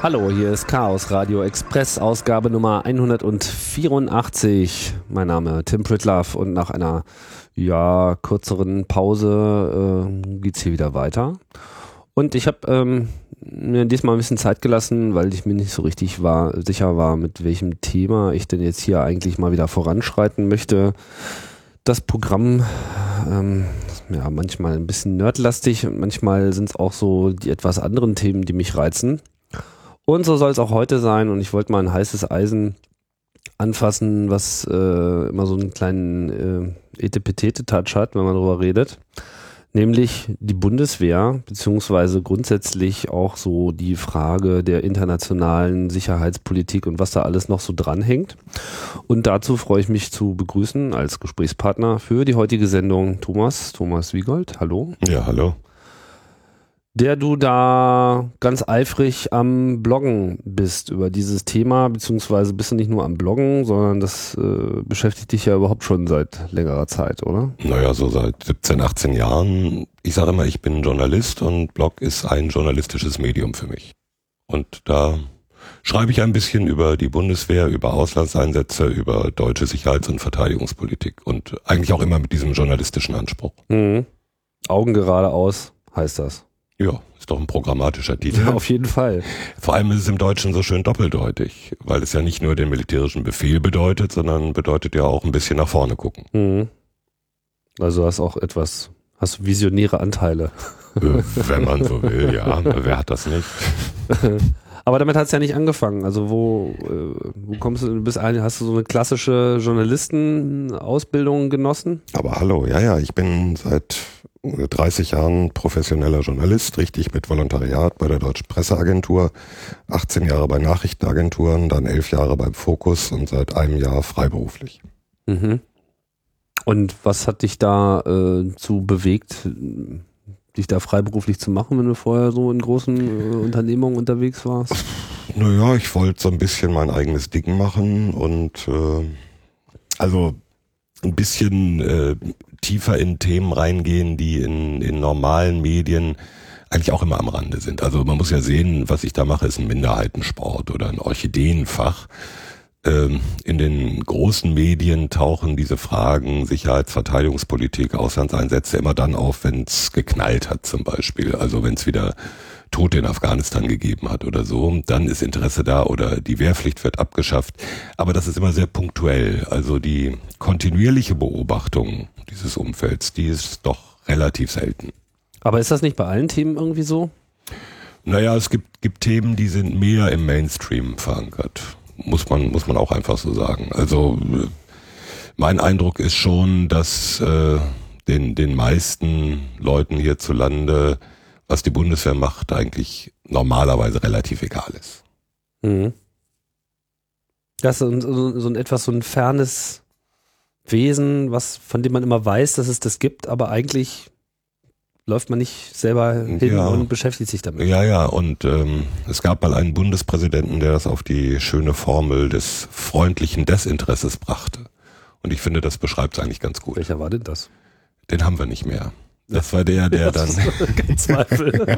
Hallo, hier ist Chaos Radio Express, Ausgabe Nummer 184. Mein Name Tim Pritlove und nach einer kürzeren Pause geht's hier wieder weiter. Und ich habe mir diesmal ein bisschen Zeit gelassen, weil ich mir nicht so richtig sicher war, mit welchem Thema ich denn jetzt hier eigentlich mal wieder voranschreiten möchte. Das Programm manchmal ein bisschen nerdlastig und manchmal sind es auch so die etwas anderen Themen, die mich reizen. Und so soll es auch heute sein, und ich wollte mal ein heißes Eisen anfassen, was immer so einen kleinen Etepetete-Touch hat, wenn man darüber redet. Nämlich die Bundeswehr, beziehungsweise grundsätzlich auch so die Frage der internationalen Sicherheitspolitik und was da alles noch so dranhängt. Und dazu freue ich mich zu begrüßen als Gesprächspartner für die heutige Sendung Thomas Wiegold. Hallo. Ja, hallo. Der du da ganz eifrig am Bloggen bist über dieses Thema, beziehungsweise bist du nicht nur am Bloggen, sondern das beschäftigt dich ja überhaupt schon seit längerer Zeit, oder? Naja, so seit 17, 18 Jahren. Ich sage immer, ich bin Journalist und Blog ist ein journalistisches Medium für mich. Und da schreibe ich ein bisschen über die Bundeswehr, über Auslandseinsätze, über deutsche Sicherheits- und Verteidigungspolitik und eigentlich auch immer mit diesem journalistischen Anspruch. Mhm. Augen geradeaus heißt das. Ja, ist doch ein programmatischer Titel. Ja, auf jeden Fall. Vor allem ist es im Deutschen so schön doppeldeutig, weil es ja nicht nur den militärischen Befehl bedeutet, sondern bedeutet ja auch ein bisschen nach vorne gucken. Mhm. Also hast visionäre Anteile. Wenn man so will, ja. Wer hat das nicht? Aber damit hat es ja nicht angefangen. Also wo kommst du? Hast du so eine klassische Journalistenausbildung genossen? Aber hallo, ja, ich bin seit 30 Jahren professioneller Journalist, richtig mit Volontariat bei der Deutschen Presseagentur, 18 Jahre bei Nachrichtenagenturen, dann 11 Jahre beim Focus und seit einem Jahr freiberuflich. Mhm. Und was hat dich da zu bewegt, dich da freiberuflich zu machen, wenn du vorher so in großen Unternehmungen unterwegs warst? Naja, ich wollte so ein bisschen mein eigenes Ding machen und also ein bisschen tiefer in Themen reingehen, die in normalen Medien eigentlich auch immer am Rande sind. Also man muss ja sehen, was ich da mache, ist ein Minderheitensport oder ein Orchideenfach. In den großen Medien tauchen diese Fragen Sicherheits-, Verteidigungspolitik, Auslandseinsätze immer dann auf, wenn es geknallt hat zum Beispiel. Also wenn es wieder Tote in Afghanistan gegeben hat oder so, dann ist Interesse da oder die Wehrpflicht wird abgeschafft. Aber das ist immer sehr punktuell. Also die kontinuierliche Beobachtung dieses Umfelds, die ist doch relativ selten. Aber ist das nicht bei allen Themen irgendwie so? Naja, es gibt Themen, die sind mehr im Mainstream verankert. Muss man auch einfach so sagen. Also mein Eindruck ist schon, dass den meisten Leuten hierzulande, was die Bundeswehr macht, eigentlich normalerweise relativ egal ist. Mhm. Das ist so ein fernes Wesen, von dem man immer weiß, dass es das gibt, aber eigentlich läuft man nicht selber hin und beschäftigt sich damit. Ja, und es gab mal einen Bundespräsidenten, der das auf die schöne Formel des freundlichen Desinteresses brachte. Und ich finde, das beschreibt es eigentlich ganz gut. Welcher war denn das? Den haben wir nicht mehr. Das war der dann... Kein Zweifel.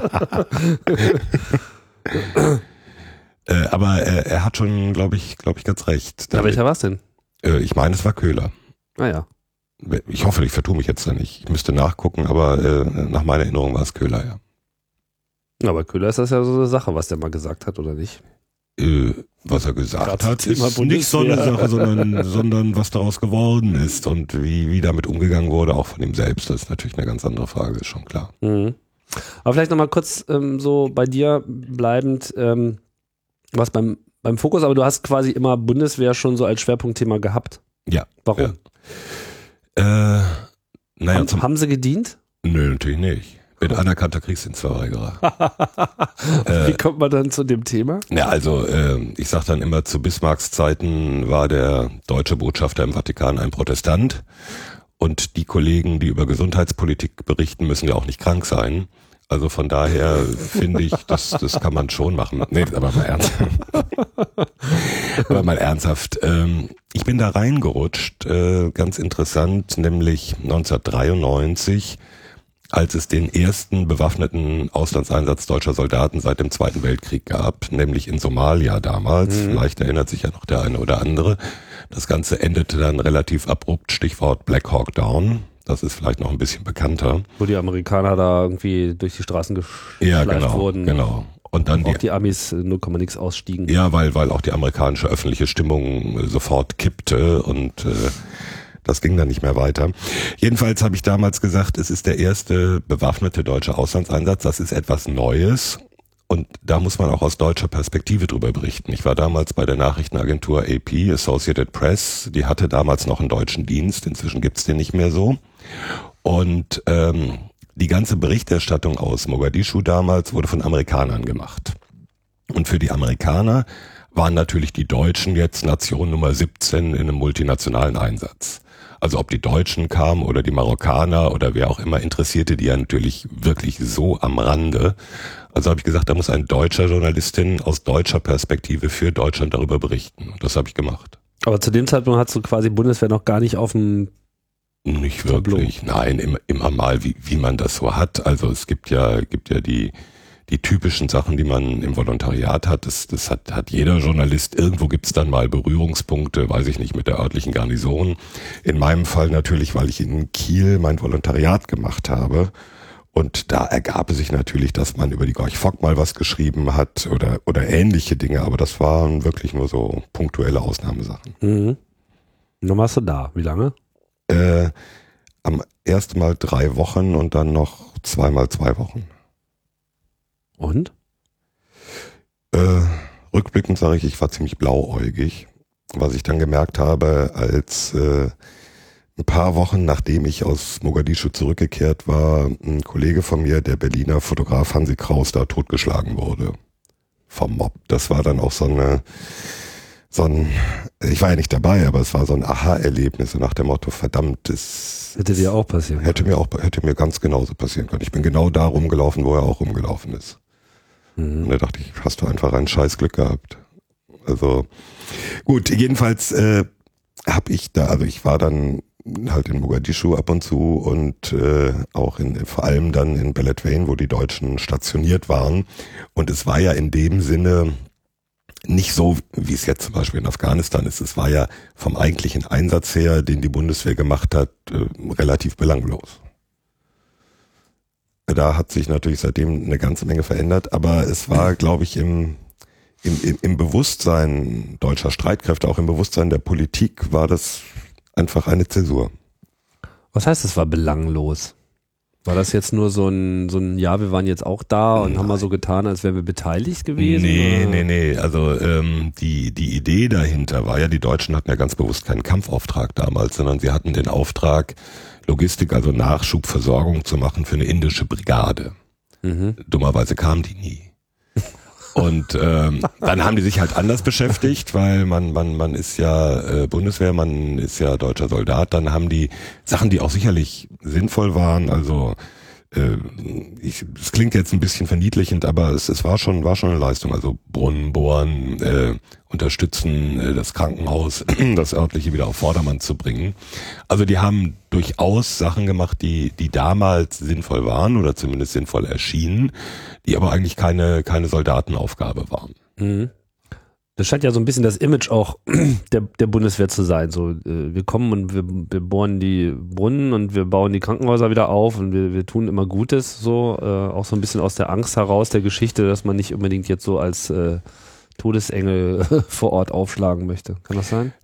Aber er hat schon, glaube ich, ganz recht. Ja, welcher war es denn? Ich meine, es war Köhler. Ah ja. Ich hoffe, ich vertue mich jetzt da nicht. Ich müsste nachgucken, aber nach meiner Erinnerung war es Köhler, ja. Aber Köhler ist das ja so eine Sache, was der mal gesagt hat, oder nicht? Was er gesagt hat, ist nicht so eine Sache, sondern was daraus geworden ist und wie damit umgegangen wurde, auch von ihm selbst. Das ist natürlich eine ganz andere Frage, ist schon klar. Mhm. Aber vielleicht nochmal kurz so bei dir bleibend, was beim Fokus, aber du hast quasi immer Bundeswehr schon so als Schwerpunktthema gehabt. Ja. Warum? Ja. Haben sie gedient? Nö, natürlich nicht. Bin anerkannter Kriegsdienstverweigerer. Wie kommt man dann zu dem Thema? Ja, also ich sage dann immer, zu Bismarcks Zeiten war der deutsche Botschafter im Vatikan ein Protestant und die Kollegen, die über Gesundheitspolitik berichten, müssen ja auch nicht krank sein. Also von daher finde ich, das kann man schon machen. Nee, aber mal ernsthaft. Ich bin da reingerutscht, ganz interessant, nämlich 1993, als es den ersten bewaffneten Auslandseinsatz deutscher Soldaten seit dem Zweiten Weltkrieg gab, nämlich in Somalia damals. Vielleicht erinnert sich ja noch der eine oder andere. Das Ganze endete dann relativ abrupt, Stichwort Black Hawk Down. Das ist vielleicht noch ein bisschen bekannter. Wo die Amerikaner da irgendwie durch die Straßen geschleift wurden. Genau. Und dann auch die Amis 0,nix ausstiegen. Ja, weil auch die amerikanische öffentliche Stimmung sofort kippte und das ging dann nicht mehr weiter. Jedenfalls habe ich damals gesagt, es ist der erste bewaffnete deutsche Auslandseinsatz. Das ist etwas Neues und da muss man auch aus deutscher Perspektive drüber berichten. Ich war damals bei der Nachrichtenagentur AP, Associated Press. Die hatte damals noch einen deutschen Dienst. Inzwischen gibt's den nicht mehr so. Und die ganze Berichterstattung aus Mogadischu damals wurde von Amerikanern gemacht. Und für die Amerikaner waren natürlich die Deutschen jetzt Nation Nummer 17 in einem multinationalen Einsatz. Also ob die Deutschen kamen oder die Marokkaner oder wer auch immer, interessierte die ja natürlich wirklich so am Rande. Also habe ich gesagt, da muss ein deutscher Journalistin aus deutscher Perspektive für Deutschland darüber berichten. Und das habe ich gemacht. Aber zu dem Zeitpunkt hast du quasi Bundeswehr noch gar nicht auf dem Nicht wirklich, nein, immer mal, wie man das so hat. Also es gibt ja die typischen Sachen, die man im Volontariat hat. Das hat jeder Journalist. Irgendwo gibt's dann mal Berührungspunkte, weiß ich nicht, mit der örtlichen Garnison. In meinem Fall natürlich, weil ich in Kiel mein Volontariat gemacht habe. Und da ergab es sich natürlich, dass man über die Gorch Fock mal was geschrieben hat oder ähnliche Dinge. Aber das waren wirklich nur so punktuelle Ausnahmesachen. Mhm. Und dann warst du da. Wie lange? Am ersten Mal 3 Wochen und dann noch 2 Wochen. Und? Rückblickend sage ich war ziemlich blauäugig. Was ich dann gemerkt habe, als ein paar Wochen nachdem ich aus Mogadischu zurückgekehrt war, ein Kollege von mir, der Berliner Fotograf Hansi Kraus, da totgeschlagen wurde vom Mob. Das war dann auch so ein, ich war ja nicht dabei, aber es war so ein Aha-Erlebnis, so nach dem Motto, verdammt, das hätte dir auch passieren können. Hätte mir ganz genauso passieren können. Ich bin genau da rumgelaufen, wo er auch rumgelaufen ist. Und da dachte ich, hast du einfach ein scheiß Glück gehabt. Also gut, jedenfalls ich war dann halt in Mogadischu ab und zu und auch vor allem dann in Beledweyne, wo die Deutschen stationiert waren. Und es war ja in dem Sinne nicht so, wie es jetzt zum Beispiel in Afghanistan ist. Es war ja vom eigentlichen Einsatz her, den die Bundeswehr gemacht hat, relativ belanglos. Da hat sich natürlich seitdem eine ganze Menge verändert, aber es war, glaube ich, im Bewusstsein deutscher Streitkräfte, auch im Bewusstsein der Politik, war das einfach eine Zäsur. Was heißt, es war belanglos? War das jetzt nur so ein ja, wir waren jetzt auch da und haben mal so getan, als wären wir beteiligt gewesen? Nee. Also die Idee dahinter war ja, die Deutschen hatten ja ganz bewusst keinen Kampfauftrag damals, sondern sie hatten den Auftrag, Logistik, also Nachschubversorgung zu machen für eine indische Brigade. Dummerweise kamen die nie. Und dann haben die sich halt anders beschäftigt, weil man ist ja Bundeswehr, man ist ja deutscher Soldat. Dann haben die Sachen, die auch sicherlich sinnvoll waren, also es klingt jetzt ein bisschen verniedlichend, aber es war schon eine Leistung. Also Brunnen bohren, unterstützen, das Krankenhaus, das örtliche wieder auf Vordermann zu bringen. Also die haben durchaus Sachen gemacht, die damals sinnvoll waren oder zumindest sinnvoll erschienen, die aber eigentlich keine Soldatenaufgabe waren. Mhm. Das scheint ja so ein bisschen das Image auch der Bundeswehr zu sein. So, wir kommen und wir bohren die Brunnen und wir bauen die Krankenhäuser wieder auf und wir tun immer Gutes. So auch so ein bisschen aus der Angst heraus der Geschichte, dass man nicht unbedingt jetzt so als Todesengel vor Ort aufschlagen möchte. Kann das sein?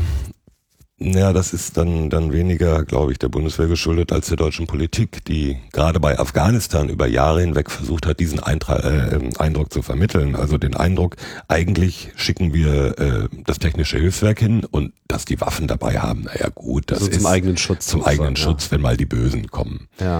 Ja, das ist dann weniger, glaube ich, der Bundeswehr geschuldet als der deutschen Politik, die gerade bei Afghanistan über Jahre hinweg versucht hat, diesen Eindruck zu vermitteln. Also den Eindruck, eigentlich schicken wir das technische Hilfswerk hin und dass die Waffen dabei haben, naja gut, das also ist zum eigenen Schutz. Zum eigenen Schutz, wenn mal die Bösen kommen. Ja.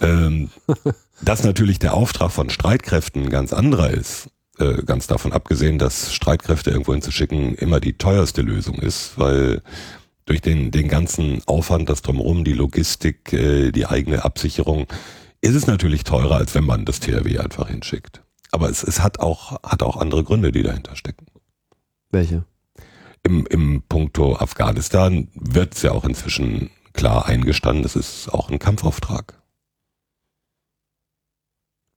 Dass natürlich der Auftrag von Streitkräften ein ganz anderer ist, ganz davon abgesehen, dass Streitkräfte irgendwo hinzuschicken immer die teuerste Lösung ist, weil durch den ganzen Aufwand, das drumherum, die Logistik, die eigene Absicherung, ist es natürlich teurer, als wenn man das THW einfach hinschickt. Aber es hat auch andere Gründe, die dahinter stecken. Welche? Im Punkto Afghanistan wird es ja auch inzwischen klar eingestanden, es ist auch ein Kampfauftrag.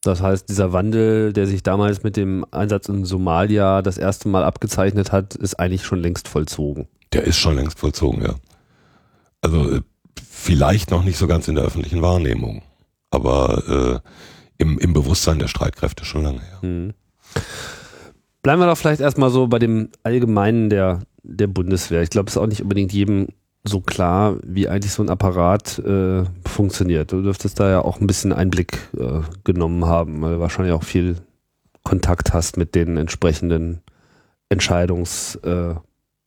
Das heißt, dieser Wandel, der sich damals mit dem Einsatz in Somalia das erste Mal abgezeichnet hat, ist eigentlich schon längst vollzogen. Der ist schon längst vollzogen, ja. Also vielleicht noch nicht so ganz in der öffentlichen Wahrnehmung, aber im Bewusstsein der Streitkräfte schon lange, ja. Bleiben wir doch vielleicht erstmal so bei dem Allgemeinen der Bundeswehr. Ich glaube, es ist auch nicht unbedingt jedem so klar, wie eigentlich so ein Apparat funktioniert. Du dürftest da ja auch ein bisschen Einblick genommen haben, weil du wahrscheinlich auch viel Kontakt hast mit den entsprechenden Entscheidungsleuten.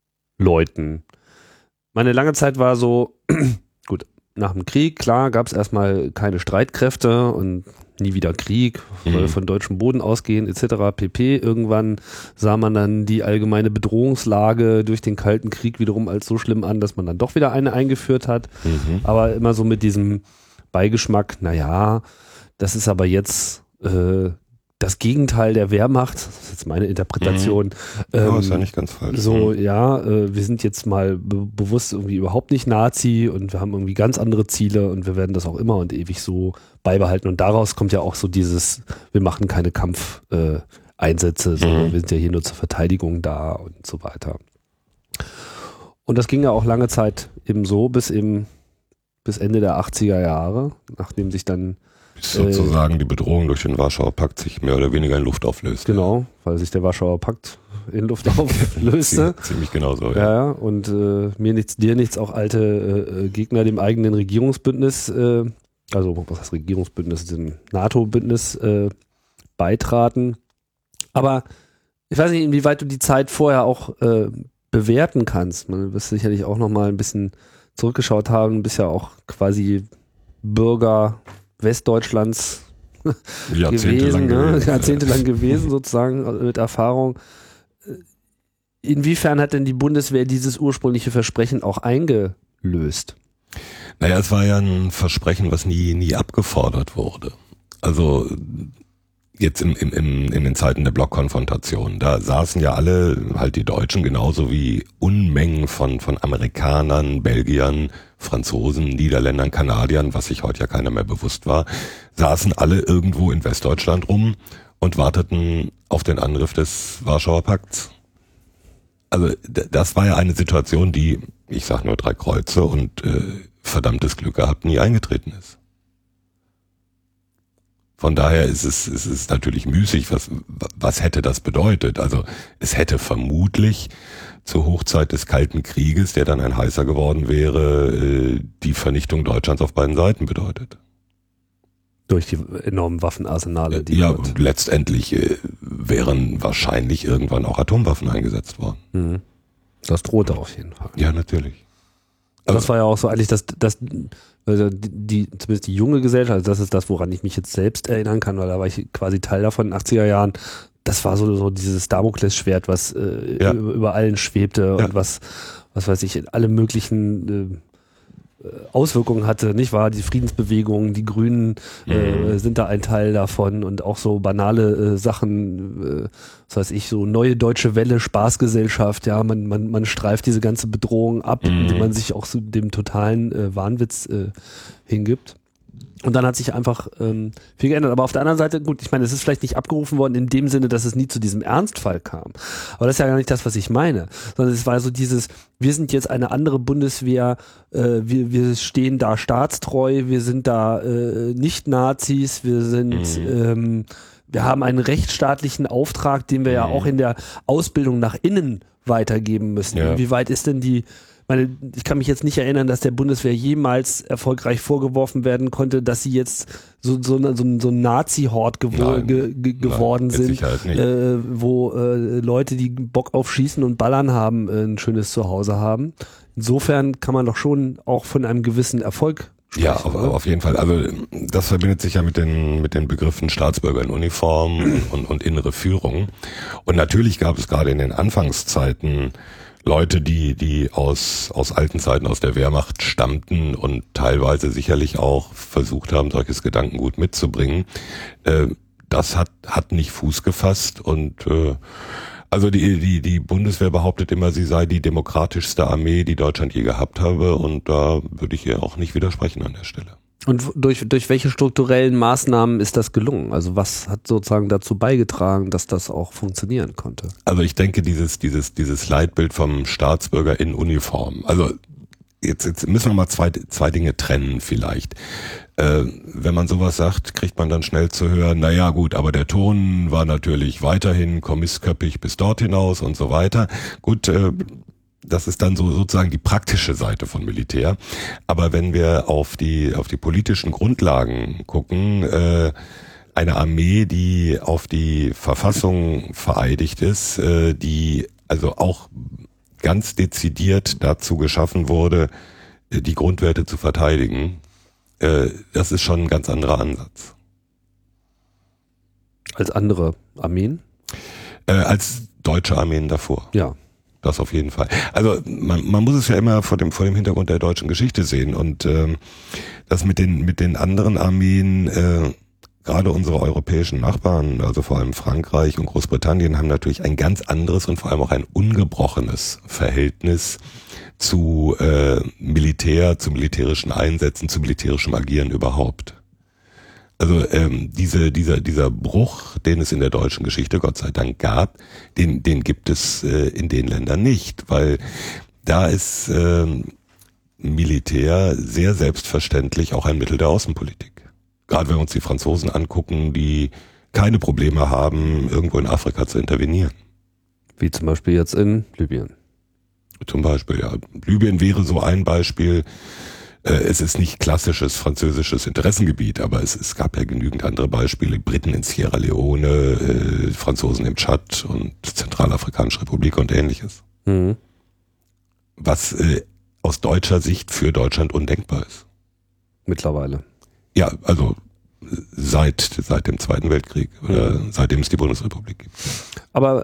Meine lange Zeit war so, gut, nach dem Krieg, klar, gab es erstmal keine Streitkräfte und nie wieder Krieg, von deutschem Boden ausgehen etc. pp. Irgendwann sah man dann die allgemeine Bedrohungslage durch den Kalten Krieg wiederum als so schlimm an, dass man dann doch wieder eine eingeführt hat. Aber immer so mit diesem Beigeschmack, naja, das ist aber jetzt das Gegenteil der Wehrmacht, das ist jetzt meine Interpretation. Ja, ist ja nicht ganz falsch. So, wir sind jetzt mal bewusst irgendwie überhaupt nicht Nazi und wir haben irgendwie ganz andere Ziele und wir werden das auch immer und ewig so beibehalten. Und daraus kommt ja auch so dieses, wir machen keine Kampfeinsätze, sondern wir sind ja hier nur zur Verteidigung da und so weiter. Und das ging ja auch lange Zeit eben so, bis Ende der 80er Jahre, nachdem sich dann sozusagen die Bedrohung durch den Warschauer Pakt sich mehr oder weniger in Luft auflöst. Genau, weil sich der Warschauer Pakt in Luft auflöste. Ziemlich genau so, ja. Ja, und mir nichts, dir nichts, auch alte Gegner dem eigenen Regierungsbündnis, also was heißt Regierungsbündnis, dem NATO-Bündnis beitraten. Aber ich weiß nicht, inwieweit du die Zeit vorher auch bewerten kannst. Man wird sicherlich auch nochmal ein bisschen zurückgeschaut haben, bist ja auch quasi Bürger Westdeutschlands jahrzehntelang gewesen sozusagen mit Erfahrung. Inwiefern hat denn die Bundeswehr dieses ursprüngliche Versprechen auch eingelöst? Naja, es war ja ein Versprechen, was nie abgefordert wurde. Also jetzt in den Zeiten der Blockkonfrontation, da saßen ja alle, halt die Deutschen, genauso wie Unmengen von Amerikanern, Belgiern, Franzosen, Niederländern, Kanadiern, was sich heute ja keiner mehr bewusst war, saßen alle irgendwo in Westdeutschland rum und warteten auf den Angriff des Warschauer Pakts. Also das war ja eine Situation, die, ich sag nur 3 Kreuze und verdammtes Glück gehabt, nie eingetreten ist. Von daher ist es natürlich müßig, was hätte das bedeutet? Also es hätte vermutlich zur Hochzeit des Kalten Krieges, der dann ein heißer geworden wäre, die Vernichtung Deutschlands auf beiden Seiten bedeutet. Durch die enormen Waffenarsenale, die ja, und letztendlich wären wahrscheinlich irgendwann auch Atomwaffen eingesetzt worden. Das drohte auf jeden Fall. Ja, natürlich. Das war ja auch so eigentlich also zumindest die junge Gesellschaft, also das ist das, woran ich mich jetzt selbst erinnern kann, weil da war ich quasi Teil davon in den 80er Jahren. Das war so dieses Damoklesschwert, was über allen schwebte und was weiß ich, alle möglichen Auswirkungen hatte, nicht wahr? Die Friedensbewegung, die Grünen sind da ein Teil davon und auch so banale Sachen, was weiß ich, so neue deutsche Welle, Spaßgesellschaft, ja, man streift diese ganze Bedrohung ab, indem man sich auch so dem totalen Wahnwitz hingibt. Und dann hat sich einfach viel geändert. Aber auf der anderen Seite, gut, ich meine, es ist vielleicht nicht abgerufen worden in dem Sinne, dass es nie zu diesem Ernstfall kam. Aber das ist ja gar nicht das, was ich meine. Sondern es war so dieses, wir sind jetzt eine andere Bundeswehr, wir stehen da staatstreu, wir sind da nicht Nazis, wir sind, wir haben einen rechtsstaatlichen Auftrag, den wir ja auch in der Ausbildung nach innen weitergeben müssen. Ja. Inwieweit ist denn ich kann mich jetzt nicht erinnern, dass der Bundeswehr jemals erfolgreich vorgeworfen werden konnte, dass sie jetzt so ein Nazi-Hort geworden sind, wo Leute, die Bock auf Schießen und Ballern haben, ein schönes Zuhause haben. Insofern kann man doch schon auch von einem gewissen Erfolg sprechen. Ja, auf jeden Fall. Also das verbindet sich ja mit den Begriffen Staatsbürger in Uniform und innere Führung. Und natürlich gab es gerade in den Anfangszeiten Leute, die aus alten Zeiten aus der Wehrmacht stammten und teilweise sicherlich auch versucht haben, solches Gedankengut mitzubringen. Das hat nicht Fuß gefasst und also die Bundeswehr behauptet immer, sie sei die demokratischste Armee, die Deutschland je gehabt habe und da würde ich ihr auch nicht widersprechen an der Stelle. Und durch welche strukturellen Maßnahmen ist das gelungen? Also was hat sozusagen dazu beigetragen, dass das auch funktionieren konnte? Also ich denke, dieses Leitbild vom Staatsbürger in Uniform. Also jetzt müssen wir mal zwei Dinge trennen vielleicht. Wenn man sowas sagt, kriegt man dann schnell zu hören, naja gut, aber der Ton war natürlich weiterhin kommißköppig bis dort hinaus und so weiter. Gut, das ist dann so sozusagen die praktische Seite von Militär. Aber wenn wir auf die politischen Grundlagen gucken, eine Armee, die auf die Verfassung vereidigt ist, die also auch ganz dezidiert dazu geschaffen wurde, die Grundwerte zu verteidigen, das ist schon ein ganz anderer Ansatz. Als andere Armeen? Als deutsche Armeen davor. Ja. Das auf jeden Fall. Also man muss es ja immer vor dem Hintergrund der deutschen Geschichte sehen und das mit den anderen Armeen, gerade unsere europäischen Nachbarn, also vor allem Frankreich und Großbritannien, haben natürlich ein ganz anderes und vor allem auch ein ungebrochenes Verhältnis zu Militär, zu militärischen Einsätzen, zu militärischem Agieren überhaupt. Also dieser Bruch, den es in der deutschen Geschichte Gott sei Dank gab, den gibt es in den Ländern nicht, weil da ist Militär sehr selbstverständlich auch ein Mittel der Außenpolitik. Gerade wenn wir uns die Franzosen angucken, die keine Probleme haben, irgendwo in Afrika zu intervenieren. Wie zum Beispiel jetzt in Libyen. Zum Beispiel, ja. Libyen wäre so ein Beispiel. Es ist nicht klassisches französisches Interessengebiet, aber es gab ja genügend andere Beispiele. Briten in Sierra Leone, Franzosen im Tschad und Zentralafrikanische Republik und ähnliches. Mhm. Was aus deutscher Sicht für Deutschland undenkbar ist. Mittlerweile. Ja, also seit dem Zweiten Weltkrieg oder seitdem es die Bundesrepublik gibt. Aber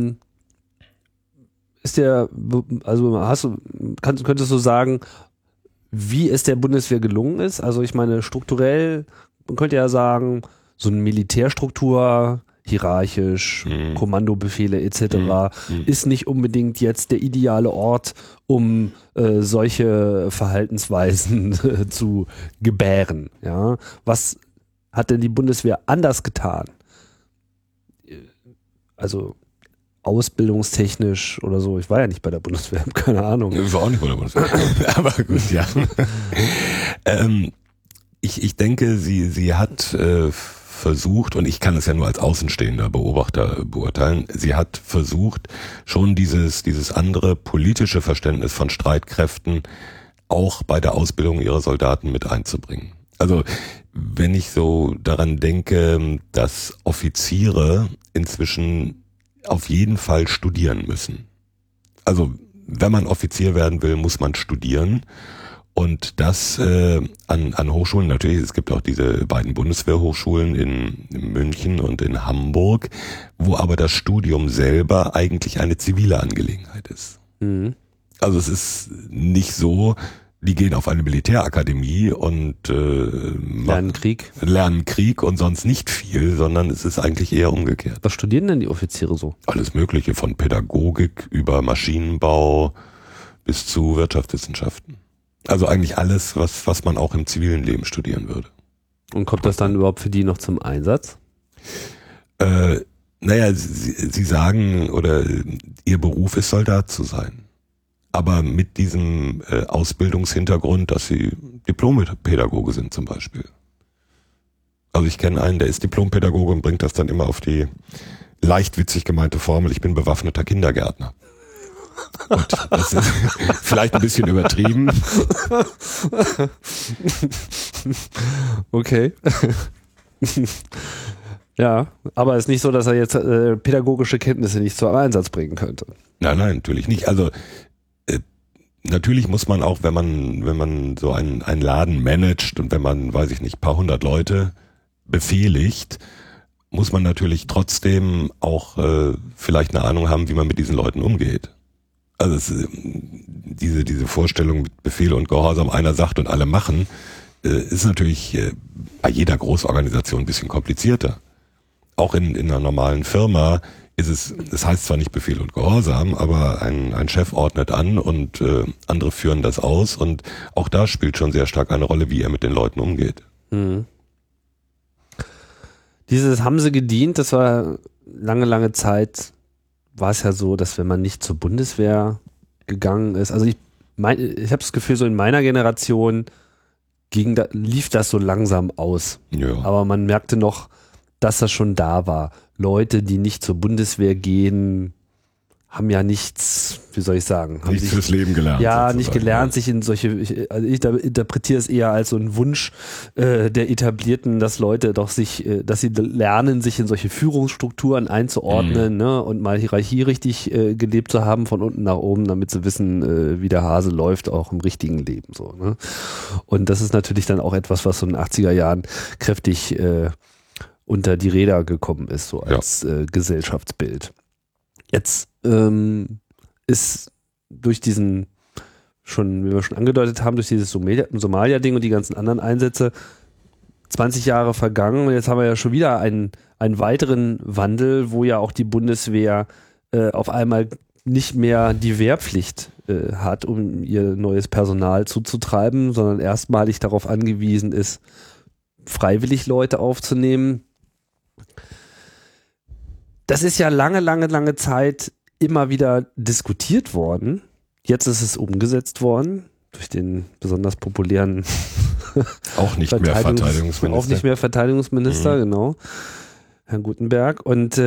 könntest du sagen, wie es der Bundeswehr gelungen ist? Also ich meine, strukturell, man könnte ja sagen, so eine Militärstruktur, hierarchisch, Kommandobefehle etc. ist nicht unbedingt jetzt der ideale Ort, um solche Verhaltensweisen zu gebären. Ja? Was hat denn die Bundeswehr anders getan? Also ausbildungstechnisch oder so. Ich war ja nicht bei der Bundeswehr, keine Ahnung. Ich war auch nicht bei der Bundeswehr. Aber gut, ja. Ich denke, sie hat versucht, und ich kann es ja nur als außenstehender Beobachter beurteilen, sie hat versucht, schon dieses andere politische Verständnis von Streitkräften auch bei der Ausbildung ihrer Soldaten mit einzubringen. Also wenn ich so daran denke, dass Offiziere inzwischen auf jeden Fall studieren müssen. Also wenn man Offizier werden will, muss man studieren. Und das an Hochschulen, natürlich, es gibt auch diese beiden Bundeswehrhochschulen in München und in Hamburg, wo aber das Studium selber eigentlich eine zivile Angelegenheit ist. Mhm. Also es ist nicht so, die gehen auf eine Militärakademie und lernen Krieg und sonst nicht viel, sondern es ist eigentlich eher umgekehrt. Was studieren denn die Offiziere so? Alles Mögliche, von Pädagogik über Maschinenbau bis zu Wirtschaftswissenschaften. Also eigentlich alles, was man auch im zivilen Leben studieren würde. Und kommt das dann überhaupt für die noch zum Einsatz? Naja, sie sagen, oder ihr Beruf ist Soldat zu sein. Aber mit diesem Ausbildungshintergrund, dass sie Diplompädagoge sind zum Beispiel. Also ich kenne einen, der ist Diplompädagoge und bringt das dann immer auf die leicht witzig gemeinte Formel, ich bin bewaffneter Kindergärtner. Und das ist vielleicht ein bisschen übertrieben. Okay. Ja, aber es ist nicht so, dass er jetzt pädagogische Kenntnisse nicht zum Einsatz bringen könnte. Nein, natürlich nicht. Also natürlich muss man auch, wenn man so einen Laden managt und wenn man, weiß ich nicht, paar hundert Leute befehligt, muss man natürlich trotzdem auch vielleicht eine Ahnung haben, wie man mit diesen Leuten umgeht. Also diese Vorstellung mit Befehl und Gehorsam, einer sagt und alle machen, ist natürlich bei jeder Großorganisation ein bisschen komplizierter. Auch in einer normalen Firma es heißt zwar nicht Befehl und Gehorsam, aber ein Chef ordnet an und andere führen das aus und auch da spielt schon sehr stark eine Rolle, wie er mit den Leuten umgeht. Mhm. Dieses haben sie gedient, das war lange Zeit, war es ja so, dass wenn man nicht zur Bundeswehr gegangen ist, also ich habe das Gefühl, so in meiner Generation lief das so langsam aus. Ja. Aber man merkte noch, dass das schon da war. Leute, die nicht zur Bundeswehr gehen, haben ja nichts, wie soll ich sagen? Haben Nichts fürs Leben gelernt. Ja, sozusagen. nicht gelernt, sich in solche, ich interpretiere es eher als so einen Wunsch der Etablierten, dass Leute doch dass sie lernen, sich in solche Führungsstrukturen einzuordnen, ne, und mal Hierarchie richtig gelebt zu haben, von unten nach oben, damit sie wissen, wie der Hase läuft, auch im richtigen Leben. So, ne? Und das ist natürlich dann auch etwas, was so in den 80er Jahren kräftig unter die Räder gekommen ist, so als Gesellschaftsbild. Jetzt ist durch diesen wie wir schon angedeutet haben, durch dieses Somalia-Ding und die ganzen anderen Einsätze 20 Jahre vergangen und jetzt haben wir ja schon wieder einen weiteren Wandel, wo ja auch die Bundeswehr auf einmal nicht mehr die Wehrpflicht hat, um ihr neues Personal zuzutreiben, sondern erstmalig darauf angewiesen ist, freiwillig Leute aufzunehmen. Das ist ja lange Zeit immer wieder diskutiert worden. Jetzt ist es umgesetzt worden durch den besonders populären auch nicht mehr Verteidigungsminister. Auch nicht mehr Verteidigungsminister, genau. Herrn Gutenberg. Und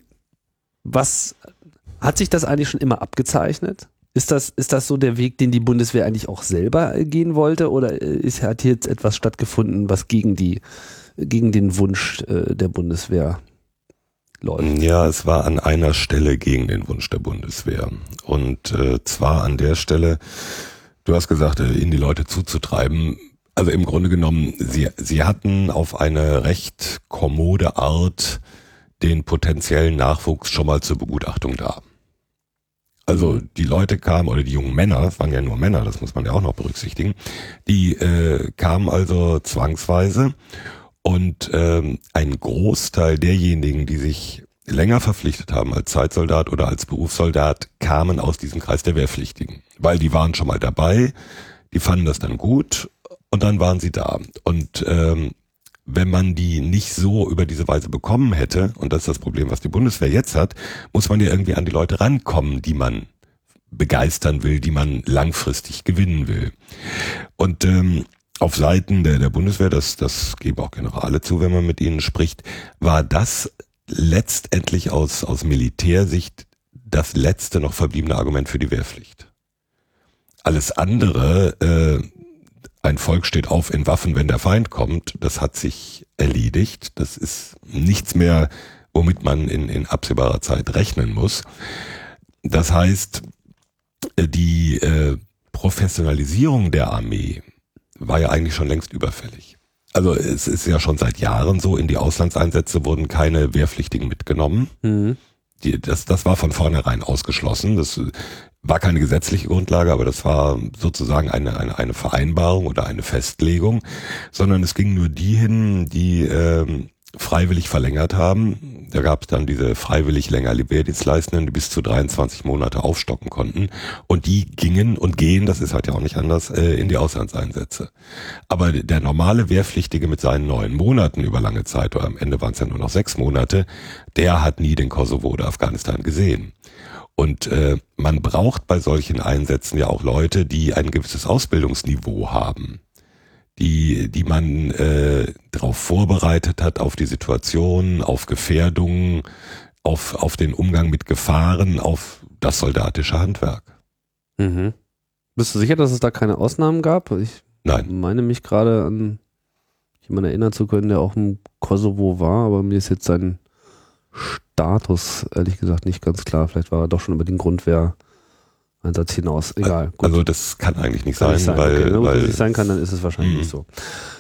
was hat sich das eigentlich schon immer abgezeichnet? Ist das so der Weg, den die Bundeswehr eigentlich auch selber gehen wollte? Oder hat hier jetzt etwas stattgefunden, was gegen den Wunsch der Bundeswehr läuft? Ja, es war an einer Stelle gegen den Wunsch der Bundeswehr. Und zwar an der Stelle, du hast gesagt, in die Leute zuzutreiben. Also im Grunde genommen, sie hatten auf eine recht kommode Art den potenziellen Nachwuchs schon mal zur Begutachtung da. Also die Leute kamen, oder die jungen Männer, es waren ja nur Männer, das muss man ja auch noch berücksichtigen, die kamen also zwangsweise. Und ein Großteil derjenigen, die sich länger verpflichtet haben als Zeitsoldat oder als Berufssoldat, kamen aus diesem Kreis der Wehrpflichtigen. Weil die waren schon mal dabei, die fanden das dann gut und dann waren sie da. Und wenn man die nicht so über diese Weise bekommen hätte, und das ist das Problem, was die Bundeswehr jetzt hat, muss man ja irgendwie an die Leute rankommen, die man begeistern will, die man langfristig gewinnen will. Und auf Seiten der Bundeswehr, das geben auch Generale zu, wenn man mit ihnen spricht, war das letztendlich aus Militärsicht das letzte noch verbliebene Argument für die Wehrpflicht. Alles andere, ein Volk steht auf in Waffen, wenn der Feind kommt, das hat sich erledigt. Das ist nichts mehr, womit man in absehbarer Zeit rechnen muss. Das heißt, die Professionalisierung der Armee war ja eigentlich schon längst überfällig. Also es ist ja schon seit Jahren so, in die Auslandseinsätze wurden keine Wehrpflichtigen mitgenommen. Mhm. Das war von vornherein ausgeschlossen. Das war keine gesetzliche Grundlage, aber das war sozusagen eine Vereinbarung oder eine Festlegung, sondern es ging nur die hin, die freiwillig verlängert haben. Da gab es dann diese freiwillig länger Wehrdienstleistenden, die bis zu 23 Monate aufstocken konnten. Und die gingen und gehen, das ist halt ja auch nicht anders, in die Auslandseinsätze. Aber der normale Wehrpflichtige mit seinen 9 Monaten über lange Zeit, oder am Ende waren es ja nur noch 6 Monate, der hat nie den Kosovo oder Afghanistan gesehen. Und man braucht bei solchen Einsätzen ja auch Leute, die ein gewisses Ausbildungsniveau haben, die man darauf vorbereitet hat, auf die Situation, auf Gefährdungen, auf den Umgang mit Gefahren, auf das soldatische Handwerk. Mhm. Bist du sicher, dass es da keine Ausnahmen gab? Ich meine mich gerade an jemanden erinnern zu können, der auch im Kosovo war, aber mir ist jetzt sein Status ehrlich gesagt nicht ganz klar. Vielleicht war er doch schon über den Grundwehreinsatz hinaus. Egal. Gut. Also das kann eigentlich nicht sein, weil okay, wenn es nicht sein kann, dann ist es wahrscheinlich nicht so.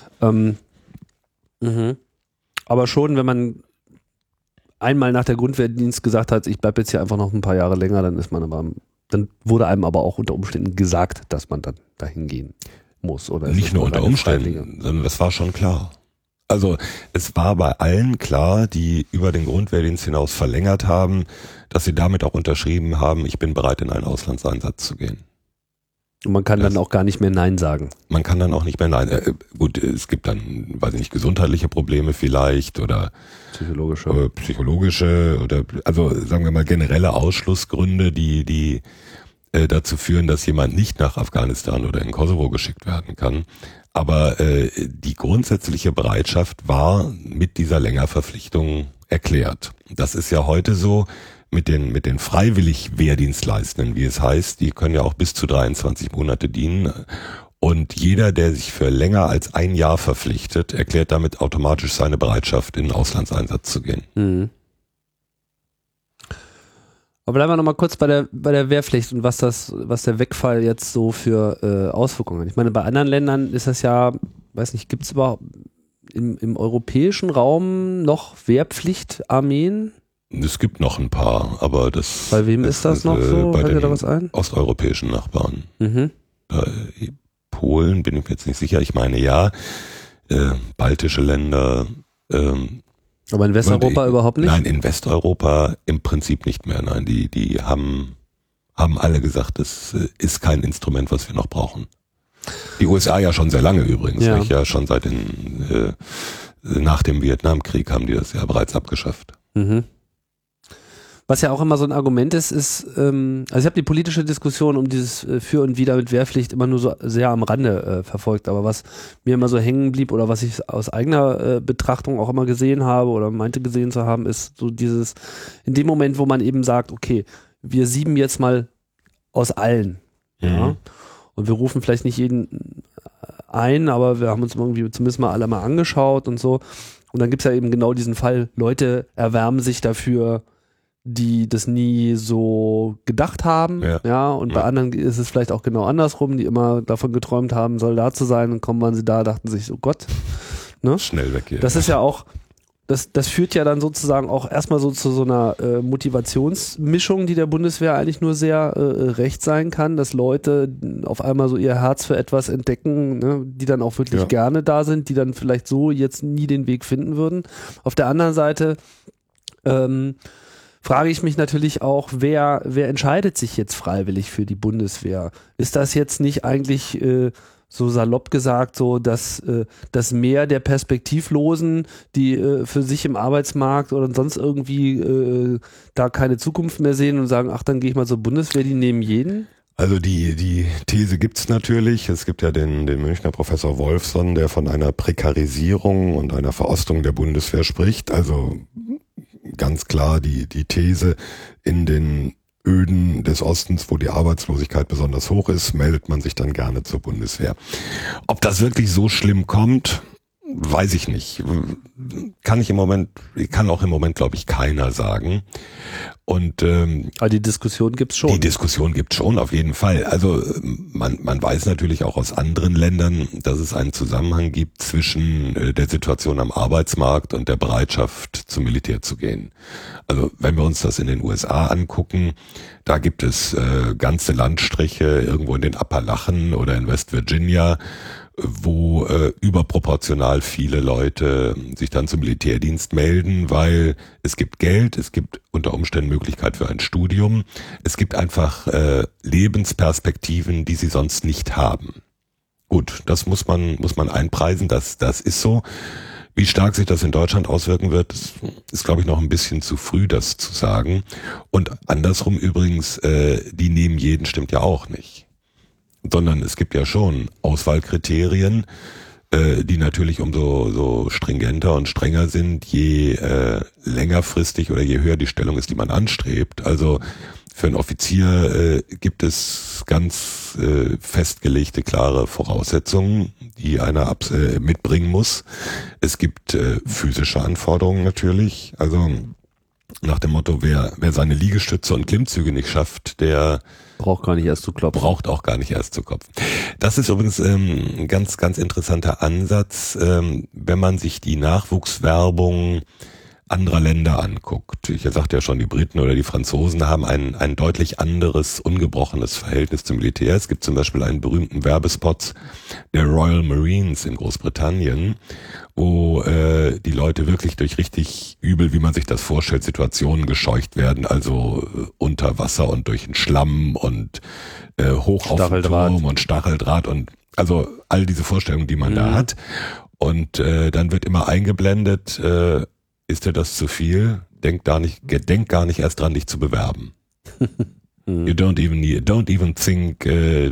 Aber schon, wenn man einmal nach der Grundwehrdienst gesagt hat, ich bleibe jetzt hier einfach noch ein paar Jahre länger, dann wurde einem aber auch unter Umständen gesagt, dass man dann dahin gehen muss. Oder nicht nur unter Umständen, sondern das war schon klar. Also es war bei allen klar, die über den Grundwehrdienst hinaus verlängert haben, dass sie damit auch unterschrieben haben, ich bin bereit, in einen Auslandseinsatz zu gehen. Und man kann dann auch gar nicht mehr Nein sagen. Man kann dann auch nicht mehr Nein. Gut, es gibt dann, weiß ich nicht, gesundheitliche Probleme vielleicht oder psychologische oder also sagen wir mal generelle Ausschlussgründe, die dazu führen, dass jemand nicht nach Afghanistan oder in Kosovo geschickt werden kann. Aber die grundsätzliche Bereitschaft war mit dieser Längerverpflichtung erklärt. Das ist ja heute so mit den freiwillig Wehrdienstleistenden, wie es heißt. Die können ja auch bis zu 23 Monate dienen. Und jeder, der sich für länger als ein Jahr verpflichtet, erklärt damit automatisch seine Bereitschaft, in den Auslandseinsatz zu gehen. Mhm. Aber bleiben wir nochmal kurz bei der Wehrpflicht und was der Wegfall jetzt so für Auswirkungen hat. Ich meine, bei anderen Ländern ist das ja, weiß nicht, gibt es überhaupt im europäischen Raum noch Wehrpflichtarmeen? Es gibt noch ein paar, aber das... Bei wem ist das noch so? Bei Fällt dir den da was ein? osteuropäischen Nachbarn. Mhm. Polen bin ich jetzt nicht sicher, ich meine ja. Baltische Länder... aber in Westeuropa überhaupt nicht? Nein, in Westeuropa im Prinzip nicht mehr. Nein, die haben alle gesagt, das ist kein Instrument, was wir noch brauchen. Die USA ja schon sehr lange übrigens. Ja, nicht? Ja schon nach dem Vietnamkrieg haben die das ja bereits abgeschafft. Mhm. Was ja auch immer so ein Argument ist, also ich habe die politische Diskussion um dieses Für und Wider mit Wehrpflicht immer nur so sehr am Rande verfolgt, aber was mir immer so hängen blieb oder was ich aus eigener Betrachtung auch immer gesehen habe oder meinte gesehen zu haben, ist so dieses, in dem Moment, wo man eben sagt, okay, wir sieben jetzt mal aus allen, ja, und wir rufen vielleicht nicht jeden ein, aber wir haben uns irgendwie zumindest mal alle mal angeschaut und so, und dann gibt's ja eben genau diesen Fall, Leute erwärmen sich dafür, die das nie so gedacht haben, ja, und bei anderen ist es vielleicht auch genau andersrum, die immer davon geträumt haben, Soldat zu sein, und kommen waren sie da, dachten sich so, Gott, ne? Schnell weg hier. Das ist ja auch, das führt ja dann sozusagen auch erstmal so zu so einer Motivationsmischung, die der Bundeswehr eigentlich nur sehr recht sein kann, dass Leute auf einmal so ihr Herz für etwas entdecken, ne, die dann auch wirklich gerne da sind, die dann vielleicht so jetzt nie den Weg finden würden. Auf der anderen Seite frage ich mich natürlich auch, wer entscheidet sich jetzt freiwillig für die Bundeswehr? Ist das jetzt nicht eigentlich so salopp gesagt so, dass das Mehr der Perspektivlosen, die für sich im Arbeitsmarkt oder sonst irgendwie da keine Zukunft mehr sehen und sagen, ach, dann gehe ich mal zur Bundeswehr, die nehmen jeden? Also die These gibt's natürlich. Es gibt ja den Münchner Professor Wolfson, der von einer Prekarisierung und einer Verostung der Bundeswehr spricht. Also ganz klar die These, in den Öden des Ostens, wo die Arbeitslosigkeit besonders hoch ist, meldet man sich dann gerne zur Bundeswehr. Ob das wirklich so schlimm kommt, weiß ich nicht. Kann auch im Moment, glaube ich, keiner sagen. Und aber die Diskussion gibt's schon. Die Diskussion gibt's schon, auf jeden Fall. Also man weiß natürlich auch aus anderen Ländern, dass es einen Zusammenhang gibt zwischen der Situation am Arbeitsmarkt und der Bereitschaft, zum Militär zu gehen. Also wenn wir uns das in den USA angucken, da gibt es ganze Landstriche irgendwo in den Appalachen oder in West Virginia, wo überproportional viele Leute sich dann zum Militärdienst melden, weil es gibt Geld, es gibt unter Umständen Möglichkeit für ein Studium, es gibt einfach Lebensperspektiven, die sie sonst nicht haben. Gut, das muss man einpreisen, das ist so. Wie stark sich das in Deutschland auswirken wird, ist glaube ich noch ein bisschen zu früh, das zu sagen. Und andersrum übrigens, die nehmen jeden stimmt ja auch nicht. Sondern es gibt ja schon Auswahlkriterien, die natürlich umso so stringenter und strenger sind, je längerfristig oder je höher die Stellung ist, die man anstrebt. Also für einen Offizier gibt es ganz festgelegte, klare Voraussetzungen, die einer mitbringen muss. Es gibt physische Anforderungen natürlich. Also nach dem Motto, wer seine Liegestütze und Klimmzüge nicht schafft, der braucht gar nicht erst zu klopfen. Braucht auch gar nicht erst zu klopfen. Das ist übrigens ein ganz, ganz interessanter Ansatz, wenn man sich die Nachwuchswerbung anderer Länder anguckt, ich sagte ja schon, die Briten oder die Franzosen haben ein deutlich anderes, ungebrochenes Verhältnis zum Militär. Es gibt zum Beispiel einen berühmten Werbespot der Royal Marines in Großbritannien, wo die Leute wirklich durch richtig übel, wie man sich das vorstellt, Situationen gescheucht werden, also unter Wasser und durch den Schlamm und hoch auf den Turm und Stacheldraht und also all diese Vorstellungen, die man da hat. Und dann wird immer eingeblendet, ist dir das zu viel? Denk gar nicht erst dran, dich zu bewerben. You don't even think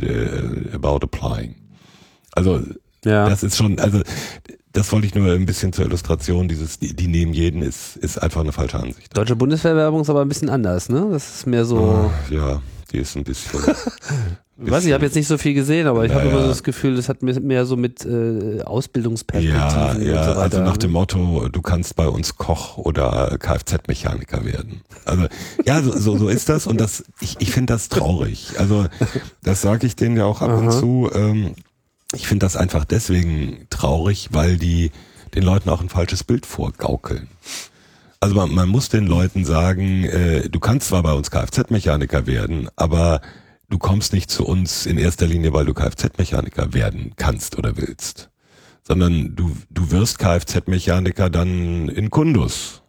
about applying. Also das ist schon, also das wollte ich nur ein bisschen zur Illustration, die nehmen jeden, ist einfach eine falsche Ansicht. Deutsche Bundeswehrwerbung ist aber ein bisschen anders, ne? Das ist mehr so... Ja, die ist ein bisschen... Ich weiß, ich habe jetzt nicht so viel gesehen, aber ich habe immer so das Gefühl, das hat mehr so mit Ausbildungsperspektiven und so weiter. Also nach dem Motto, du kannst bei uns Koch oder Kfz-Mechaniker werden. Also ja, so ist das und das ich finde das traurig. Also das sage ich denen ja auch ab und zu. Ich finde das einfach deswegen traurig, weil die den Leuten auch ein falsches Bild vorgaukeln. Also man muss den Leuten sagen, du kannst zwar bei uns Kfz-Mechaniker werden, aber du kommst nicht zu uns in erster Linie, weil du Kfz-Mechaniker werden kannst oder willst, sondern du wirst Kfz-Mechaniker dann in Kundus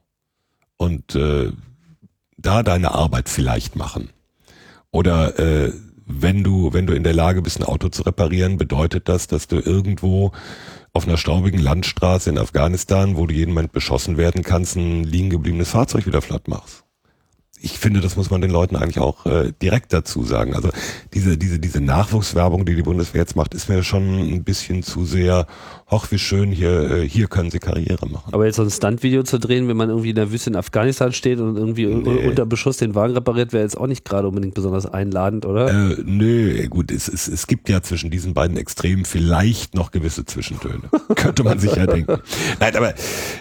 und da deine Arbeit vielleicht machen. Oder wenn du in der Lage bist, ein Auto zu reparieren, bedeutet das, dass du irgendwo auf einer staubigen Landstraße in Afghanistan, wo du jeden Moment beschossen werden kannst, ein liegen gebliebenes Fahrzeug wieder flatt machst. Ich finde, das muss man den Leuten eigentlich auch direkt dazu sagen. Also diese Nachwuchswerbung, die Bundeswehr jetzt macht, ist mir schon ein bisschen zu sehr, ach wie schön, hier können sie Karriere machen. Aber jetzt so ein Stuntvideo zu drehen, wenn man irgendwie in der Wüste in Afghanistan steht und irgendwie unter Beschuss den Wagen repariert, wäre jetzt auch nicht gerade unbedingt besonders einladend, oder? Gut, es gibt ja zwischen diesen beiden Extremen vielleicht noch gewisse Zwischentöne. Könnte man sich ja denken. Nein, aber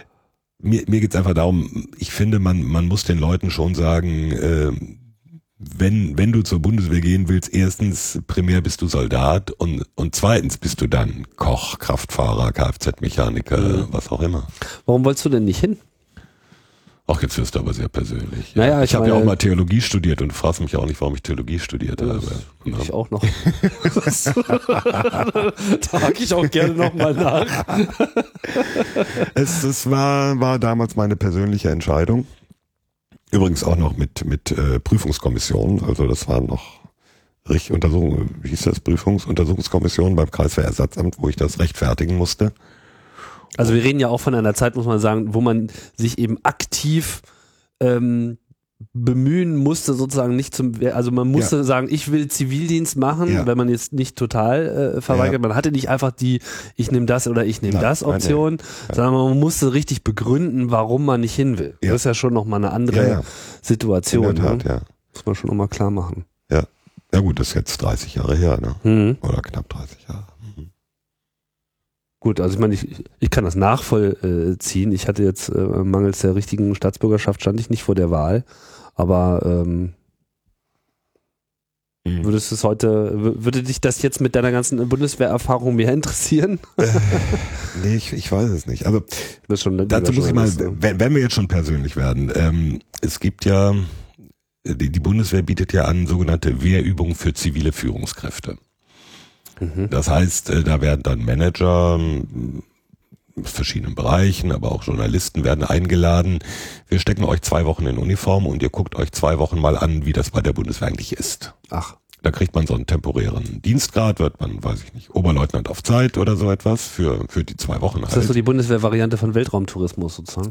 mir geht's einfach darum, ich finde, man muss den Leuten schon sagen, wenn du zur Bundeswehr gehen willst, erstens, primär bist du Soldat und zweitens bist du dann Koch, Kraftfahrer, Kfz-Mechaniker, was auch immer. Warum wolltest du denn nicht hin? Ach, jetzt wirst du aber sehr persönlich. Naja, ich habe ja auch mal Theologie studiert und du fragst mich auch nicht, warum ich Theologie studiert habe. Ich auch noch. Da hake ich auch gerne nochmal nach. Es war damals meine persönliche Entscheidung. Übrigens auch noch mit Prüfungskommission. Also das war noch richtig Untersuchung, wie hieß das? Prüfungsuntersuchungskommission beim Kreiswehrersatzamt, wo ich das rechtfertigen musste. Also wir reden ja auch von einer Zeit, muss man sagen, wo man sich eben aktiv bemühen musste, sozusagen nicht also man musste sagen, ich will Zivildienst machen, wenn man jetzt nicht total verweigert. Man hatte nicht einfach ich nehme das oder ich nehme das Option, sondern man musste richtig begründen, warum man nicht hin will. Das ist ja schon nochmal eine andere Situation. In der Tat, muss man schon nochmal klar machen. Ja gut, das ist jetzt 30 Jahre her, ne? Oder knapp 30 Jahre. Gut, also ich meine, ich kann das nachvollziehen. Ich hatte jetzt mangels der richtigen Staatsbürgerschaft stand ich nicht vor der Wahl, aber würde dich das jetzt mit deiner ganzen Bundeswehrerfahrung mehr interessieren? Nee, ich weiß es nicht. Also dazu muss ich mal, wenn wir jetzt schon persönlich werden, es gibt ja, die Bundeswehr bietet ja an sogenannte Wehrübungen für zivile Führungskräfte. Das heißt, da werden dann Manager aus verschiedenen Bereichen, aber auch Journalisten werden eingeladen. Wir stecken euch 2 Wochen in Uniform und ihr guckt euch 2 Wochen mal an, wie das bei der Bundeswehr eigentlich ist. Ach. Da kriegt man so einen temporären Dienstgrad, wird man, weiß ich nicht, Oberleutnant auf Zeit oder so etwas für die 2 Wochen halt. Ist das so die Bundeswehr-Variante von Weltraumtourismus sozusagen?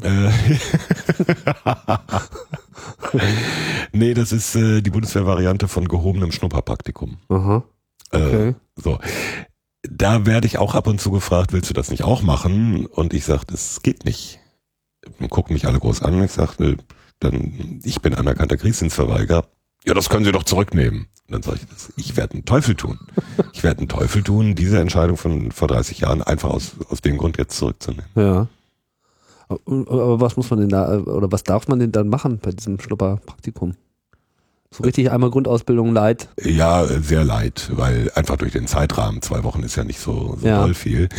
Nee, das ist die Bundeswehr-Variante von gehobenem Schnupperpraktikum. Aha. Okay. So. Da werde ich auch ab und zu gefragt, willst du das nicht auch machen? Und ich sage, das geht nicht. Dann gucken mich alle groß an. Ich sage, ich bin anerkannter Kriegsdienstverweigerer. Ja, das können Sie doch zurücknehmen. Und dann sage ich werde einen Teufel tun. Ich werde einen Teufel tun, diese Entscheidung von vor 30 Jahren einfach aus dem Grund jetzt zurückzunehmen. Ja. Aber was muss man denn da, oder was darf man denn dann machen bei diesem Schnupperpraktikum? So richtig einmal Grundausbildung light? Ja, sehr light, weil einfach durch den Zeitrahmen, 2 Wochen ist ja nicht so doll viel.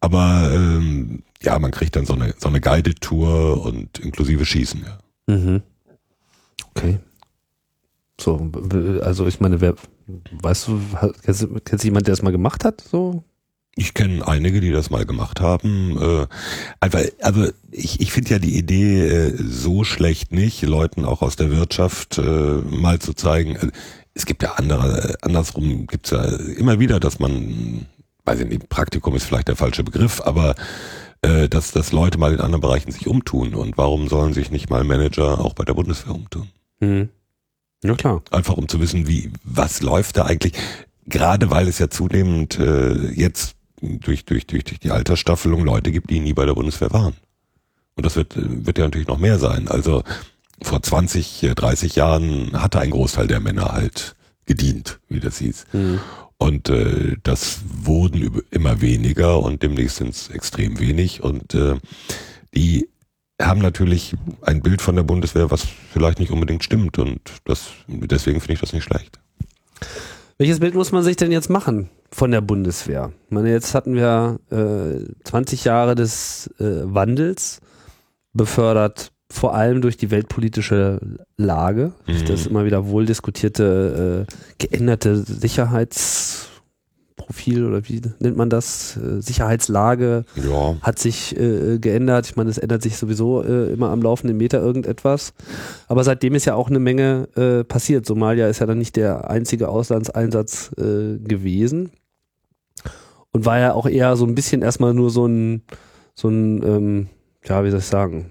Aber ja, man kriegt dann so eine Guided-Tour und inklusive Schießen. Ja. Mhm. Okay. So, also ich meine, weißt du, kennst du jemanden, der das mal gemacht hat? So? Ich kenne einige, die das mal gemacht haben. Also ich finde ja die Idee so schlecht nicht, Leuten auch aus der Wirtschaft mal zu zeigen. Es gibt ja andersrum gibt's ja immer wieder, dass man, weiß ich nicht, Praktikum ist vielleicht der falsche Begriff, aber dass Leute mal in anderen Bereichen sich umtun. Und warum sollen sich nicht mal Manager auch bei der Bundeswehr umtun? Mhm. Ja, klar. Einfach um zu wissen, was läuft da eigentlich, gerade weil es ja zunehmend jetzt durch die Altersstaffelung Leute gibt, die nie bei der Bundeswehr waren. Und das wird ja natürlich noch mehr sein. Also vor 20, 30 Jahren hatte ein Großteil der Männer halt gedient, wie das hieß. Mhm. Und das wurden immer weniger und demnächst sind es extrem wenig. Und die haben natürlich ein Bild von der Bundeswehr, was vielleicht nicht unbedingt stimmt. Und deswegen finde ich das nicht schlecht. Welches Bild muss man sich denn jetzt machen von der Bundeswehr? Ich meine, jetzt hatten wir 20 Jahre des Wandels, befördert vor allem durch die weltpolitische Lage, das immer wieder wohl diskutierte, geänderte Sicherheitsprofil oder wie nennt man das? Sicherheitslage hat sich geändert. Ich meine, es ändert sich sowieso immer am laufenden Meter irgendetwas. Aber seitdem ist ja auch eine Menge passiert. Somalia ist ja dann nicht der einzige Auslandseinsatz gewesen und war ja auch eher so ein bisschen erstmal nur so ein ja, wie soll ich sagen?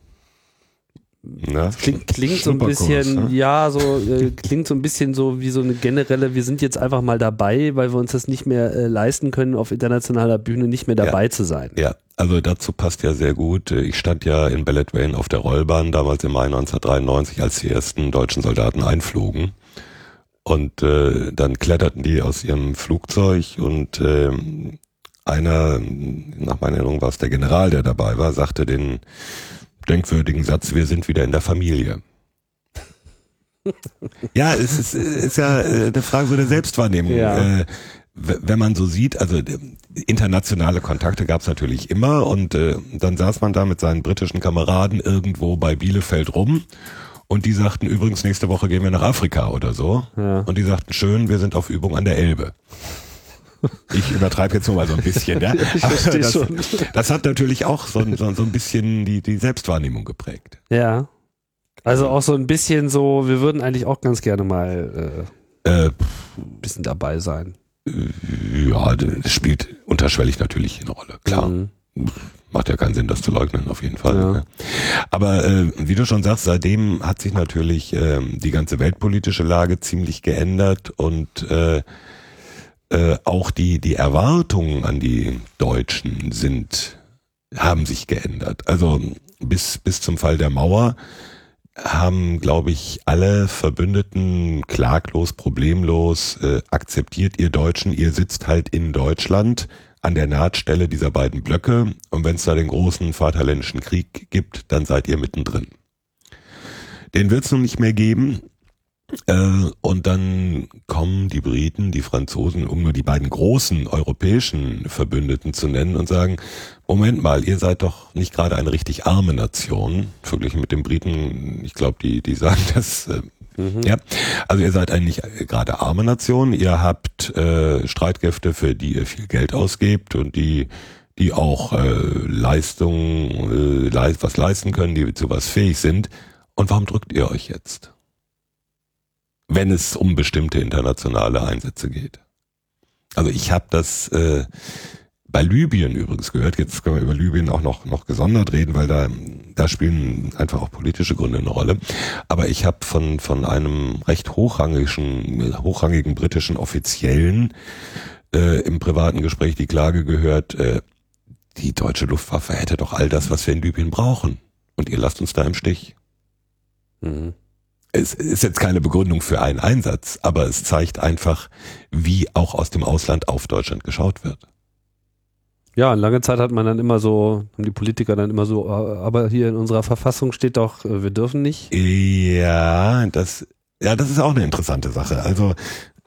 Na, klingt so ein bisschen, ne? Klingt so ein bisschen so wie so eine generelle, wir sind jetzt einfach mal dabei, weil wir uns das nicht mehr leisten können, auf internationaler Bühne nicht mehr dabei zu sein. Ja, also dazu passt ja sehr gut. Ich stand ja in Beledweyne auf der Rollbahn, damals im Mai 1993, als die ersten deutschen Soldaten einflogen. Und dann kletterten die aus ihrem Flugzeug und einer, nach meiner Erinnerung war es der General, der dabei war, sagte den denkwürdigen Satz, wir sind wieder in der Familie. Ja, es ist ja eine Frage so der Selbstwahrnehmung. Ja. Wenn man so sieht, also internationale Kontakte gab es natürlich immer und dann saß man da mit seinen britischen Kameraden irgendwo bei Bielefeld rum und die sagten übrigens, nächste Woche gehen wir nach Afrika oder so. Ja. Und die sagten, schön, wir sind auf Übung an der Elbe. Ich übertreibe jetzt nur mal so ein bisschen, ja. Ich verstehe schon. Das hat natürlich auch so ein bisschen die Selbstwahrnehmung geprägt. Ja. Also auch so ein bisschen so, wir würden eigentlich auch ganz gerne mal ein bisschen dabei sein. Ja, das spielt unterschwellig natürlich eine Rolle, klar. Mhm. Macht ja keinen Sinn, das zu leugnen, auf jeden Fall. Ja. Aber wie du schon sagst, seitdem hat sich natürlich die ganze weltpolitische Lage ziemlich geändert und auch die Erwartungen an die Deutschen haben sich geändert. Also bis zum Fall der Mauer haben, glaube ich, alle Verbündeten klaglos, problemlos akzeptiert, ihr Deutschen, ihr sitzt halt in Deutschland an der Nahtstelle dieser beiden Blöcke und wenn es da den großen Vaterländischen Krieg gibt, dann seid ihr mittendrin. Den wird es nun nicht mehr geben. Und dann kommen die Briten, die Franzosen, um nur die beiden großen europäischen Verbündeten zu nennen und sagen, Moment mal, ihr seid doch nicht gerade eine richtig arme Nation, verglichen mit den Briten, ich glaube, die sagen das, ja, also ihr seid eigentlich gerade arme Nation, ihr habt Streitkräfte, für die ihr viel Geld ausgebt und die auch was leisten können, die zu was fähig sind. Und warum drückt ihr euch jetzt? Wenn es um bestimmte internationale Einsätze geht. Also ich habe das bei Libyen übrigens gehört, jetzt können wir über Libyen auch noch gesondert reden, weil da spielen einfach auch politische Gründe eine Rolle. Aber ich habe von einem recht hochrangigen britischen Offiziellen im privaten Gespräch die Klage gehört, die deutsche Luftwaffe hätte doch all das, was wir in Libyen brauchen. Und ihr lasst uns da im Stich. Mhm. Es ist jetzt keine Begründung für einen Einsatz, aber es zeigt einfach, wie auch aus dem Ausland auf Deutschland geschaut wird. Ja, lange Zeit haben die Politiker dann immer so, aber hier in unserer Verfassung steht doch, wir dürfen nicht. Ja, das ist auch eine interessante Sache. Also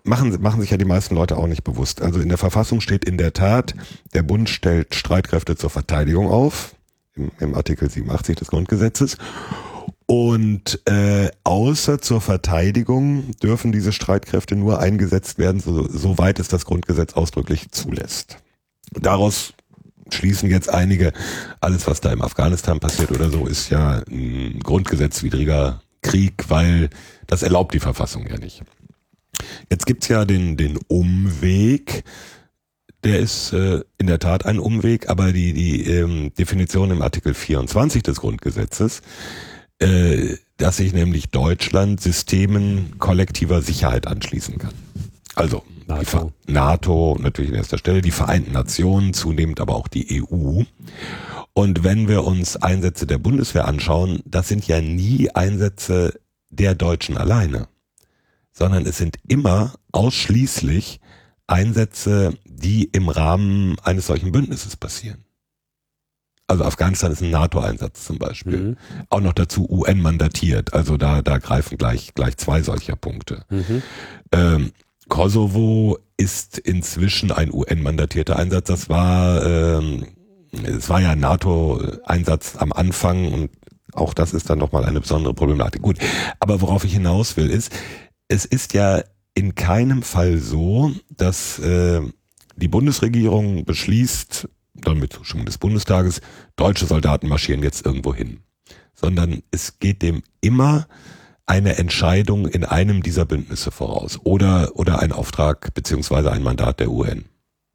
machen sich ja die meisten Leute auch nicht bewusst. Also in der Verfassung steht in der Tat, der Bund stellt Streitkräfte zur Verteidigung auf, im Artikel 87 des Grundgesetzes. Und außer zur Verteidigung dürfen diese Streitkräfte nur eingesetzt werden, soweit es das Grundgesetz ausdrücklich zulässt. Daraus schließen jetzt einige, alles was da im Afghanistan passiert oder so, ist ja ein grundgesetzwidriger Krieg, weil das erlaubt die Verfassung ja nicht. Jetzt gibt's ja den Umweg, der ist in der Tat ein Umweg, aber die Definition im Artikel 24 des Grundgesetzes, dass sich nämlich Deutschland Systemen kollektiver Sicherheit anschließen kann. Also NATO natürlich an erster Stelle, die Vereinten Nationen, zunehmend aber auch die EU. Und wenn wir uns Einsätze der Bundeswehr anschauen, das sind ja nie Einsätze der Deutschen alleine, sondern es sind immer ausschließlich Einsätze, die im Rahmen eines solchen Bündnisses passieren. Also Afghanistan ist ein NATO-Einsatz zum Beispiel. Mhm. Auch noch dazu UN mandatiert. Also da greifen gleich zwei solcher Punkte. Mhm. Kosovo ist inzwischen ein UN-mandatierter Einsatz. Es war ja ein NATO-Einsatz am Anfang und auch das ist dann nochmal eine besondere Problematik. Gut, aber worauf ich hinaus will ist, es ist ja in keinem Fall so, dass die Bundesregierung beschließt, dann mit Zustimmung des Bundestages, deutsche Soldaten marschieren jetzt irgendwo hin. Sondern es geht dem immer eine Entscheidung in einem dieser Bündnisse voraus oder ein Auftrag beziehungsweise ein Mandat der UN.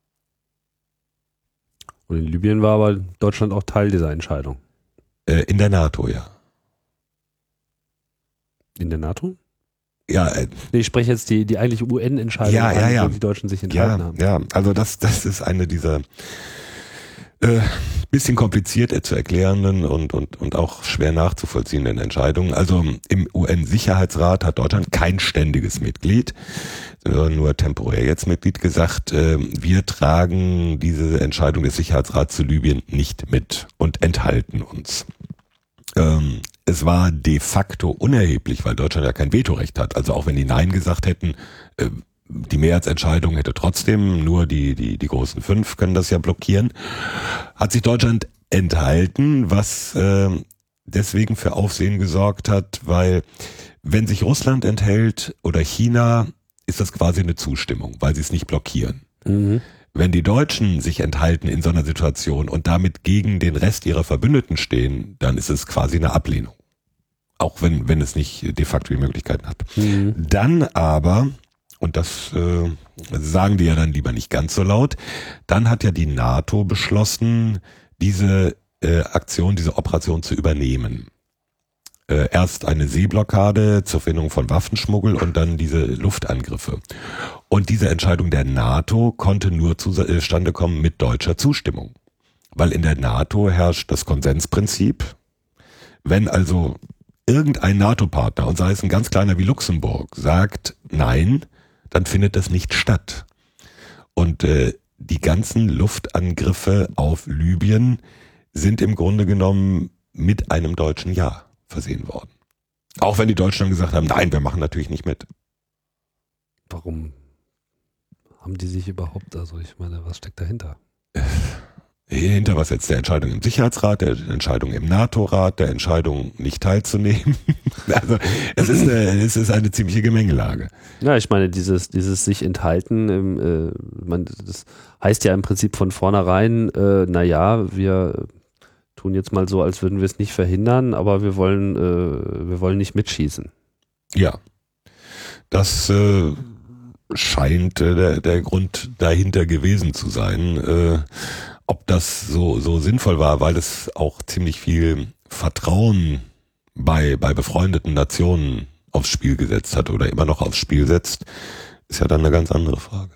Und in Libyen war aber Deutschland auch Teil dieser Entscheidung. In der NATO, ja. In der NATO? Ja. Nee, ich spreche jetzt die eigentliche UN-Entscheidung an, wo die Deutschen sich enthalten haben. Ja, also das ist eine dieser bisschen kompliziert zu erklärenden und auch schwer nachzuvollziehenden Entscheidungen. Also im UN-Sicherheitsrat hat Deutschland kein ständiges Mitglied, sondern nur temporär jetzt Mitglied gesagt, wir tragen diese Entscheidung des Sicherheitsrats zu Libyen nicht mit und enthalten uns. Es war de facto unerheblich, weil Deutschland ja kein Vetorecht hat. Also auch wenn die Nein gesagt hätten, die Mehrheitsentscheidung hätte trotzdem, nur die großen 5 können das ja blockieren, hat sich Deutschland enthalten, was deswegen für Aufsehen gesorgt hat, weil wenn sich Russland enthält oder China, ist das quasi eine Zustimmung, weil sie es nicht blockieren. Mhm. Wenn die Deutschen sich enthalten in so einer Situation und damit gegen den Rest ihrer Verbündeten stehen, dann ist es quasi eine Ablehnung. Auch wenn es nicht de facto die Möglichkeiten hat. Mhm. Dann aber, und das sagen die ja dann lieber nicht ganz so laut, dann hat ja die NATO beschlossen, diese Aktion, diese Operation zu übernehmen. Erst eine Seeblockade zur Verhinderung von Waffenschmuggel und dann diese Luftangriffe. Und diese Entscheidung der NATO konnte nur zustande kommen mit deutscher Zustimmung. Weil in der NATO herrscht das Konsensprinzip. Wenn also irgendein NATO-Partner, und sei es ein ganz kleiner wie Luxemburg, sagt nein, dann findet das nicht statt. Und die ganzen Luftangriffe auf Libyen sind im Grunde genommen mit einem deutschen Ja versehen worden. Auch wenn die Deutschen dann gesagt haben, nein, wir machen natürlich nicht mit. Warum haben die sich überhaupt, also ich meine, was steckt dahinter? Hinter was jetzt? Der Entscheidung im Sicherheitsrat, der Entscheidung im NATO-Rat, der Entscheidung nicht teilzunehmen. Also es ist eine ziemliche Gemengelage. Ja, ich meine, dieses sich enthalten, das heißt ja im Prinzip von vornherein, wir tun jetzt mal so, als würden wir es nicht verhindern, aber wir wollen nicht mitschießen. Ja, das scheint der Grund dahinter gewesen zu sein. Ob das so sinnvoll war, weil es auch ziemlich viel Vertrauen bei befreundeten Nationen aufs Spiel gesetzt hat oder immer noch aufs Spiel setzt, ist ja dann eine ganz andere Frage.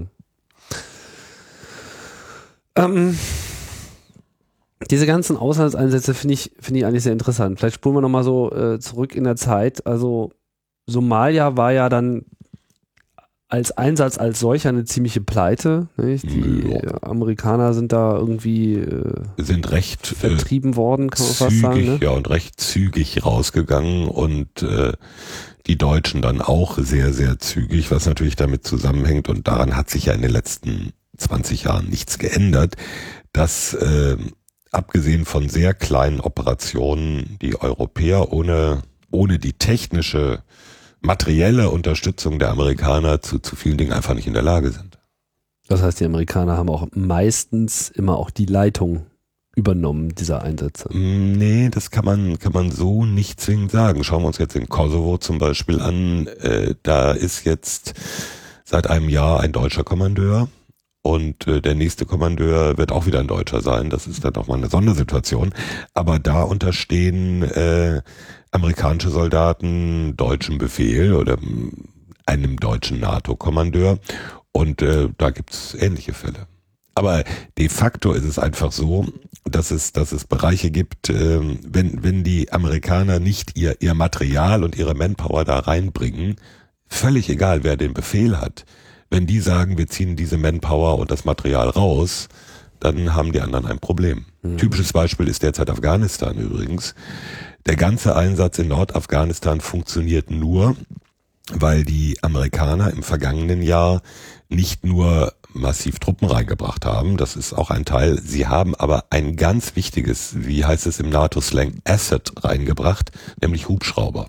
Diese ganzen Auslandseinsätze finde ich eigentlich sehr interessant. Vielleicht spulen wir nochmal so zurück in der Zeit. Also Somalia war ja dann als Einsatz als solcher eine ziemliche Pleite. Nicht? Die Amerikaner sind da irgendwie sind recht vertrieben worden, kann man zügig, fast sagen. Ne? Ja, und recht zügig rausgegangen und die Deutschen dann auch sehr, sehr zügig, was natürlich damit zusammenhängt, und daran hat sich ja in den letzten 20 Jahren nichts geändert, dass abgesehen von sehr kleinen Operationen die Europäer ohne die technische, materielle Unterstützung der Amerikaner zu vielen Dingen einfach nicht in der Lage sind. Das heißt, die Amerikaner haben auch meistens immer auch die Leitung übernommen dieser Einsätze. Nee, das kann man so nicht zwingend sagen. Schauen wir uns jetzt den Kosovo zum Beispiel an. Da ist jetzt seit einem Jahr ein deutscher Kommandeur und der nächste Kommandeur wird auch wieder ein Deutscher sein. Das ist dann auch mal eine Sondersituation. Aber da unterstehen amerikanische Soldaten deutschem Befehl oder einem deutschen NATO-Kommandeur, und da gibt's ähnliche Fälle. Aber de facto ist es einfach so, dass es Bereiche gibt, wenn die Amerikaner nicht ihr Material und ihre Manpower da reinbringen, völlig egal, wer den Befehl hat, wenn die sagen, wir ziehen diese Manpower und das Material raus, dann haben die anderen ein Problem. Typisches Beispiel ist derzeit Afghanistan übrigens. Der ganze Einsatz in Nordafghanistan funktioniert nur, weil die Amerikaner im vergangenen Jahr nicht nur massiv Truppen reingebracht haben, das ist auch ein Teil, sie haben aber ein ganz wichtiges, wie heißt es im NATO-Slang, Asset reingebracht, nämlich Hubschrauber.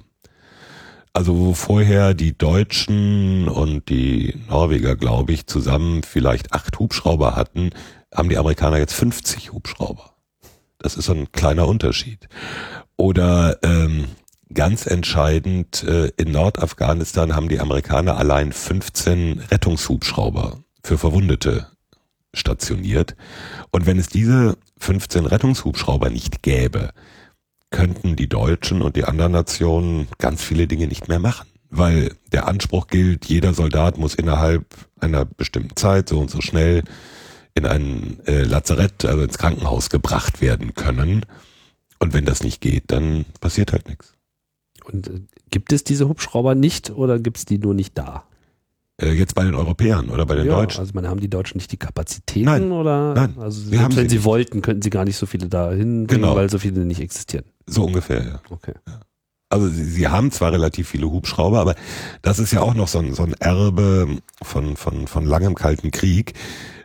Also wo vorher die Deutschen und die Norweger, glaube ich, zusammen vielleicht 8 Hubschrauber hatten, haben die Amerikaner jetzt 50 Hubschrauber. Das ist so ein kleiner Unterschied. Oder ganz entscheidend, in Nordafghanistan haben die Amerikaner allein 15 Rettungshubschrauber für Verwundete stationiert. Und wenn es diese 15 Rettungshubschrauber nicht gäbe, könnten die Deutschen und die anderen Nationen ganz viele Dinge nicht mehr machen. Weil der Anspruch gilt, jeder Soldat muss innerhalb einer bestimmten Zeit so und so schnell in ein Lazarett, also ins Krankenhaus gebracht werden können. Und wenn das nicht geht, dann passiert halt nichts. Und gibt es diese Hubschrauber nicht oder gibt es die nur nicht da? Jetzt bei den Europäern oder bei den Deutschen? Also haben die Deutschen nicht die Kapazitäten? Nein, oder? nein. Also selbst wenn sie wollten, könnten sie gar nicht so viele dahin bringen, weil so viele nicht existieren. So ungefähr, ja. Okay. Ja. Also sie haben zwar relativ viele Hubschrauber, aber das ist ja auch noch so ein Erbe von langem Kalten Krieg.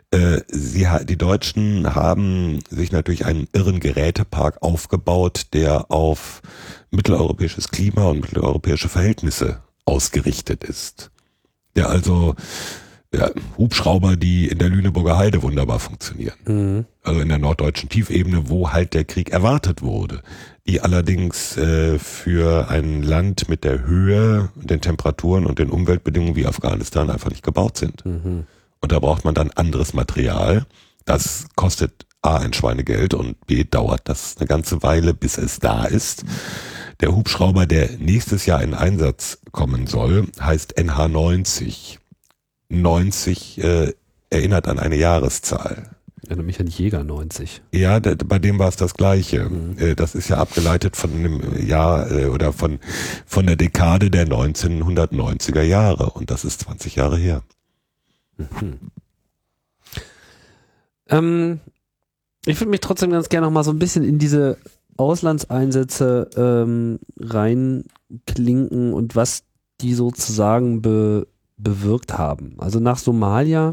Die Deutschen haben sich natürlich einen irren Gerätepark aufgebaut, der auf mitteleuropäisches Klima und mitteleuropäische Verhältnisse ausgerichtet ist. Der also Hubschrauber, die in der Lüneburger Heide wunderbar funktionieren. Mhm. Also in der norddeutschen Tiefebene, wo halt der Krieg erwartet wurde. Die allerdings für ein Land mit der Höhe, den Temperaturen und den Umweltbedingungen wie Afghanistan einfach nicht gebaut sind. Mhm. Und da braucht man dann anderes Material. Das kostet A, ein Schweinegeld, und B, dauert das eine ganze Weile, bis es da ist. Der Hubschrauber, der nächstes Jahr in Einsatz kommen soll, heißt NH90. 90 erinnert an eine Jahreszahl. Ich erinnere mich an Jäger 90. Ja, bei dem war es das Gleiche. Mhm. Das ist ja abgeleitet von einem Jahr oder von der Dekade der 1990er Jahre. Und das ist 20 Jahre her. Mhm. Ich würde mich trotzdem ganz gerne noch mal so ein bisschen in diese Auslandseinsätze reinklinken und was die sozusagen bewirkt haben. Also nach Somalia,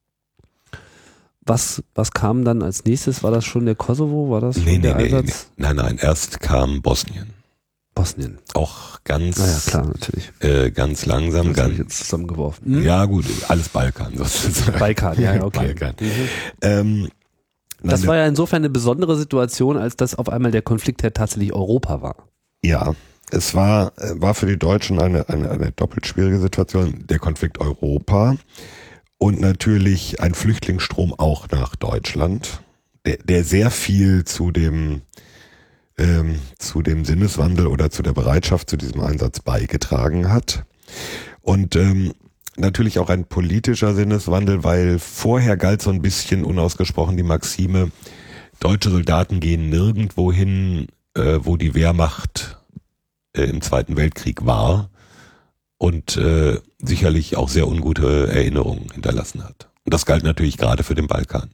was kam dann als nächstes? War das schon der Kosovo? War das schon der Einsatz? Nein, erst kam Bosnien. Auch ganz, klar, natürlich. Ganz langsam. Das habe ich jetzt zusammengeworfen. Hm? Ja gut, alles Balkan sozusagen. Balkan, ja, okay. Balkan. Mhm. Das war ja insofern eine besondere Situation, als dass auf einmal der Konflikt ja tatsächlich Europa war. Ja, es war für die Deutschen eine doppelt schwierige Situation. Der Konflikt Europa und natürlich ein Flüchtlingsstrom auch nach Deutschland, der sehr viel zu dem Sinneswandel oder zu der Bereitschaft zu diesem Einsatz beigetragen hat. Und natürlich auch ein politischer Sinneswandel, weil vorher galt so ein bisschen unausgesprochen die Maxime, deutsche Soldaten gehen nirgendwo hin, wo die Wehrmacht im Zweiten Weltkrieg war. Und sicherlich auch sehr ungute Erinnerungen hinterlassen hat. Und das galt natürlich gerade für den Balkan.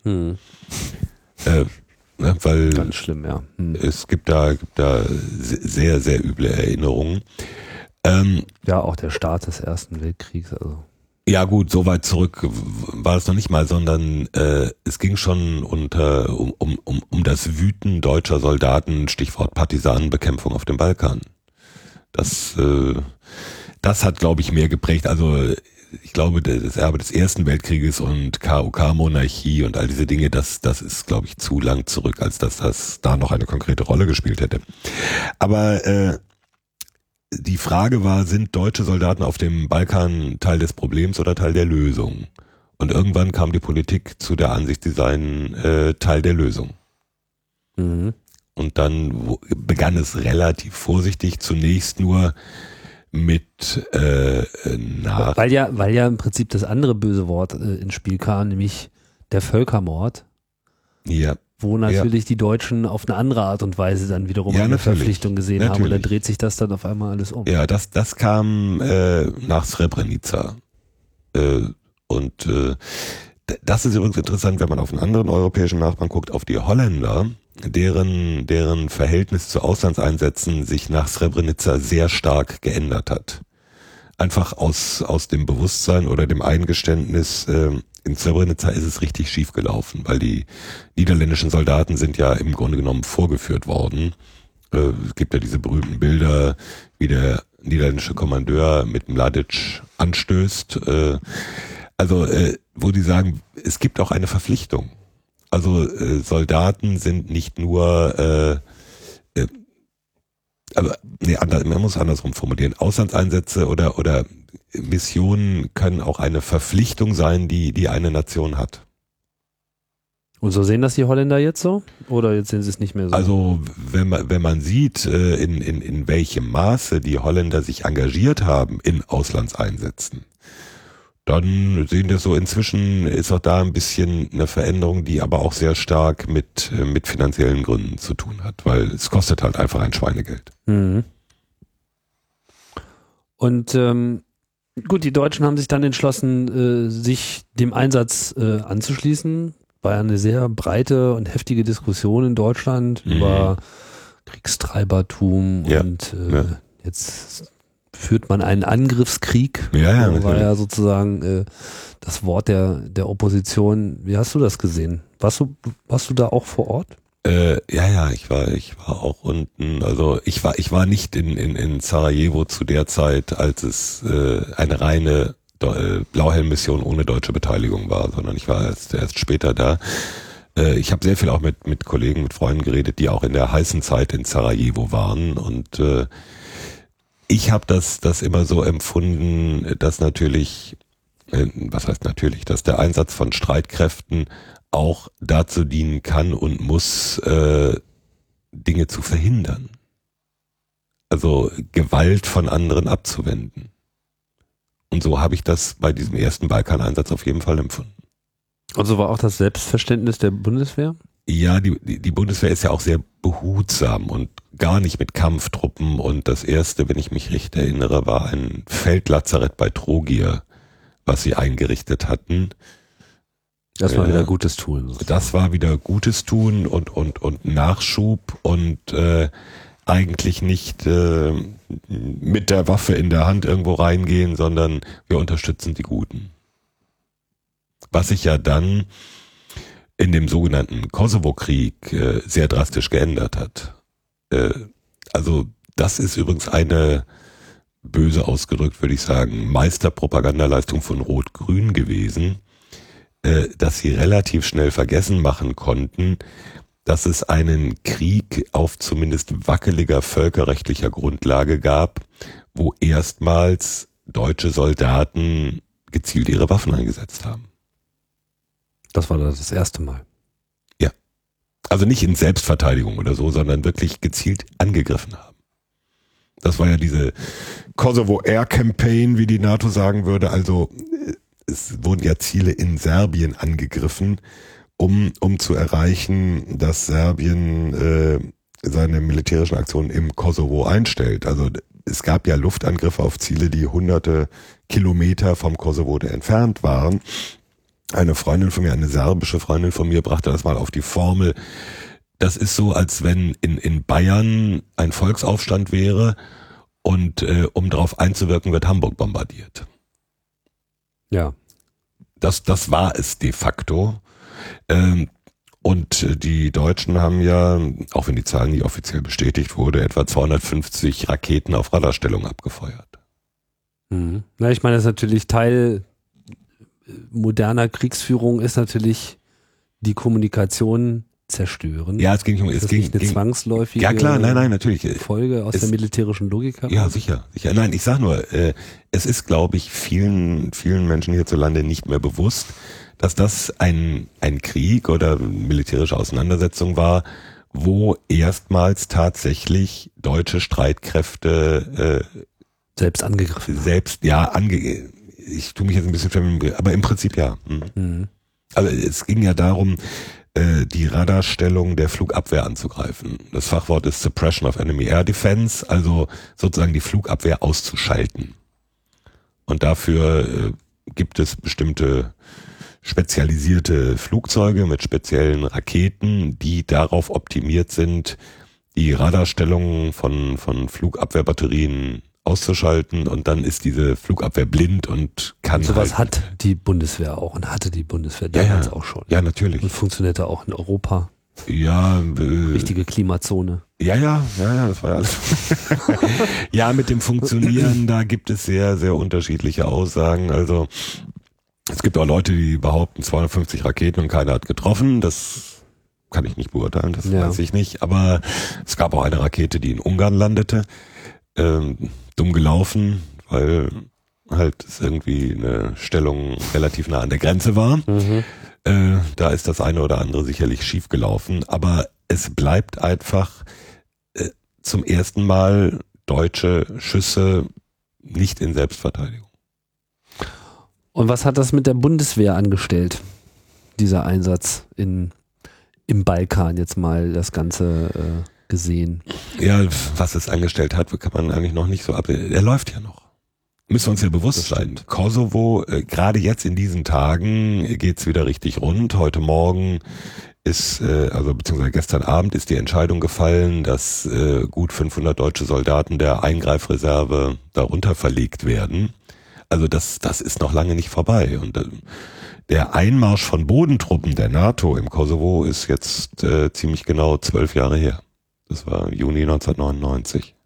Weil ganz schlimm, ja. es gibt da sehr, sehr üble Erinnerungen. Ja, auch der Start des Ersten Weltkriegs, also. Ja gut, so weit zurück war es noch nicht mal, sondern es ging schon um das Wüten deutscher Soldaten, Stichwort Partisanenbekämpfung auf dem Balkan. Das hat, glaube ich, mehr geprägt. Also ich glaube, das Erbe des Ersten Weltkrieges und KUK-Monarchie und all diese Dinge, das ist, glaube ich, zu lang zurück, als dass das da noch eine konkrete Rolle gespielt hätte. Aber die Frage war, sind deutsche Soldaten auf dem Balkan Teil des Problems oder Teil der Lösung? Und irgendwann kam die Politik zu der Ansicht, sie seien Teil der Lösung. Mhm. Und dann begann es relativ vorsichtig, zunächst nur mit Weil ja im Prinzip das andere böse Wort ins Spiel kam, nämlich der Völkermord. Ja. Wo natürlich die Deutschen auf eine andere Art und Weise dann wiederum eine Verpflichtung gesehen haben und dann dreht sich das dann auf einmal alles um. Ja, das kam nach Srebrenica. Das ist übrigens interessant, wenn man auf einen anderen europäischen Nachbarn guckt, auf die Holländer, deren Verhältnis zu Auslandseinsätzen sich nach Srebrenica sehr stark geändert hat. Einfach aus dem Bewusstsein oder dem Eingeständnis, in Srebrenica ist es richtig schief gelaufen, weil die niederländischen Soldaten sind ja im Grunde genommen vorgeführt worden. Es gibt ja diese berühmten Bilder, wie der niederländische Kommandeur mit Mladic anstößt. Wo die sagen, es gibt auch eine Verpflichtung. Also Soldaten sind nicht nur, man muss andersrum formulieren. Auslandseinsätze oder Missionen können auch eine Verpflichtung sein, die eine Nation hat. Und so sehen das die Holländer jetzt so? Oder jetzt sehen sie es nicht mehr so? Also wenn man sieht, in welchem Maße die Holländer sich engagiert haben in Auslandseinsätzen, dann sehen wir so, inzwischen ist auch da ein bisschen eine Veränderung, die aber auch sehr stark mit finanziellen Gründen zu tun hat, weil es kostet halt einfach ein Schweinegeld. Mhm. Und gut, die Deutschen haben sich dann entschlossen, sich dem Einsatz anzuschließen. War ja eine sehr breite und heftige Diskussion in Deutschland über Kriegstreibertum und jetzt führt man einen Angriffskrieg. Ja, war ja sozusagen das Wort der Opposition. Wie hast du das gesehen? Warst du da auch vor Ort? Ja, ich war auch unten. Also ich war nicht in Sarajevo zu der Zeit, als es eine reine Blauhelm-Mission ohne deutsche Beteiligung war, sondern ich war erst später da. Ich habe sehr viel auch mit Kollegen, mit Freunden geredet, die auch in der heißen Zeit in Sarajevo waren, und ich habe das immer so empfunden, dass natürlich, dass der Einsatz von Streitkräften auch dazu dienen kann und muss, Dinge zu verhindern. Also Gewalt von anderen abzuwenden. Und so habe ich das bei diesem ersten Balkaneinsatz auf jeden Fall empfunden. Und so war auch das Selbstverständnis der Bundeswehr? Ja, die Bundeswehr ist ja auch sehr behutsam und gar nicht mit Kampftruppen. Und das erste, wenn ich mich recht erinnere, war ein Feldlazarett bei Trogir, was sie eingerichtet hatten. Das war wieder gutes Tun. Das war wieder gutes Tun und Nachschub und eigentlich nicht mit der Waffe in der Hand irgendwo reingehen, sondern wir unterstützen die Guten. Was sich ja dann in dem sogenannten Kosovo-Krieg sehr drastisch geändert hat. Also das ist übrigens eine, böse ausgedrückt würde ich sagen, Meisterpropagandaleistung von Rot-Grün gewesen, dass sie relativ schnell vergessen machen konnten, dass es einen Krieg auf zumindest wackeliger völkerrechtlicher Grundlage gab, wo erstmals deutsche Soldaten gezielt ihre Waffen eingesetzt haben. Das war das erste Mal. Ja. Also nicht in Selbstverteidigung oder so, sondern wirklich gezielt angegriffen haben. Das war ja diese Kosovo Air Campaign, wie die NATO sagen würde. Also es wurden ja Ziele in Serbien angegriffen, um zu erreichen, dass Serbien seine militärischen Aktionen im Kosovo einstellt. Also es gab ja Luftangriffe auf Ziele, die hunderte Kilometer vom Kosovo entfernt waren. Eine Freundin von mir, eine serbische Freundin von mir, brachte das mal auf die Formel. Das ist so, als wenn in Bayern ein Volksaufstand wäre und um darauf einzuwirken, wird Hamburg bombardiert. Ja. Das war es de facto. Und die Deutschen haben ja, auch wenn die Zahl nie offiziell bestätigt wurde, etwa 250 Raketen auf Radarstellung abgefeuert. Mhm. Na, ich meine, das ist natürlich Teil moderner Kriegsführung, ist natürlich die Kommunikation zerstören. Ja, es ging um, es ging nicht eine zwangsläufige ja klar, nein, natürlich. Folge aus der militärischen Logik heraus? Ja, sicher. Nein, ich sag nur, es ist, glaube ich, vielen Menschen hierzulande nicht mehr bewusst, dass das ein Krieg oder militärische Auseinandersetzung war, wo erstmals tatsächlich deutsche Streitkräfte selbst angegriffen. Ich tue mich jetzt ein bisschen schwer, aber im Prinzip ja. Mhm. Also es ging ja darum, die Radarstellung der Flugabwehr anzugreifen. Das Fachwort ist Suppression of Enemy Air Defense, also sozusagen die Flugabwehr auszuschalten. Und dafür gibt es bestimmte spezialisierte Flugzeuge mit speziellen Raketen, die darauf optimiert sind, die Radarstellung von Flugabwehrbatterien auszuschalten, und dann ist diese Flugabwehr blind und kann sowas hat die Bundeswehr auch und hatte die Bundeswehr damals auch schon. Ja, natürlich. Und funktionierte auch in Europa. Ja. Richtige Klimazone. Ja, das war ja alles. Ja, mit dem Funktionieren, da gibt es sehr, sehr unterschiedliche Aussagen. Also es gibt auch Leute, die behaupten 250 Raketen und keiner hat getroffen. Das kann ich nicht beurteilen, das weiß ich nicht. Aber es gab auch eine Rakete, die in Ungarn landete. Dumm gelaufen, weil halt es irgendwie eine Stellung relativ nah an der Grenze war. Mhm. Da ist das eine oder andere sicherlich schief gelaufen, aber es bleibt einfach zum ersten Mal deutsche Schüsse nicht in Selbstverteidigung. Und was hat das mit der Bundeswehr angestellt, dieser Einsatz im Balkan jetzt mal das Ganze gesehen? Ja, was es angestellt hat, kann man eigentlich noch nicht so er läuft ja noch. Müssen wir uns ja bewusst sein. Kosovo, gerade jetzt in diesen Tagen geht's wieder richtig rund. Heute Morgen ist, beziehungsweise gestern Abend ist die Entscheidung gefallen, dass gut 500 deutsche Soldaten der Eingreifreserve darunter verlegt werden. Also das ist noch lange nicht vorbei. Und der Einmarsch von Bodentruppen der NATO im Kosovo ist jetzt ziemlich genau 12 Jahre her. Das war Juni 1999.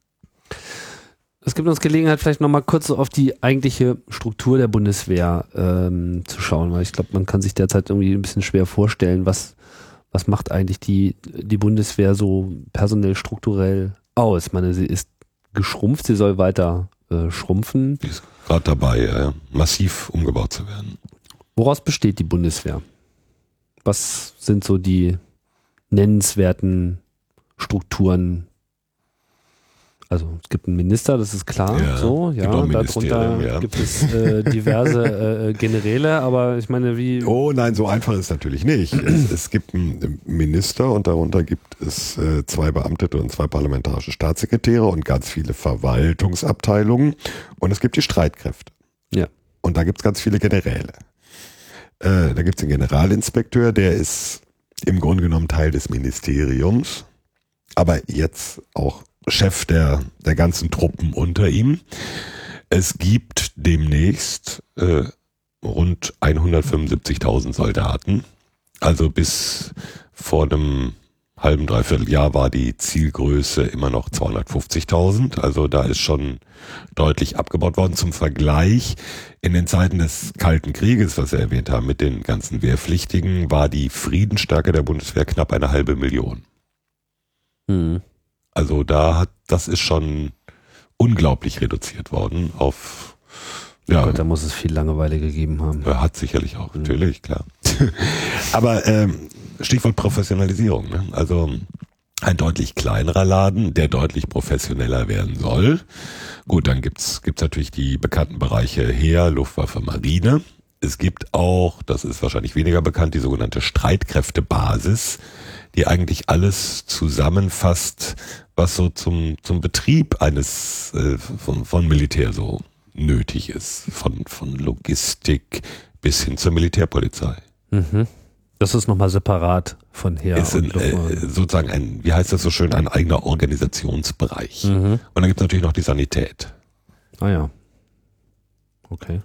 Es gibt uns Gelegenheit, vielleicht nochmal kurz so auf die eigentliche Struktur der Bundeswehr zu schauen, weil ich glaube, man kann sich derzeit irgendwie ein bisschen schwer vorstellen, was macht eigentlich die Bundeswehr so personell strukturell aus? Ich meine, sie ist geschrumpft, sie soll weiter schrumpfen. Die ist gerade dabei, massiv umgebaut zu werden. Woraus besteht die Bundeswehr? Was sind so die nennenswerten Strukturen? Also es gibt einen Minister, das ist klar, darunter gibt es diverse Generäle, aber ich meine, wie... Oh nein, so einfach ist es natürlich nicht. Es gibt einen Minister und darunter gibt es 2 Beamtete und 2 parlamentarische Staatssekretäre und ganz viele Verwaltungsabteilungen, und es gibt die Streitkräfte. Ja. Und da gibt es ganz viele Generäle. Da gibt es den Generalinspekteur, der ist im Grunde genommen Teil des Ministeriums, aber jetzt auch Chef der ganzen Truppen unter ihm. Es gibt demnächst rund 175.000 Soldaten. Also bis vor einem halben, dreiviertel Jahr war die Zielgröße immer noch 250.000. Also da ist schon deutlich abgebaut worden. Zum Vergleich, in den Zeiten des Kalten Krieges, was wir erwähnt haben, mit den ganzen Wehrpflichtigen, war die Friedensstärke der Bundeswehr knapp 500.000. Mhm. Also das ist schon unglaublich reduziert worden auf, ja. Gott, da muss es viel Langeweile gegeben haben. Hat sicherlich auch, natürlich, klar. Aber Stichwort Professionalisierung, ne? Also ein deutlich kleinerer Laden, der deutlich professioneller werden soll. Gut, dann gibt's natürlich die bekannten Bereiche Heer, Luftwaffe, Marine. Es gibt auch, das ist wahrscheinlich weniger bekannt, die sogenannte Streitkräftebasis, die eigentlich alles zusammenfasst, was so zum Betrieb eines von Militär so nötig ist. Von Logistik bis hin zur Militärpolizei. Mhm. Das ist nochmal separat von Heer ist und sozusagen ein, wie heißt das so schön, ein eigener Organisationsbereich. Mhm. Und dann gibt es natürlich noch die Sanität. Ah ja. Okay.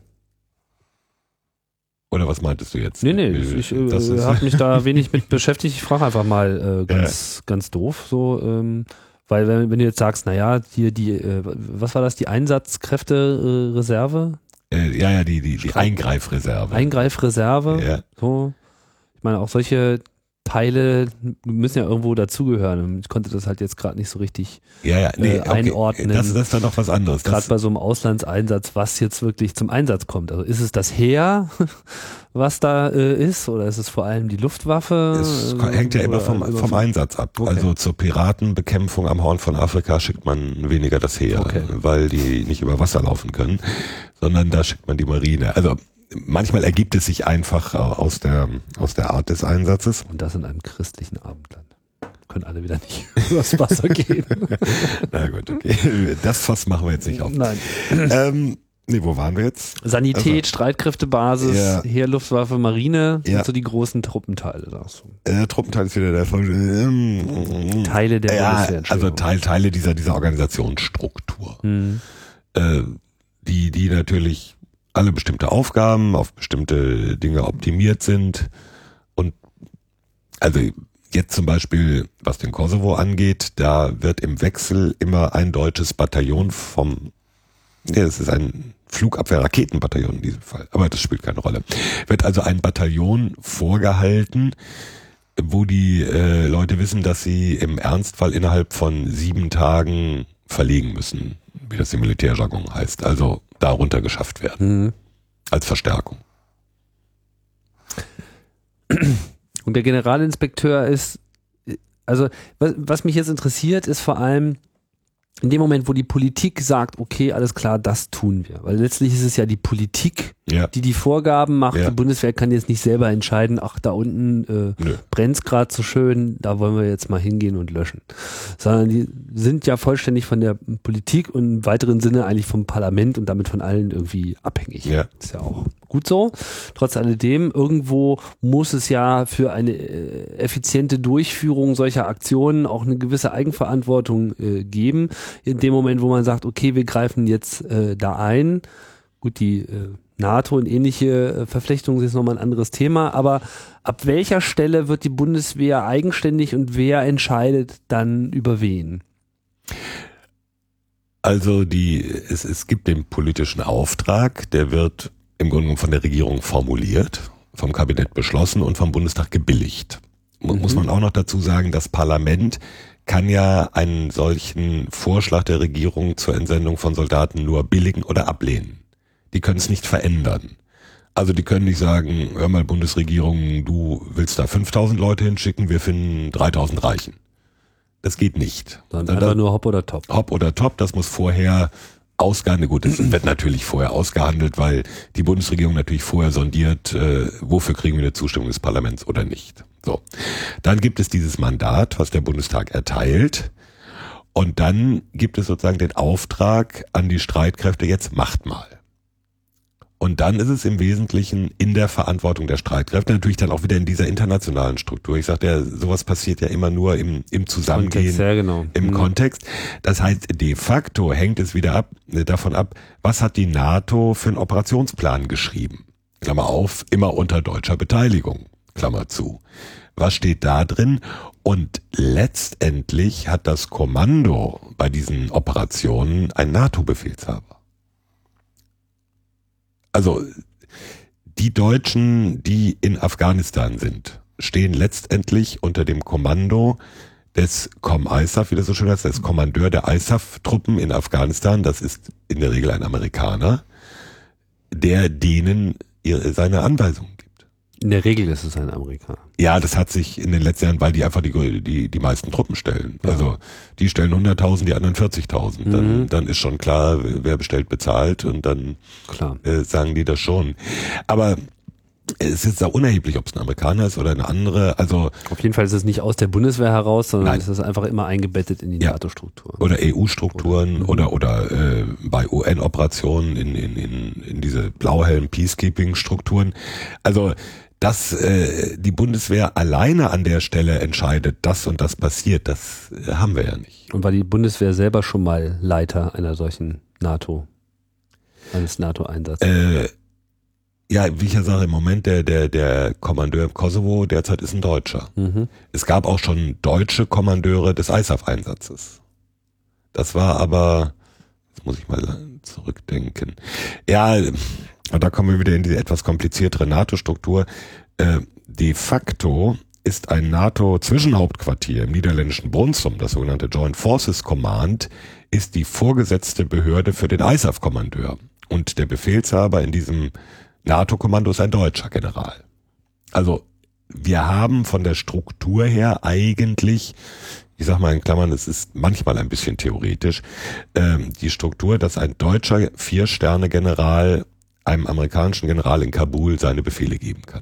Oder was meintest du jetzt? Nee, ich habe mich da wenig mit beschäftigt. Ich frage einfach mal ganz doof so, weil wenn du jetzt sagst, naja, hier was war das, die Einsatzkräfte-Reserve? Die Eingreifreserve. Eingreifreserve, ja. So. Ich meine, auch solche Teile müssen ja irgendwo dazugehören. Ich konnte das halt jetzt gerade nicht so richtig einordnen. Das ist dann noch was anderes. Gerade bei so einem Auslandseinsatz, was jetzt wirklich zum Einsatz kommt. Also ist es das Heer, was da ist, oder ist es vor allem die Luftwaffe? Es hängt ja immer vom Einsatz ab. Okay. Also zur Piratenbekämpfung am Horn von Afrika schickt man weniger das Heer, weil die nicht über Wasser laufen können, sondern da schickt man die Marine. Also manchmal ergibt es sich einfach aus der Art des Einsatzes. Und das in einem christlichen Abendland. Können alle wieder nicht übers Wasser gehen. Na gut, okay. Das Fass machen wir jetzt nicht auf. Nein. Wo waren wir jetzt? Sanität, Streitkräftebasis, Heer, Luftwaffe, Marine, sind so die großen Truppenteile. Truppenteil ist wieder der Teile der Bundeswehr. Also Teile dieser Organisationsstruktur. Die natürlich alle bestimmte Aufgaben auf bestimmte Dinge optimiert sind. Und also jetzt zum Beispiel, was den Kosovo angeht, da wird im Wechsel immer ein deutsches Bataillon es ist ein Flugabwehr-Raketenbataillon in diesem Fall, aber das spielt keine Rolle. Wird also ein Bataillon vorgehalten, wo die Leute wissen, dass sie im Ernstfall innerhalb von 7 Tagen verlegen müssen, wie das im Militärjargon heißt, also da runtergeschafft werden, als Verstärkung. Und der Generalinspekteur ist, also was mich jetzt interessiert, ist vor allem in dem Moment, wo die Politik sagt, okay, alles klar, das tun wir. Weil letztlich ist es ja die Politik, die Vorgaben macht. Die Bundeswehr kann jetzt nicht selber entscheiden, ach, da unten brennt's gerade so schön, da wollen wir jetzt mal hingehen und löschen. Sondern die sind ja vollständig von der Politik und im weiteren Sinne eigentlich vom Parlament und damit von allen irgendwie abhängig. Ja. Ist ja auch gut so. Trotz alledem, irgendwo muss es ja für eine effiziente Durchführung solcher Aktionen auch eine gewisse Eigenverantwortung geben. In dem Moment, wo man sagt, okay, wir greifen jetzt da ein. Gut, die NATO und ähnliche Verflechtungen ist nochmal ein anderes Thema, aber ab welcher Stelle wird die Bundeswehr eigenständig und wer entscheidet dann über wen? Also es gibt den politischen Auftrag, der wird im Grunde genommen von der Regierung formuliert, vom Kabinett beschlossen und vom Bundestag gebilligt. Muss man auch noch dazu sagen, das Parlament kann ja einen solchen Vorschlag der Regierung zur Entsendung von Soldaten nur billigen oder ablehnen. Die können es nicht verändern. Also die können nicht sagen, hör mal Bundesregierung, du willst da 5000 Leute hinschicken, wir finden 3000 reichen. Das geht nicht. Dann einfach nur Hop oder Top. Hop oder Top, das muss vorher ausgehandelt. Gut, das wird natürlich vorher ausgehandelt, weil die Bundesregierung natürlich vorher sondiert, wofür kriegen wir eine Zustimmung des Parlaments oder nicht. So. Dann gibt es dieses Mandat, was der Bundestag erteilt. Und dann gibt es sozusagen den Auftrag an die Streitkräfte, jetzt macht mal. Und dann ist es im Wesentlichen in der Verantwortung der Streitkräfte, natürlich dann auch wieder in dieser internationalen Struktur. Ich sagte ja, sowas passiert ja immer nur im Zusammengehen, Kontext, im Kontext. Das heißt, de facto hängt es wieder davon ab, was hat die NATO für einen Operationsplan geschrieben? Klammer auf, immer unter deutscher Beteiligung, Klammer zu. Was steht da drin? Und letztendlich hat das Kommando bei diesen Operationen einen NATO-Befehlshaber. Also die Deutschen, die in Afghanistan sind, stehen letztendlich unter dem Kommando des COM-ISAF, wie das so schön heißt, des Kommandeur der ISAF-Truppen in Afghanistan. Das ist in der Regel ein Amerikaner, der denen seine Anweisungen gibt. In der Regel ist es ein Amerikaner. Ja, das hat sich in den letzten Jahren, weil die einfach die meisten Truppen stellen. Ja. Also die stellen 100.000, die anderen 40.000. Dann ist schon klar, wer bestellt, bezahlt und dann sagen die das schon. Aber Es ist da unerheblich, ob es ein Amerikaner ist oder eine andere. Also auf jeden Fall ist es nicht aus der Bundeswehr heraus, sondern nein. es ist einfach immer eingebettet in die NATO-Struktur. Oder EU-Strukturen oder bei UN-Operationen in diese blauhelmen Peacekeeping-Strukturen. Also dass die Bundeswehr alleine an der Stelle entscheidet, das und das passiert, das haben wir ja nicht. Und war die Bundeswehr selber schon mal Leiter einer solchen eines NATO-Einsatzes? Ja, wie ich ja sage, im Moment der Kommandeur im Kosovo derzeit ist ein Deutscher. Es gab auch schon deutsche Kommandeure des ISAF-Einsatzes. Das war aber, jetzt muss ich mal zurückdenken. Ja, und da kommen wir wieder in diese etwas kompliziertere NATO-Struktur. De facto ist ein NATO-Zwischenhauptquartier im niederländischen Brunssum, das sogenannte Joint Forces Command, ist die vorgesetzte Behörde für den ISAF-Kommandeur. Und der Befehlshaber in diesem NATO-Kommando ist ein deutscher General. Also wir haben von der Struktur her eigentlich, ich sag mal in Klammern, es ist manchmal ein bisschen theoretisch, die Struktur, dass ein deutscher 4-Sterne-General einem amerikanischen General in Kabul seine Befehle geben kann.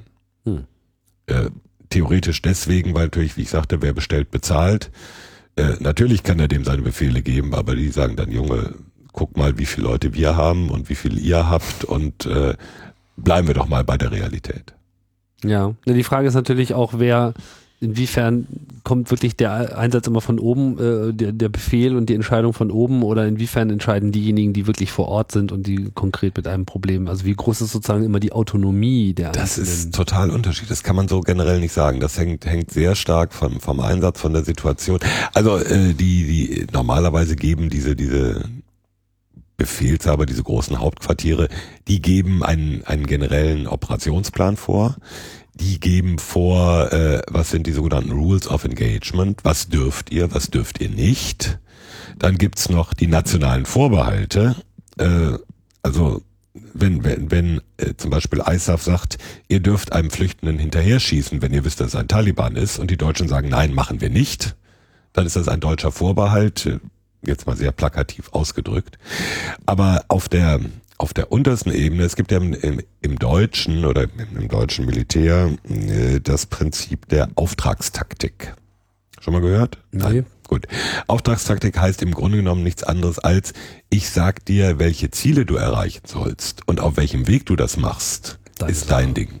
Theoretisch deswegen, weil natürlich, wie ich sagte, wer bestellt, bezahlt. Natürlich kann er dem seine Befehle geben, aber die sagen dann, Junge, guck mal, wie viele Leute wir haben und wie viele ihr habt und bleiben wir doch mal bei der Realität. Ja, die Frage ist natürlich auch, inwiefern kommt wirklich der Einsatz immer von oben, der Befehl und die Entscheidung von oben, oder inwiefern entscheiden diejenigen, die wirklich vor Ort sind und die konkret mit einem Problem, also wie groß ist sozusagen immer die Autonomie der Das Einzelnen? ist total unterschiedlich, das kann man so generell nicht sagen, das hängt sehr stark vom Einsatz, von der Situation. Also die normalerweise geben diese Befehlshaber, diese großen Hauptquartiere, die geben einen generellen Operationsplan vor. Die geben vor, was sind die sogenannten Rules of Engagement, was dürft ihr nicht. Dann gibt's noch die nationalen Vorbehalte. Also wenn zum Beispiel ISAF sagt, ihr dürft einem Flüchtenden hinterher schießen, wenn ihr wisst, dass es ein Taliban ist, und die Deutschen sagen, nein, machen wir nicht, dann ist das ein deutscher Vorbehalt, jetzt mal sehr plakativ ausgedrückt. Aber auf der untersten Ebene, es gibt ja im Deutschen oder im deutschen Militär das Prinzip der Auftragstaktik. Schon mal gehört? Nein. Gut. Auftragstaktik heißt im Grunde genommen nichts anderes als, ich sag dir, welche Ziele du erreichen sollst und auf welchem Weg du das machst, ist dein Ding.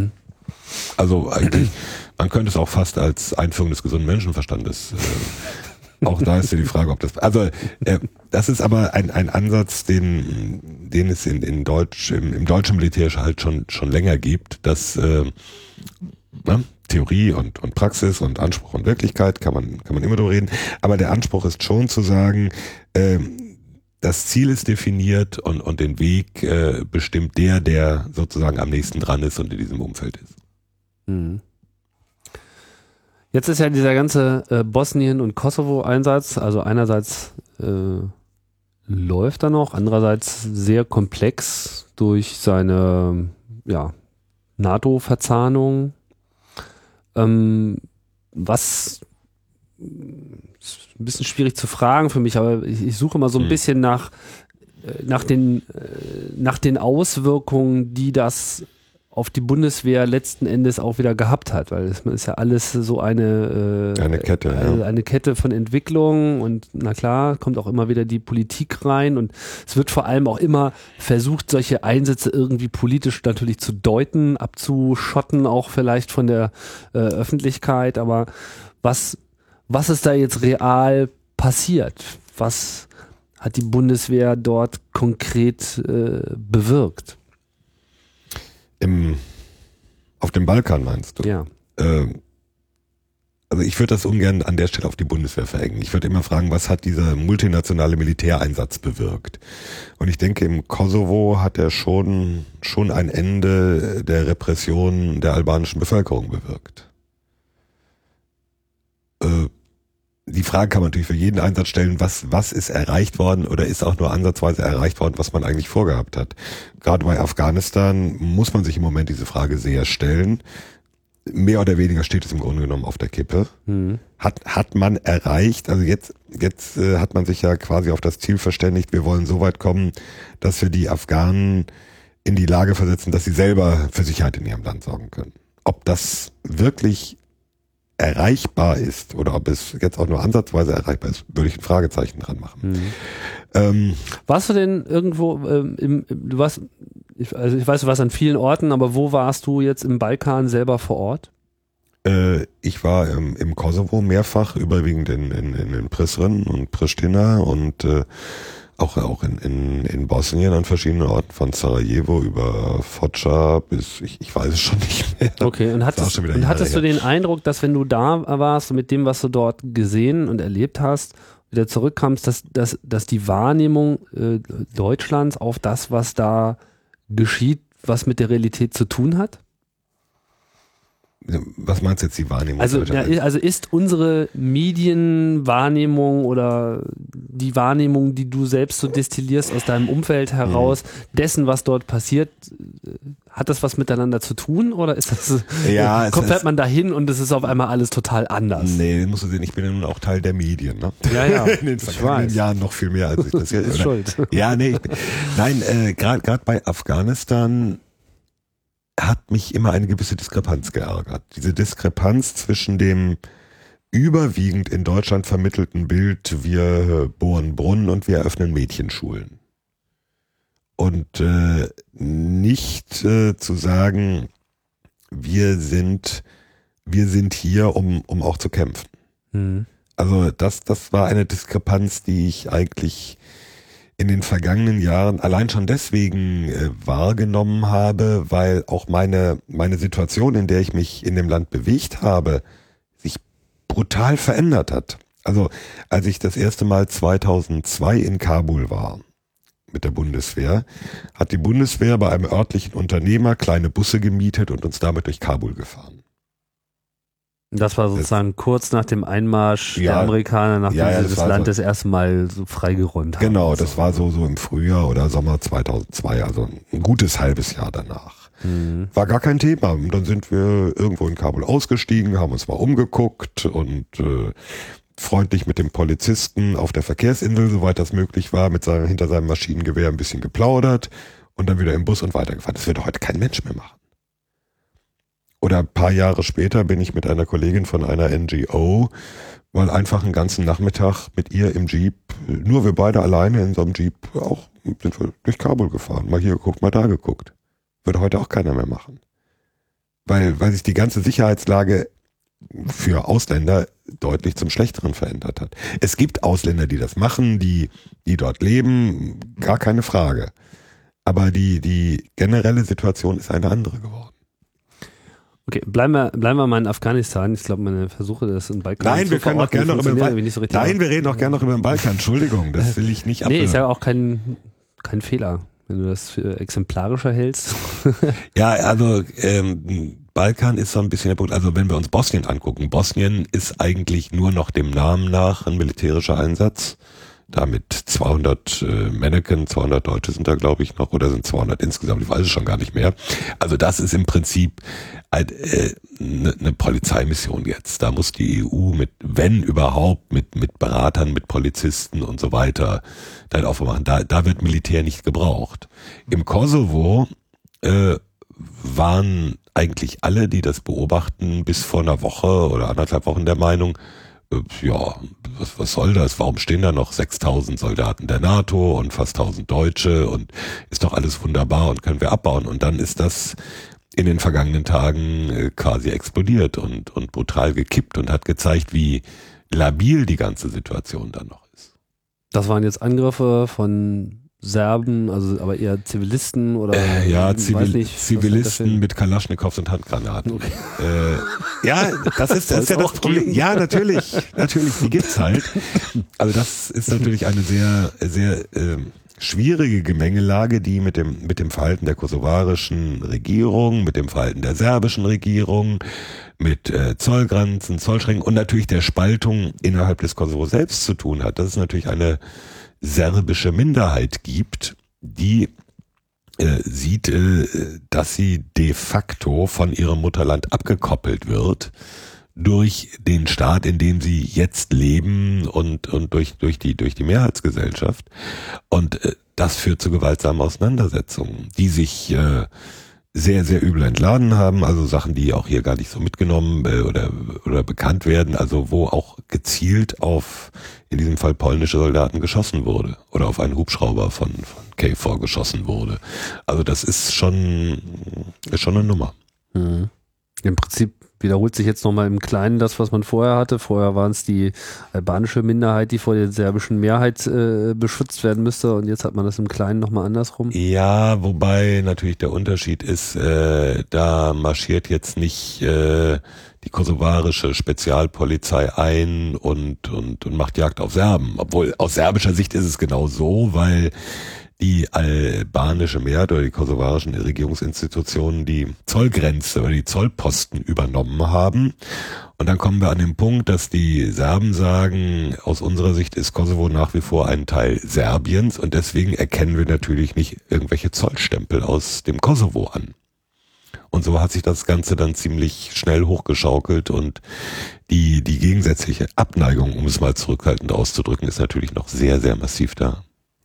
Also eigentlich, man könnte es auch fast als Einführung des gesunden Menschenverstandes auch da ist ja die Frage, ob das, also das ist aber ein Ansatz, den es im deutschen Militär halt schon länger gibt, dass Theorie und Praxis und Anspruch und Wirklichkeit kann man immer drüber reden, aber der Anspruch ist schon zu sagen, das Ziel ist definiert und den Weg bestimmt der sozusagen am nächsten dran ist und in diesem Umfeld ist. Jetzt ist ja dieser ganze Bosnien- und Kosovo-Einsatz, also einerseits läuft er noch, andererseits sehr komplex durch seine NATO-Verzahnung. Was ist ein bisschen schwierig zu fragen für mich, aber ich suche mal so ein bisschen nach den Auswirkungen, die das auf die Bundeswehr letzten Endes auch wieder gehabt hat, weil es ist ja alles so eine Kette, eine Kette von Entwicklungen, und na klar, kommt auch immer wieder die Politik rein, und es wird vor allem auch immer versucht, solche Einsätze irgendwie politisch natürlich zu deuten, abzuschotten, auch vielleicht von der Öffentlichkeit, aber was ist da jetzt real passiert? Was hat die Bundeswehr dort konkret bewirkt? Auf dem Balkan meinst du? Ja. Also ich würde das ungern an der Stelle auf die Bundeswehr verengen. Ich würde immer fragen, was hat dieser multinationale Militäreinsatz bewirkt? Und ich denke, im Kosovo hat er schon ein Ende der Repression der albanischen Bevölkerung bewirkt. Die Frage kann man natürlich für jeden Einsatz stellen, was ist erreicht worden oder ist auch nur ansatzweise erreicht worden, was man eigentlich vorgehabt hat. Gerade bei Afghanistan muss man sich im Moment diese Frage sehr stellen. Mehr oder weniger steht es im Grunde genommen auf der Kippe. Hat man erreicht, also jetzt hat man sich ja quasi auf das Ziel verständigt, wir wollen so weit kommen, dass wir die Afghanen in die Lage versetzen, dass sie selber für Sicherheit in ihrem Land sorgen können. Ob das wirklich erreichbar ist oder ob es jetzt auch nur ansatzweise erreichbar ist, würde ich ein Fragezeichen dran machen. Warst du denn irgendwo du warst, ich weiß, du warst an vielen Orten, aber wo warst du jetzt im Balkan selber vor Ort? Ich war im Kosovo mehrfach, überwiegend in Prizren und Pristina und auch in Bosnien an verschiedenen Orten, von Sarajevo über Foča bis, ich weiß es schon nicht mehr. Okay, und hattest du den Eindruck, dass wenn du da warst und mit dem, was du dort gesehen und erlebt hast, wieder zurückkamst, dass die Wahrnehmung Deutschlands auf das, was da geschieht, was mit der Realität zu tun hat? Was meinst du jetzt, die Wahrnehmung? Also ist unsere Medienwahrnehmung oder die Wahrnehmung, die du selbst so destillierst aus deinem Umfeld heraus, dessen, was dort passiert, hat das was miteinander zu tun oder ist das, fährt man da hin und es ist auf einmal alles total anders? Nee, musst du sehen, ich bin ja nun auch Teil der Medien, ne? Ja. In den vergangenen Jahren noch viel mehr, als ich das jetzt. Schuld. Ja, nee, gerade bei Afghanistan hat mich immer eine gewisse Diskrepanz geärgert. Diese Diskrepanz zwischen dem überwiegend in Deutschland vermittelten Bild, wir bohren Brunnen und wir eröffnen Mädchenschulen. Und nicht zu sagen, wir sind hier, um auch zu kämpfen. Also das war eine Diskrepanz, die ich eigentlich in den vergangenen Jahren allein schon deswegen wahrgenommen habe, weil auch meine Situation, in der ich mich in dem Land bewegt habe, sich brutal verändert hat. Also als ich das erste Mal 2002 in Kabul war mit der Bundeswehr, hat die Bundeswehr bei einem örtlichen Unternehmer kleine Busse gemietet und uns damit durch Kabul gefahren. Das war sozusagen kurz nach dem Einmarsch der Amerikaner, nachdem sie das Land das erste Mal so freigeräumt haben. Genau, das war so im Frühjahr oder Sommer 2002, also ein gutes halbes Jahr danach. War gar kein Thema. Und dann sind wir irgendwo in Kabul ausgestiegen, haben uns mal umgeguckt und freundlich mit dem Polizisten auf der Verkehrsinsel, soweit das möglich war, hinter seinem Maschinengewehr ein bisschen geplaudert und dann wieder im Bus und weitergefahren. Das würde heute kein Mensch mehr machen. Oder ein paar Jahre später bin ich mit einer Kollegin von einer NGO mal einfach einen ganzen Nachmittag mit ihr im Jeep, nur wir beide alleine in so einem Jeep, auch sind wir durch Kabul gefahren. Mal hier geguckt, mal da geguckt. Würde heute auch keiner mehr machen. Weil sich die ganze Sicherheitslage für Ausländer deutlich zum Schlechteren verändert hat. Es gibt Ausländer, die das machen, die dort leben, gar keine Frage. Aber die generelle Situation ist eine andere geworden. Okay, bleiben wir mal in Afghanistan. Ich glaube, meine Versuche, das in Balkan Nein, wir können auch gerne noch über den Balkan. Nein, wir reden auch gerne noch über den Balkan. Entschuldigung, das will ich nicht abhören. Nee, ist ja auch kein Fehler, wenn du das für exemplarischer hältst. Ja, also Balkan ist so ein bisschen der Punkt. Also wenn wir uns Bosnien angucken, Bosnien ist eigentlich nur noch dem Namen nach ein militärischer Einsatz. Da mit 200 Mannequin, 200 Deutsche sind da, glaube ich, noch, oder sind 200 insgesamt, ich weiß es schon gar nicht mehr. Also das ist im Prinzip eine Polizeimission jetzt. Da muss die EU wenn überhaupt, mit Beratern, mit Polizisten und so weiter dann aufmachen. Da wird Militär nicht gebraucht. Im Kosovo waren eigentlich alle, die das beobachten, bis vor einer Woche oder 1,5 Wochen der Meinung, ja, was soll das? Warum stehen da noch 6.000 Soldaten der NATO und fast 1.000 Deutsche und ist doch alles wunderbar und können wir abbauen? Und dann ist das in den vergangenen Tagen quasi explodiert und brutal gekippt und hat gezeigt, wie labil die ganze Situation dann noch ist. Das waren jetzt Angriffe von Serben, also aber eher Zivilisten oder Zivilisten mit Kalaschnikows und Handgranaten. Okay. Ja, das ist ja das Problem. Ja, natürlich, die gibt's halt. Also das ist natürlich eine sehr, sehr schwierige Gemengelage, die mit dem Verhalten der kosovarischen Regierung, mit dem Verhalten der serbischen Regierung, mit Zollgrenzen, Zollschränken und natürlich der Spaltung innerhalb des Kosovo selbst zu tun hat. Das ist natürlich eine serbische Minderheit gibt, die sieht, dass sie de facto von ihrem Mutterland abgekoppelt wird durch den Staat, in dem sie jetzt leben und durch die Mehrheitsgesellschaft. Und das führt zu gewaltsamen Auseinandersetzungen, die sich sehr, sehr übel entladen haben, also Sachen, die auch hier gar nicht so mitgenommen oder bekannt werden, also wo auch gezielt auf, in diesem Fall polnische Soldaten geschossen wurde oder auf einen Hubschrauber von KFOR geschossen wurde. Also das ist schon eine Nummer. Mhm. Im Prinzip wiederholt sich jetzt nochmal im Kleinen das, was man vorher hatte. Vorher waren es die albanische Minderheit, die vor der serbischen Mehrheit beschützt werden müsste, und jetzt hat man das im Kleinen nochmal andersrum. Ja, wobei natürlich der Unterschied ist, da marschiert jetzt nicht die kosovarische Spezialpolizei ein und macht Jagd auf Serben. Obwohl aus serbischer Sicht ist es genau so, weil die albanische Mehrheit oder die kosovarischen Regierungsinstitutionen die Zollgrenze oder die Zollposten übernommen haben. Und dann kommen wir an den Punkt, dass die Serben sagen, aus unserer Sicht ist Kosovo nach wie vor ein Teil Serbiens, und deswegen erkennen wir natürlich nicht irgendwelche Zollstempel aus dem Kosovo an. Und so hat sich das Ganze dann ziemlich schnell hochgeschaukelt, und die gegensätzliche Abneigung, um es mal zurückhaltend auszudrücken, ist natürlich noch sehr, sehr massiv da.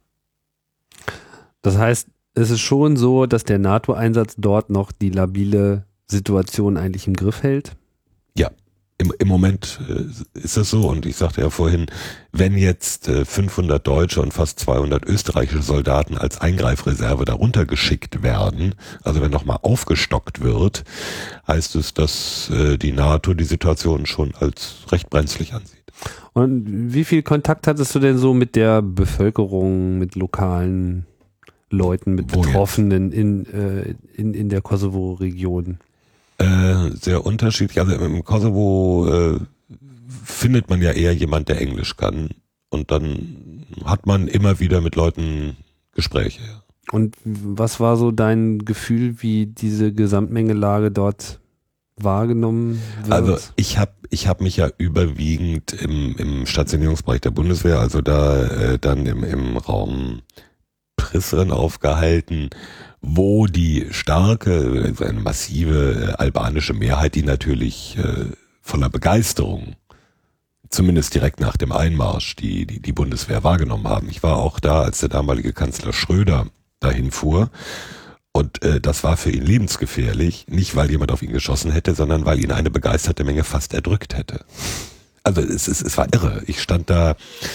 Das heißt, es ist schon so, dass der NATO-Einsatz dort noch die labile Situation eigentlich im Griff hält? Ja, im Moment ist das so, und ich sagte ja vorhin, wenn jetzt 500 deutsche und fast 200 österreichische Soldaten als Eingreifreserve darunter geschickt werden, also wenn nochmal aufgestockt wird, heißt es, dass die NATO die Situation schon als recht brenzlig ansieht. Und wie viel Kontakt hattest du denn so mit der Bevölkerung, mit lokalen Leuten, mit Betroffenen in der Kosovo-Region? Sehr unterschiedlich. Also im Kosovo findet man ja eher jemand, der Englisch kann. Und dann hat man immer wieder mit Leuten Gespräche. Und was war so dein Gefühl, wie diese Gesamtmengelage dort wahrgenommen wird? Also ich hab mich ja überwiegend im Stationierungsbereich der Bundeswehr, also da dann im Raum Prizren aufgehalten, wo die starke, also eine massive albanische Mehrheit, die natürlich voller Begeisterung, zumindest direkt nach dem Einmarsch, die Bundeswehr wahrgenommen haben. Ich war auch da, als der damalige Kanzler Schröder dahin fuhr, und das war für ihn lebensgefährlich, nicht weil jemand auf ihn geschossen hätte, sondern weil ihn eine begeisterte Menge fast erdrückt hätte. Also es war irre. Ich stand da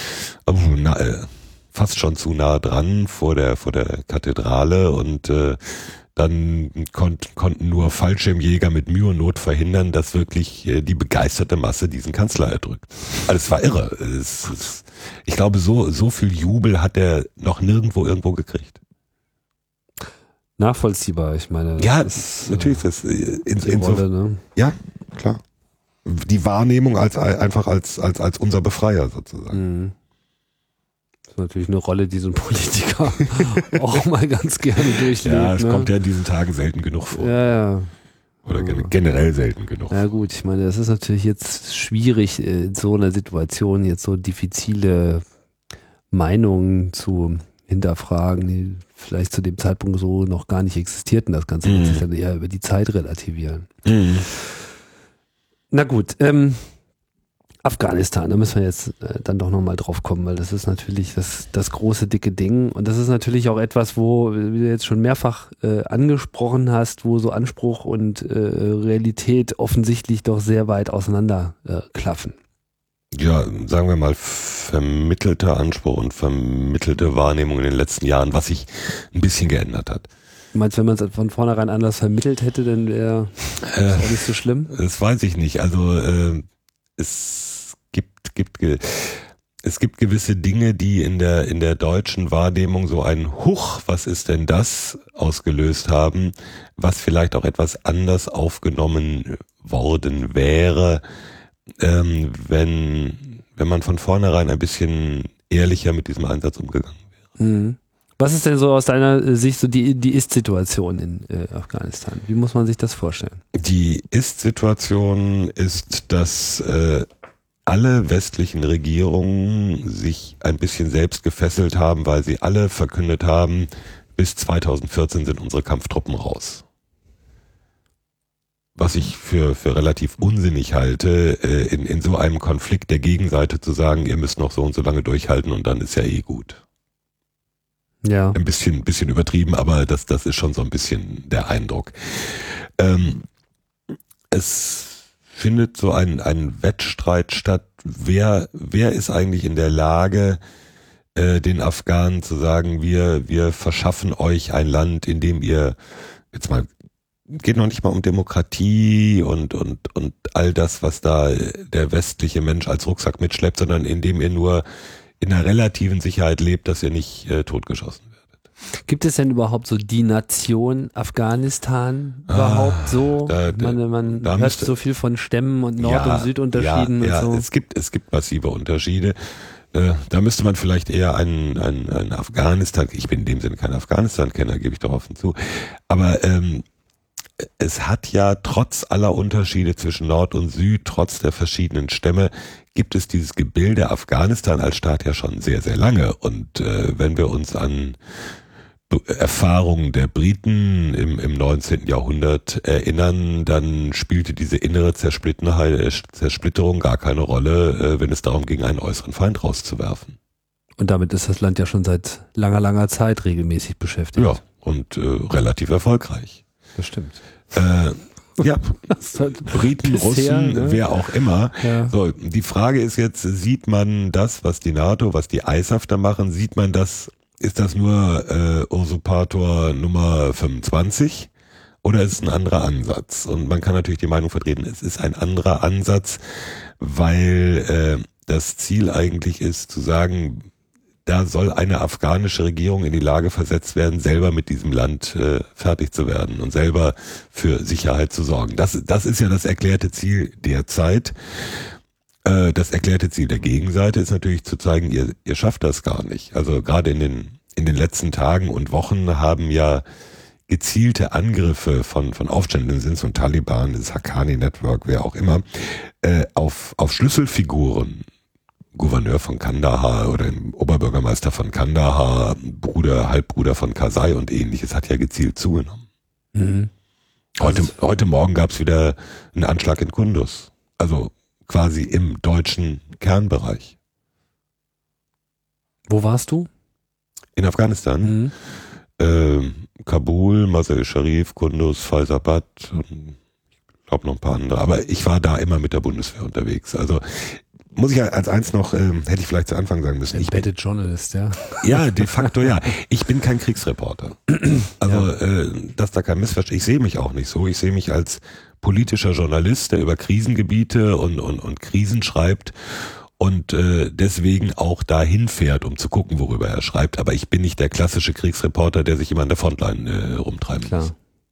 fast schon zu nah dran vor der Kathedrale, und dann konnten nur Fallschirmjäger mit Mühe und Not verhindern, dass wirklich die begeisterte Masse diesen Kanzler erdrückt. Also es war irre. Ich glaube, so viel Jubel hat er noch nirgendwo irgendwo gekriegt. Nachvollziehbar, ich meine. Ja, natürlich. Rolle, ne? Ja, klar. Die Wahrnehmung einfach als unser Befreier sozusagen. Mhm. Das ist natürlich eine Rolle, die so ein Politiker auch mal ganz gerne durchlebt. Ja, es kommt ja in diesen Tagen selten genug vor. Ja. Oder generell selten genug. Ja gut, ich meine, das ist natürlich jetzt schwierig, in so einer Situation jetzt so diffizile Meinungen zu hinterfragen, die vielleicht zu dem Zeitpunkt so noch gar nicht existierten. Das Ganze wird sich dann eher über die Zeit relativieren. Mhm. Na gut, Afghanistan, da müssen wir jetzt dann doch nochmal drauf kommen, weil das ist natürlich das große, dicke Ding, und das ist natürlich auch etwas, wo, wie du jetzt schon mehrfach angesprochen hast, wo so Anspruch und Realität offensichtlich doch sehr weit auseinander klaffen. Ja, sagen wir mal, vermittelter Anspruch und vermittelte Wahrnehmung in den letzten Jahren, was sich ein bisschen geändert hat. Du meinst, wenn man es von vornherein anders vermittelt hätte, dann wäre das auch nicht so schlimm? Das weiß ich nicht. Also es gibt gewisse Dinge, die in der deutschen Wahrnehmung so ein Huch, was ist denn das, ausgelöst haben, was vielleicht auch etwas anders aufgenommen worden wäre, wenn man von vornherein ein bisschen ehrlicher mit diesem Einsatz umgegangen wäre. Mhm. Was ist denn so aus deiner Sicht so die Ist-Situation in Afghanistan? Wie muss man sich das vorstellen? Die Ist-Situation ist, dass alle westlichen Regierungen sich ein bisschen selbst gefesselt haben, weil sie alle verkündet haben, bis 2014 sind unsere Kampftruppen raus. was ich für relativ unsinnig halte, in so einem Konflikt der Gegenseite zu sagen, ihr müsst noch so und so lange durchhalten und dann ist ja eh gut. Ja. Ein bisschen übertrieben, aber das ist schon so ein bisschen der Eindruck. Es findet so ein Wettstreit statt. Wer ist eigentlich in der Lage, den Afghanen zu sagen, wir verschaffen euch ein Land, in dem ihr, jetzt mal, geht noch nicht mal um Demokratie und all das, was da der westliche Mensch als Rucksack mitschleppt, sondern in dem ihr nur in einer relativen Sicherheit lebt, dass ihr nicht totgeschossen werdet. Gibt es denn überhaupt so die Nation Afghanistan überhaupt so? Man hört so viel von Stämmen und Nord- und Südunterschieden und so. Es gibt massive Unterschiede. Da müsste man vielleicht eher einen Afghanistan, ich bin in dem Sinne kein Afghanistan-Kenner, gebe ich doch offen zu, aber es hat ja trotz aller Unterschiede zwischen Nord und Süd, trotz der verschiedenen Stämme, gibt es dieses Gebilde Afghanistan als Staat ja schon sehr, sehr lange. Und wenn wir uns an Erfahrungen der Briten im 19. Jahrhundert erinnern, dann spielte diese innere Zersplitterung gar keine Rolle, wenn es darum ging, einen äußeren Feind rauszuwerfen. Und damit ist das Land ja schon seit langer, langer Zeit regelmäßig beschäftigt. Ja, und relativ erfolgreich. Das stimmt. Ja, Briten, bisher, Russen, ne? wer auch immer. Ja. So, die Frage ist jetzt, sieht man das, was die NATO, was die ISAF da machen, sieht man das, ist das nur Usurpator Nummer 25 oder ist es ein anderer Ansatz? Und man kann natürlich die Meinung vertreten, es ist ein anderer Ansatz, weil das Ziel eigentlich ist zu sagen, da soll eine afghanische Regierung in die Lage versetzt werden, selber mit diesem Land fertig zu werden und selber für Sicherheit zu sorgen. Das ist ja das erklärte Ziel derzeit. Das erklärte Ziel der Gegenseite ist natürlich zu zeigen, ihr schafft das gar nicht. Also gerade in den letzten Tagen und Wochen haben ja gezielte Angriffe von Aufständischen, sind es von Taliban, das Haqqani Network, wer auch immer, auf Schlüsselfiguren, Gouverneur von Kandahar oder Oberbürgermeister von Kandahar, Halbbruder von Karzai und ähnliches, hat ja gezielt zugenommen. Mhm. Heute Morgen gab es wieder einen Anschlag in Kunduz, also quasi im deutschen Kernbereich. Wo warst du? In Afghanistan. Kabul, Mazar-i-Sharif, Kunduz, Faizabad und ich glaube noch ein paar andere. Aber ich war da immer mit der Bundeswehr unterwegs. Also muss ich ja als eins noch, hätte ich vielleicht zu Anfang sagen müssen. Embedded Journalist, ja. Ja, de facto ja. Ich bin kein Kriegsreporter. Also, dass da kein Missverständnis, ich sehe mich auch nicht so. Ich sehe mich als politischer Journalist, der über Krisengebiete und Krisen schreibt und deswegen auch dahin fährt, um zu gucken, worüber er schreibt. Aber ich bin nicht der klassische Kriegsreporter, der sich immer an der Frontline rumtreiben muss.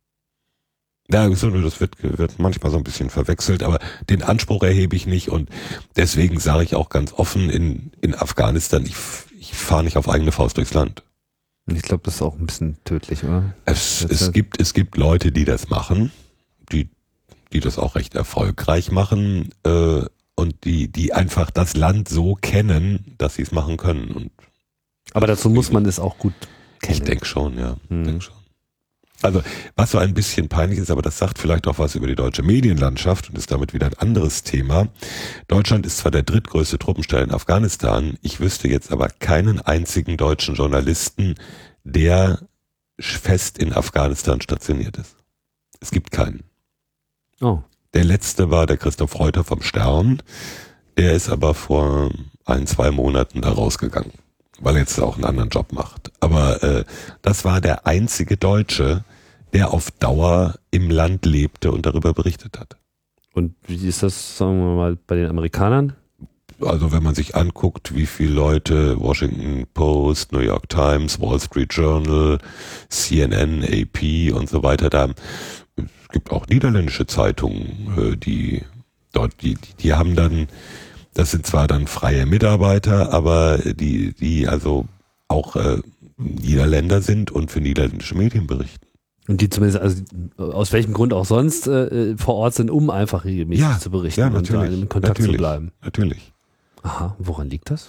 Ja, das wird manchmal so ein bisschen verwechselt, aber den Anspruch erhebe ich nicht und deswegen sage ich auch ganz offen in Afghanistan, ich fahre nicht auf eigene Faust durchs Land. Ich glaube, das ist auch ein bisschen tödlich, oder? Es gibt Leute, die das machen, die das auch recht erfolgreich machen und die einfach das Land so kennen, dass sie es machen können. Aber dazu muss man es auch gut kennen. Ich denke schon, ja. Denk schon. Also, was so ein bisschen peinlich ist, aber das sagt vielleicht auch was über die deutsche Medienlandschaft und ist damit wieder ein anderes Thema. Deutschland ist zwar der drittgrößte Truppenstall in Afghanistan, ich wüsste jetzt aber keinen einzigen deutschen Journalisten, der fest in Afghanistan stationiert ist. Es gibt keinen. Oh. Der letzte war der Christoph Reuter vom Stern, der ist aber vor 1-2 Monaten da rausgegangen, weil er jetzt auch einen anderen Job macht. Aber das war der einzige Deutsche, der auf Dauer im Land lebte und darüber berichtet hat. Und wie ist das, sagen wir mal, bei den Amerikanern? Also wenn man sich anguckt, wie viele Leute Washington Post, New York Times, Wall Street Journal, CNN, AP und so weiter, es gibt auch niederländische Zeitungen, die haben dann, das sind zwar dann freie Mitarbeiter, aber die also auch Niederländer sind und für niederländische Medien berichten. Und die zumindest, also aus welchem Grund auch sonst vor Ort sind, um einfach regelmäßig zu berichten natürlich, und in Kontakt zu bleiben. Natürlich. Aha, woran liegt das?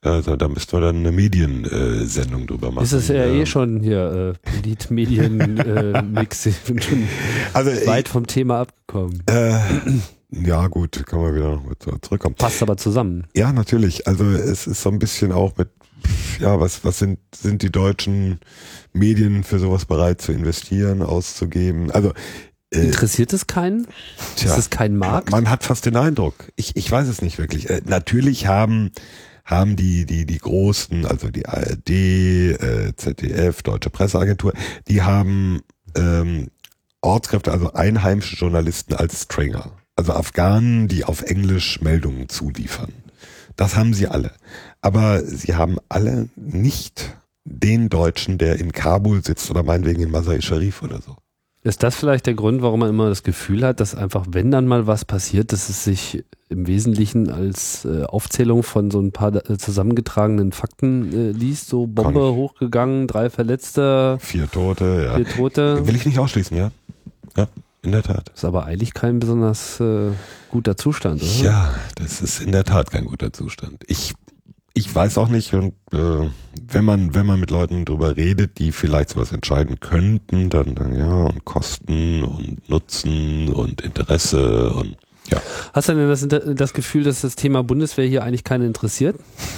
Also da müssten wir dann eine Mediensendung drüber machen. Ist es ja eh schon hier Polit-Medien-Mix. Ich bin schon weit vom Thema abgekommen. Ja gut, kann man wieder noch zurückkommen. Passt aber zusammen. Ja, natürlich. Also es ist so ein bisschen auch mit, ja, was sind die deutschen Medien für sowas bereit zu investieren, auszugeben? Also interessiert es keinen? Tja, ist es kein Markt? Man hat fast den Eindruck. Ich weiß es nicht wirklich. Natürlich haben die Großen, also die ARD, ZDF, Deutsche Presseagentur, die haben Ortskräfte, also einheimische Journalisten als Stringer. Also Afghanen, die auf Englisch Meldungen zuliefern. Das haben sie alle. Aber sie haben alle nicht den Deutschen, der in Kabul sitzt oder meinetwegen in Masar-e-Sharif oder so. Ist das vielleicht der Grund, warum man immer das Gefühl hat, dass einfach, wenn dann mal was passiert, dass es sich im Wesentlichen als Aufzählung von so ein paar zusammengetragenen Fakten liest? So Bombe hochgegangen, 3 Verletzte, 4 Tote, ja. 4 Tote. Will ich nicht ausschließen, ja. Ja, in der Tat. Das ist aber eigentlich kein besonders guter Zustand, oder? Ja, das ist in der Tat kein guter Zustand. Ich weiß auch nicht, und wenn man mit Leuten drüber redet, die vielleicht sowas entscheiden könnten, dann ja, und Kosten und Nutzen und Interesse und ja. Hast du denn das Gefühl, dass das Thema Bundeswehr hier eigentlich keinen interessiert?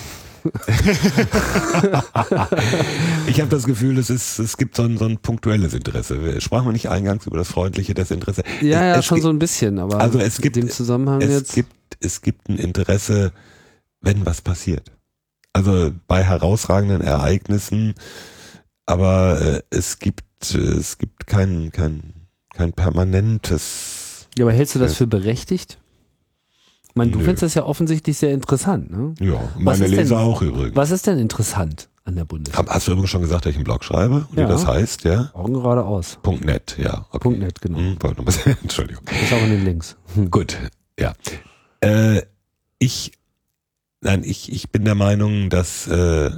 Ich habe das Gefühl, es gibt so ein punktuelles Interesse. Sprachen wir nicht eingangs über das freundliche Desinteresse? Ja, schon so ein bisschen, aber also es gibt in dem Zusammenhang es gibt ein Interesse, wenn was passiert. Also bei herausragenden Ereignissen, aber es gibt kein permanentes. Ja, aber hältst du das für berechtigt? Ich meine, du findest das ja offensichtlich sehr interessant, ne? Ja, meine Leser auch übrigens. Was ist denn interessant an der Bundeswehr? Hast du übrigens schon gesagt, dass ich einen Blog schreibe? Und wie das heißt, ja? Augen geradeaus. .net, ja. Okay. .net, genau. Entschuldigung. Ist auch in den Links. Gut, ja. Ich bin der Meinung, dass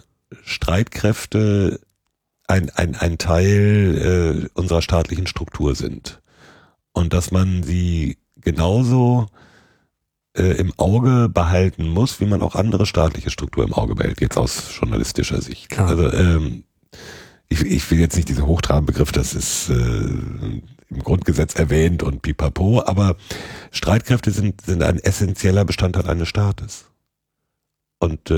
Streitkräfte ein Teil unserer staatlichen Struktur sind und dass man sie genauso im Auge behalten muss, wie man auch andere staatliche Struktur im Auge behält, jetzt aus journalistischer Sicht. Klar. Also ich will jetzt nicht diesen Hochtrabenden-Begriff, das ist im Grundgesetz erwähnt und pipapo, aber Streitkräfte sind ein essentieller Bestandteil eines Staates. Und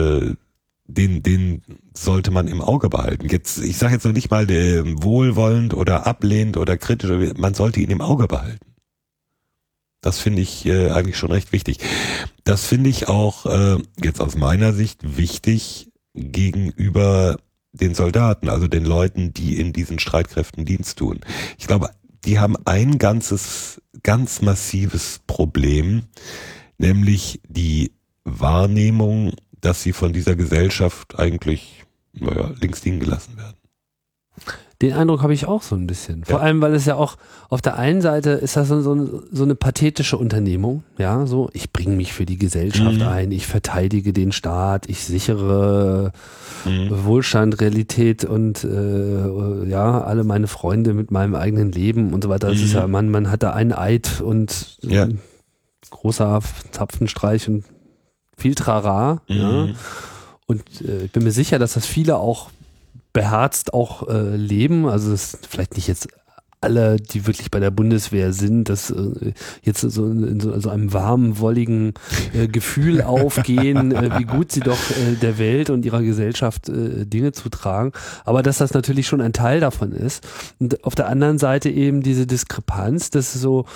den sollte man im Auge behalten. Ich sage jetzt noch nicht mal wohlwollend oder ablehnend oder kritisch, man sollte ihn im Auge behalten. Das finde ich eigentlich schon recht wichtig. Das finde ich auch jetzt aus meiner Sicht wichtig gegenüber den Soldaten, also den Leuten, die in diesen Streitkräften Dienst tun. Ich glaube, die haben ein ganz massives Problem, nämlich die Wahrnehmung, dass sie von dieser Gesellschaft eigentlich links liegen gelassen werden. Den Eindruck habe ich auch so ein bisschen. Vor allem, weil es ja auch auf der einen Seite ist das so eine pathetische Unternehmung, ja, so ich bringe mich für die Gesellschaft ein, ich verteidige den Staat, ich sichere Wohlstand, Realität und alle meine Freunde mit meinem eigenen Leben und so weiter. Das ist ja, man hat da einen Eid und großer Zapfenstreich und viel Trara. Ja. Und ich bin mir sicher, dass das viele auch beherzt auch leben, also es ist vielleicht nicht jetzt alle, die wirklich bei der Bundeswehr sind, das jetzt so in so einem warmen, wolligen Gefühl aufgehen, wie gut sie doch der Welt und ihrer Gesellschaft Dinge zutragen, aber dass das natürlich schon ein Teil davon ist. Und auf der anderen Seite eben diese Diskrepanz, das ist so,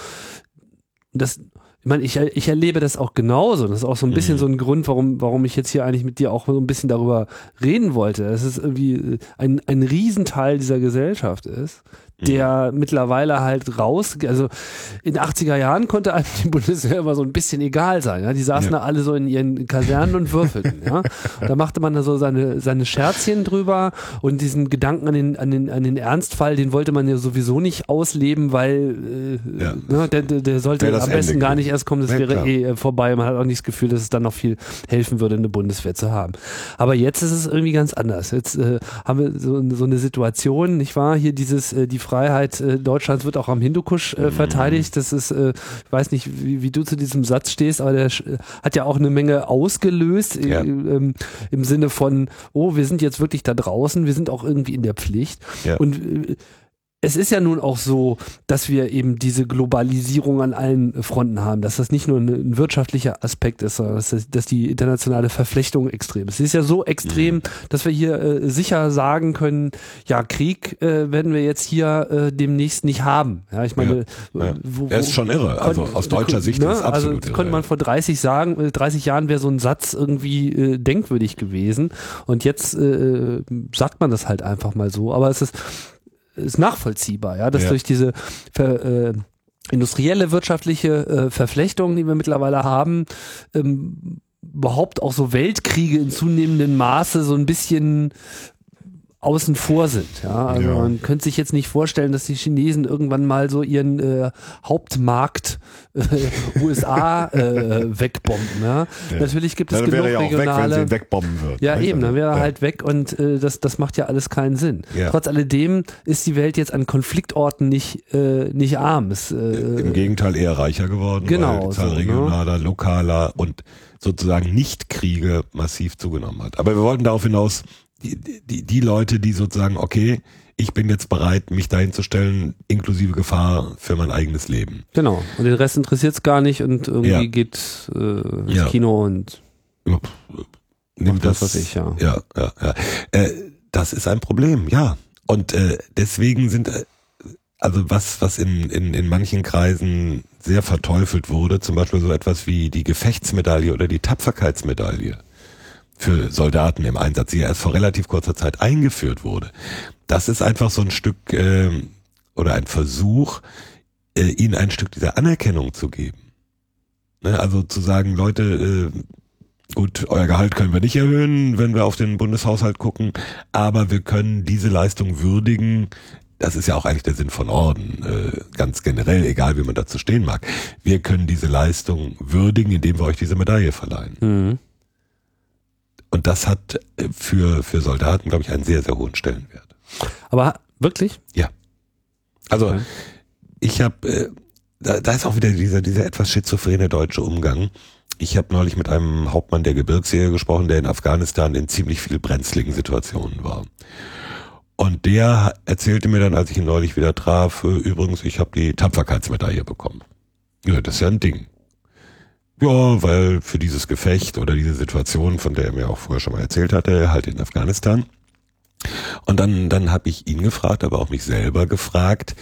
ich meine, ich erlebe das auch genauso. Das ist auch so ein bisschen so ein Grund, warum ich jetzt hier eigentlich mit dir auch so ein bisschen darüber reden wollte. Dass es irgendwie ein Riesenteil dieser Gesellschaft ist, der mittlerweile halt also in den 80er Jahren konnte einem die Bundeswehr immer so ein bisschen egal sein. Ja? Die saßen da alle so in ihren Kasernen und würfelten. Ja? Und da machte man da so seine Scherzchen drüber und diesen Gedanken an den Ernstfall, den wollte man ja sowieso nicht ausleben, weil der sollte am besten gar nicht erst kommen, das wäre vorbei. Man hat auch nicht das Gefühl, dass es dann noch viel helfen würde, eine Bundeswehr zu haben. Aber jetzt ist es irgendwie ganz anders. Jetzt haben wir so eine Situation, nicht wahr? Hier die Freiheit Deutschlands wird auch am Hindukusch verteidigt. Das ist, ich weiß nicht, wie du zu diesem Satz stehst, aber der hat ja auch eine Menge ausgelöst im Sinne von, oh, wir sind jetzt wirklich da draußen, wir sind auch irgendwie in der Pflicht. Ja. Und es ist ja nun auch so, dass wir eben diese Globalisierung an allen Fronten haben, dass das nicht nur ein wirtschaftlicher Aspekt ist, sondern dass die internationale Verflechtung extrem ist. Es ist ja so extrem, dass wir hier sicher sagen können, ja, Krieg werden wir jetzt hier demnächst nicht haben. Ja, ich meine, er ist schon irre. Also aus deutscher Sicht ist es absolut irre. Konnte man vor 30 Jahren wäre so ein Satz irgendwie denkwürdig gewesen. Und jetzt sagt man das halt einfach mal so. Aber es ist nachvollziehbar, ja, dass durch diese industrielle, wirtschaftliche Verflechtung, die wir mittlerweile haben, überhaupt auch so Weltkriege in zunehmendem Maße so ein bisschen außen vor sind. Ja, also man könnte sich jetzt nicht vorstellen, dass die Chinesen irgendwann mal so ihren Hauptmarkt USA wegbomben. Ja? Natürlich gibt es dann genug wäre regionale. Auch weg, wenn sie ihn wegbomben würden. Ja, eben, dann wäre er halt weg und das macht ja alles keinen Sinn. Ja. Trotz alledem ist die Welt jetzt an Konfliktorten nicht arm. Im Gegenteil eher reicher geworden, genau, weil die Zahl regionaler, lokaler und sozusagen Nicht-Kriege massiv zugenommen hat. Aber wir wollten darauf hinaus, die Leute, die sozusagen, okay, ich bin jetzt bereit, mich dahin zu stellen, inklusive Gefahr für mein eigenes Leben. Genau. Und den Rest interessiert es gar nicht und irgendwie geht ins Kino und nimmt das, was ich, Ja. Das ist ein Problem, ja. Und deswegen sind, also was in manchen Kreisen sehr verteufelt wurde, zum Beispiel so etwas wie die Gefechtsmedaille oder die Tapferkeitsmedaille für Soldaten im Einsatz, die ja erst vor relativ kurzer Zeit eingeführt wurde. Das ist einfach so ein Stück oder ein Versuch, ihnen ein Stück dieser Anerkennung zu geben. Ne? Also zu sagen, Leute, gut, euer Gehalt können wir nicht erhöhen, wenn wir auf den Bundeshaushalt gucken, aber wir können diese Leistung würdigen. Das ist ja auch eigentlich der Sinn von Orden, ganz generell, egal wie man dazu stehen mag. Wir können diese Leistung würdigen, indem wir euch diese Medaille verleihen. Mhm. Und das hat für Soldaten, glaube ich, einen sehr, sehr hohen Stellenwert. Aber wirklich? Ja. Also ich habe, da ist auch wieder dieser etwas schizophrene deutsche Umgang. Ich habe neulich mit einem Hauptmann der Gebirgsjäger gesprochen, der in Afghanistan in ziemlich viel brenzligen Situationen war. Und der erzählte mir dann, als ich ihn neulich wieder traf, übrigens, ich habe die Tapferkeitsmedaille bekommen. Ja, das ist ja ein Ding. Ja, weil für dieses Gefecht oder diese Situation, von der er mir auch vorher schon mal erzählt hatte, halt in Afghanistan. Und dann habe ich ihn gefragt, aber auch mich selber gefragt,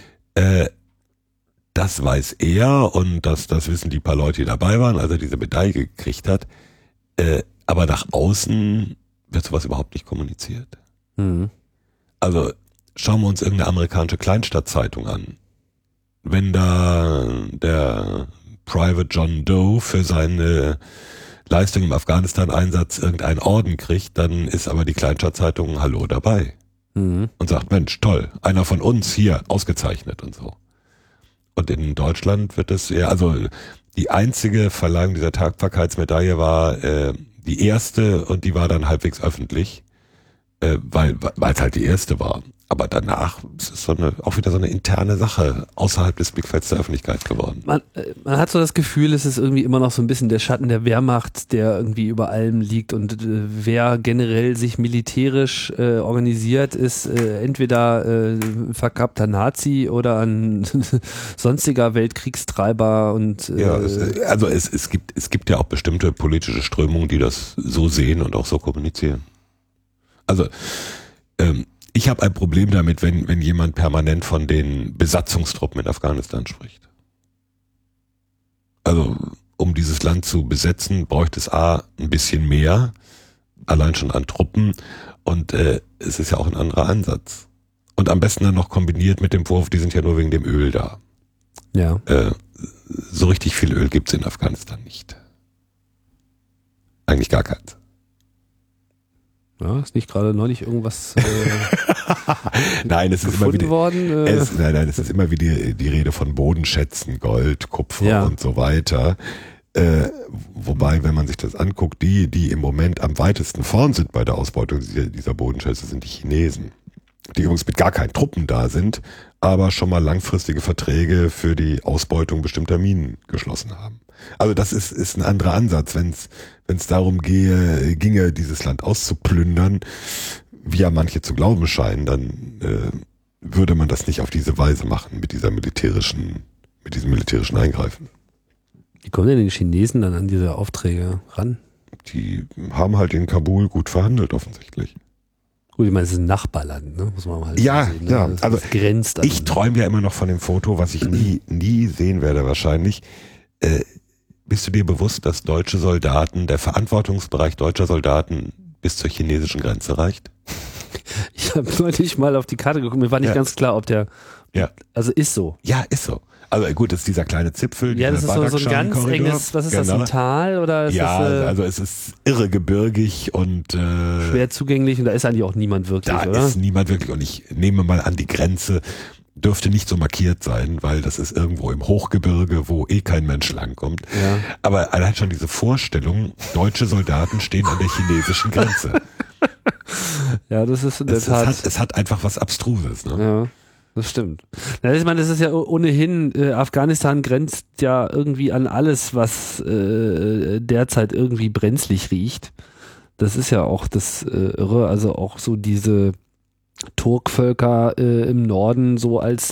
das weiß er und das wissen die paar Leute, die dabei waren, als er diese Medaille gekriegt hat. Aber nach außen wird sowas überhaupt nicht kommuniziert. Mhm. Also schauen wir uns irgendeine amerikanische Kleinstadtzeitung an. Wenn da der Private John Doe für seine Leistung im Afghanistan-Einsatz irgendeinen Orden kriegt, dann ist aber die Kleinstadtzeitung Hallo dabei. Und sagt, Mensch, toll, einer von uns hier, ausgezeichnet und so. Und in Deutschland wird es eher, also die einzige Verleihung dieser Tapferkeitsmedaille war die erste und die war dann halbwegs öffentlich, weil es halt die erste war. Aber danach ist es auch wieder so eine interne Sache außerhalb des Blickfelds der Öffentlichkeit geworden. Man hat so das Gefühl, es ist irgendwie immer noch so ein bisschen der Schatten der Wehrmacht, der irgendwie über allem liegt. Und wer generell sich militärisch organisiert, ist entweder verkappter Nazi oder ein sonstiger Weltkriegstreiber. Und ja, also es gibt ja auch bestimmte politische Strömungen, die das so sehen und auch so kommunizieren. Also ich habe ein Problem damit, wenn jemand permanent von den Besatzungstruppen in Afghanistan spricht. Also um dieses Land zu besetzen, bräuchte es A, ein bisschen mehr, allein schon an Truppen, und es ist ja auch ein anderer Ansatz. Und am besten dann noch kombiniert mit dem Vorwurf, die sind ja nur wegen dem Öl da. Ja. So richtig viel Öl gibt's in Afghanistan nicht. Eigentlich gar keins. Ja, ist nicht gerade neulich irgendwas nein, es ist immer wieder worden? Nein, es ist immer wieder die Rede von Bodenschätzen, Gold, Kupfer und so weiter. Wobei, wenn man sich das anguckt, die im Moment am weitesten vorn sind bei der Ausbeutung dieser Bodenschätze, sind die Chinesen. Die übrigens mit gar keinen Truppen da sind, aber schon mal langfristige Verträge für die Ausbeutung bestimmter Minen geschlossen haben. Also das ist ein anderer Ansatz, wenn es darum ginge, dieses Land auszuplündern, wie ja manche zu glauben scheinen, dann würde man das nicht auf diese Weise machen, mit diesem militärischen Eingreifen. Wie kommen denn die Chinesen dann an diese Aufträge ran? Die haben halt in Kabul gut verhandelt, offensichtlich. Gut, ich meine, es ist ein Nachbarland, ne? Muss man mal sehen. Ne? Ja, also grenzt ich träume ja immer noch von dem Foto, was ich nie sehen werde wahrscheinlich. Bist du dir bewusst, dass deutsche Soldaten, der Verantwortungsbereich deutscher Soldaten bis zur chinesischen Grenze reicht? Ich habe neulich mal auf die Karte geguckt, mir war nicht ganz klar, ob der, also ist so. Ja, ist so. Also gut, das ist dieser kleine Zipfel. Ja, das ist so ein ganz enges, was ist das, ein Tal? Oder ist also es ist irre gebirgig und schwer zugänglich und da ist eigentlich auch niemand wirklich, oder? Da ist niemand wirklich und ich nehme mal an, die Grenze dürfte nicht so markiert sein, weil das ist irgendwo im Hochgebirge, wo kein Mensch langkommt. Ja. Aber allein schon diese Vorstellung, deutsche Soldaten stehen an der chinesischen Grenze. Ja, das ist in der Tat. Es hat einfach was Abstruses, ne? Ja. Das stimmt. Ich meine, das ist ja ohnehin, Afghanistan grenzt ja irgendwie an alles, was derzeit irgendwie brenzlig riecht. Das ist ja auch das Irre, also auch so diese Turkvölker im Norden so als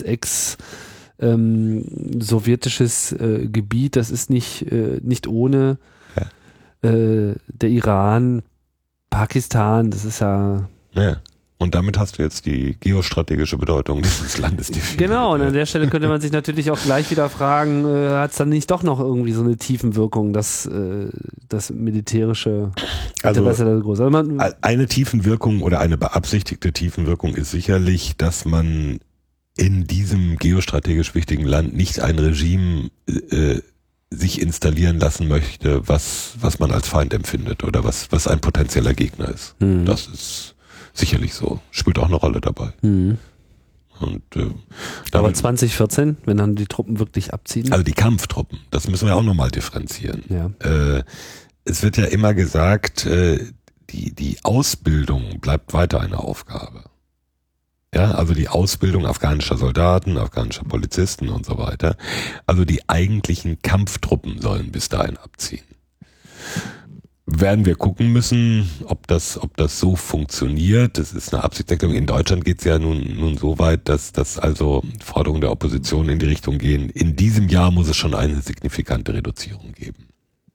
sowjetisches Gebiet, das ist nicht ohne. Der Iran, Pakistan, das ist ja... Und damit hast du jetzt die geostrategische Bedeutung dieses Landes definiert. Genau, und an der Stelle könnte man sich natürlich auch gleich wieder fragen, hat es dann nicht doch noch irgendwie so eine Tiefenwirkung, das militärische Interesse der groß? Also eine Tiefenwirkung oder eine beabsichtigte Tiefenwirkung ist sicherlich, dass man in diesem geostrategisch wichtigen Land nicht ein Regime sich installieren lassen möchte, was man als Feind empfindet oder was ein potenzieller Gegner ist. Das ist sicherlich so. Spielt auch eine Rolle dabei. Und, aber 2014, wenn dann die Truppen wirklich abziehen? Also die Kampftruppen, das müssen wir auch nochmal differenzieren. Ja. Es wird ja immer gesagt, die Ausbildung bleibt weiter eine Aufgabe. Ja, also die Ausbildung afghanischer Soldaten, afghanischer Polizisten und so weiter. Also die eigentlichen Kampftruppen sollen bis dahin abziehen. Werden wir gucken müssen, ob das so funktioniert. Das ist eine Absichtserklärung. In Deutschland geht es ja nun so weit, dass also Forderungen der Opposition in die Richtung gehen. In diesem Jahr muss es schon eine signifikante Reduzierung geben.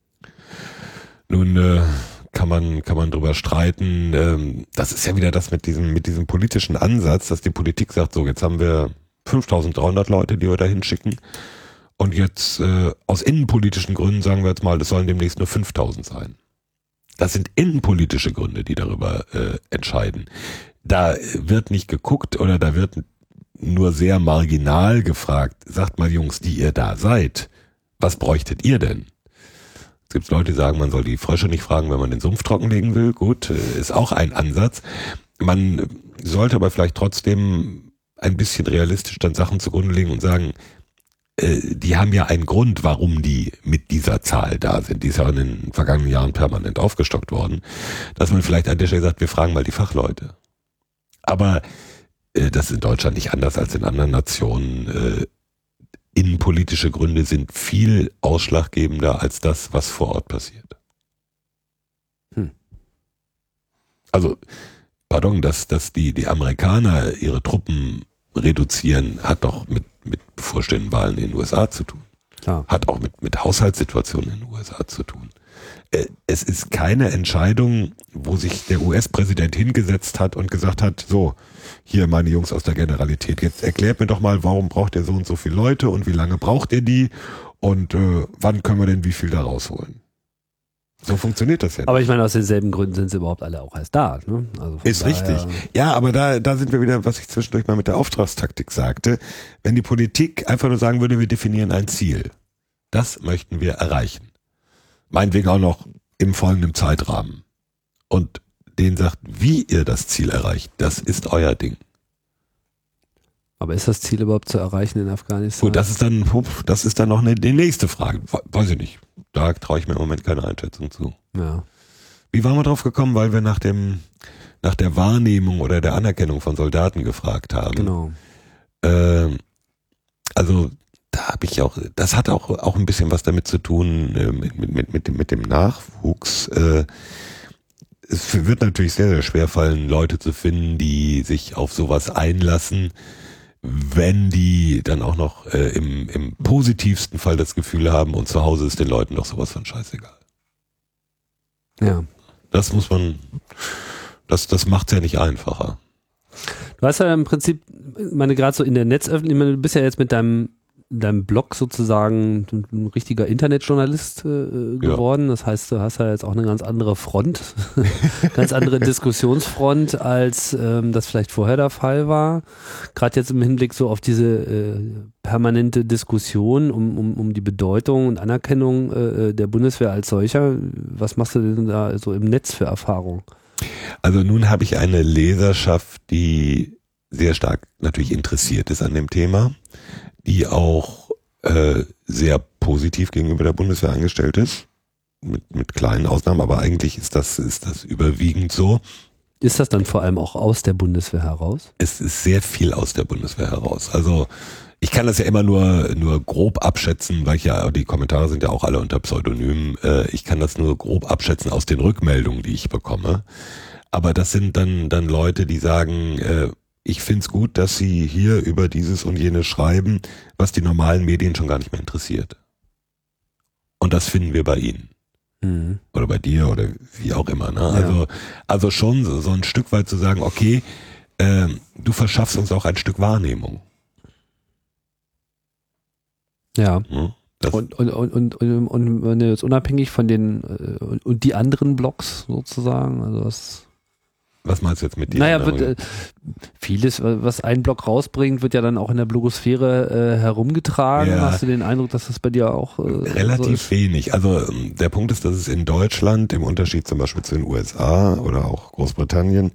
Nun kann man drüber streiten. Das ist ja wieder das mit diesem politischen Ansatz, dass die Politik sagt, so jetzt haben wir 5.300 Leute, die wir da hinschicken. Und jetzt aus innenpolitischen Gründen sagen wir jetzt mal, das sollen demnächst nur 5.000 sein. Das sind innenpolitische Gründe, die darüber entscheiden. Da wird nicht geguckt oder da wird nur sehr marginal gefragt, sagt mal Jungs, die ihr da seid, was bräuchtet ihr denn? Es gibt Leute, die sagen, man soll die Frösche nicht fragen, wenn man den Sumpf trockenlegen will. Gut, ist auch ein Ansatz. Man sollte aber vielleicht trotzdem ein bisschen realistisch dann Sachen zugrunde legen und sagen, die haben ja einen Grund, warum die mit dieser Zahl da sind. Die ist ja in den vergangenen Jahren permanent aufgestockt worden. Dass man vielleicht an der Stelle sagt, wir fragen mal die Fachleute. Aber das ist in Deutschland nicht anders als in anderen Nationen. Innenpolitische Gründe sind viel ausschlaggebender als das, was vor Ort passiert. Also, pardon, dass die Amerikaner ihre Truppen reduzieren, hat doch mit bevorstehenden Wahlen in den USA zu tun. Klar. Hat auch mit Haushaltssituationen in den USA zu tun. Es ist keine Entscheidung, wo sich der US-Präsident hingesetzt hat und gesagt hat, so, hier meine Jungs aus der Generalität, jetzt erklärt mir doch mal, warum braucht ihr so und so viele Leute und wie lange braucht ihr die und wann können wir denn wie viel da rausholen? So funktioniert das ja nicht. Aber ich meine, aus denselben Gründen sind sie überhaupt alle auch erst da. Ne? Also ist richtig. Ja, aber da sind wir wieder, was ich zwischendurch mal mit der Auftragstaktik sagte. Wenn die Politik einfach nur sagen würde, wir definieren ein Ziel. Das möchten wir erreichen. Meinetwegen auch noch im folgenden Zeitrahmen. Und denen sagt, wie ihr das Ziel erreicht, das ist euer Ding. Aber ist das Ziel überhaupt zu erreichen in Afghanistan? Gut, das ist dann noch die nächste Frage. Weiß ich nicht. Da traue ich mir im Moment keine Einschätzung zu. Ja. Wie waren wir drauf gekommen? Weil wir nach der Wahrnehmung oder der Anerkennung von Soldaten gefragt haben. Genau. Also da habe ich auch, das hat auch ein bisschen was damit zu tun mit dem Nachwuchs. Es wird natürlich sehr, sehr schwer fallen, Leute zu finden, die sich auf sowas einlassen, wenn die dann auch noch im positivsten Fall das Gefühl haben und zu Hause ist den Leuten doch sowas von scheißegal. Ja. Das muss man, das macht's ja nicht einfacher. Du hast ja im Prinzip, gerade so in der Netzöffentlichkeit, du bist ja jetzt mit deinem Blog sozusagen ein richtiger Internetjournalist geworden. Ja. Das heißt, du hast ja jetzt auch eine ganz andere Front, ganz andere Diskussionsfront, als das vielleicht vorher der Fall war. Gerade jetzt im Hinblick so auf diese permanente Diskussion um die Bedeutung und Anerkennung der Bundeswehr als solcher. Was machst du denn da so im Netz für Erfahrungen? Also nun habe ich eine Leserschaft, die sehr stark natürlich interessiert ist an dem Thema, die auch sehr positiv gegenüber der Bundeswehr eingestellt ist, mit kleinen Ausnahmen, aber eigentlich ist das überwiegend so. Ist das dann vor allem auch aus der Bundeswehr heraus? Es ist sehr viel aus der Bundeswehr heraus. Also ich kann das ja immer nur grob abschätzen, weil die Kommentare sind ja auch alle unter Pseudonym. Ich kann das nur grob abschätzen aus den Rückmeldungen, die ich bekomme. Aber das sind dann Leute, die sagen, ich find's gut, dass Sie hier über dieses und jenes schreiben, was die normalen Medien schon gar nicht mehr interessiert. Und das finden wir bei Ihnen. Mhm. Oder bei dir oder wie auch immer. Ne? Ja. Also schon so ein Stück weit zu sagen, okay, du verschaffst uns auch ein Stück Wahrnehmung. Ja. Und wenn du jetzt unabhängig von den und die anderen Blogs sozusagen, also was meinst du jetzt mit dir? Naja, vieles, was ein Blog rausbringt, wird ja dann auch in der Blogosphäre herumgetragen. Ja. Hast du den Eindruck, dass das bei dir auch relativ so ist? Wenig. Also der Punkt ist, dass es in Deutschland, im Unterschied zum Beispiel zu den USA oder auch Großbritannien,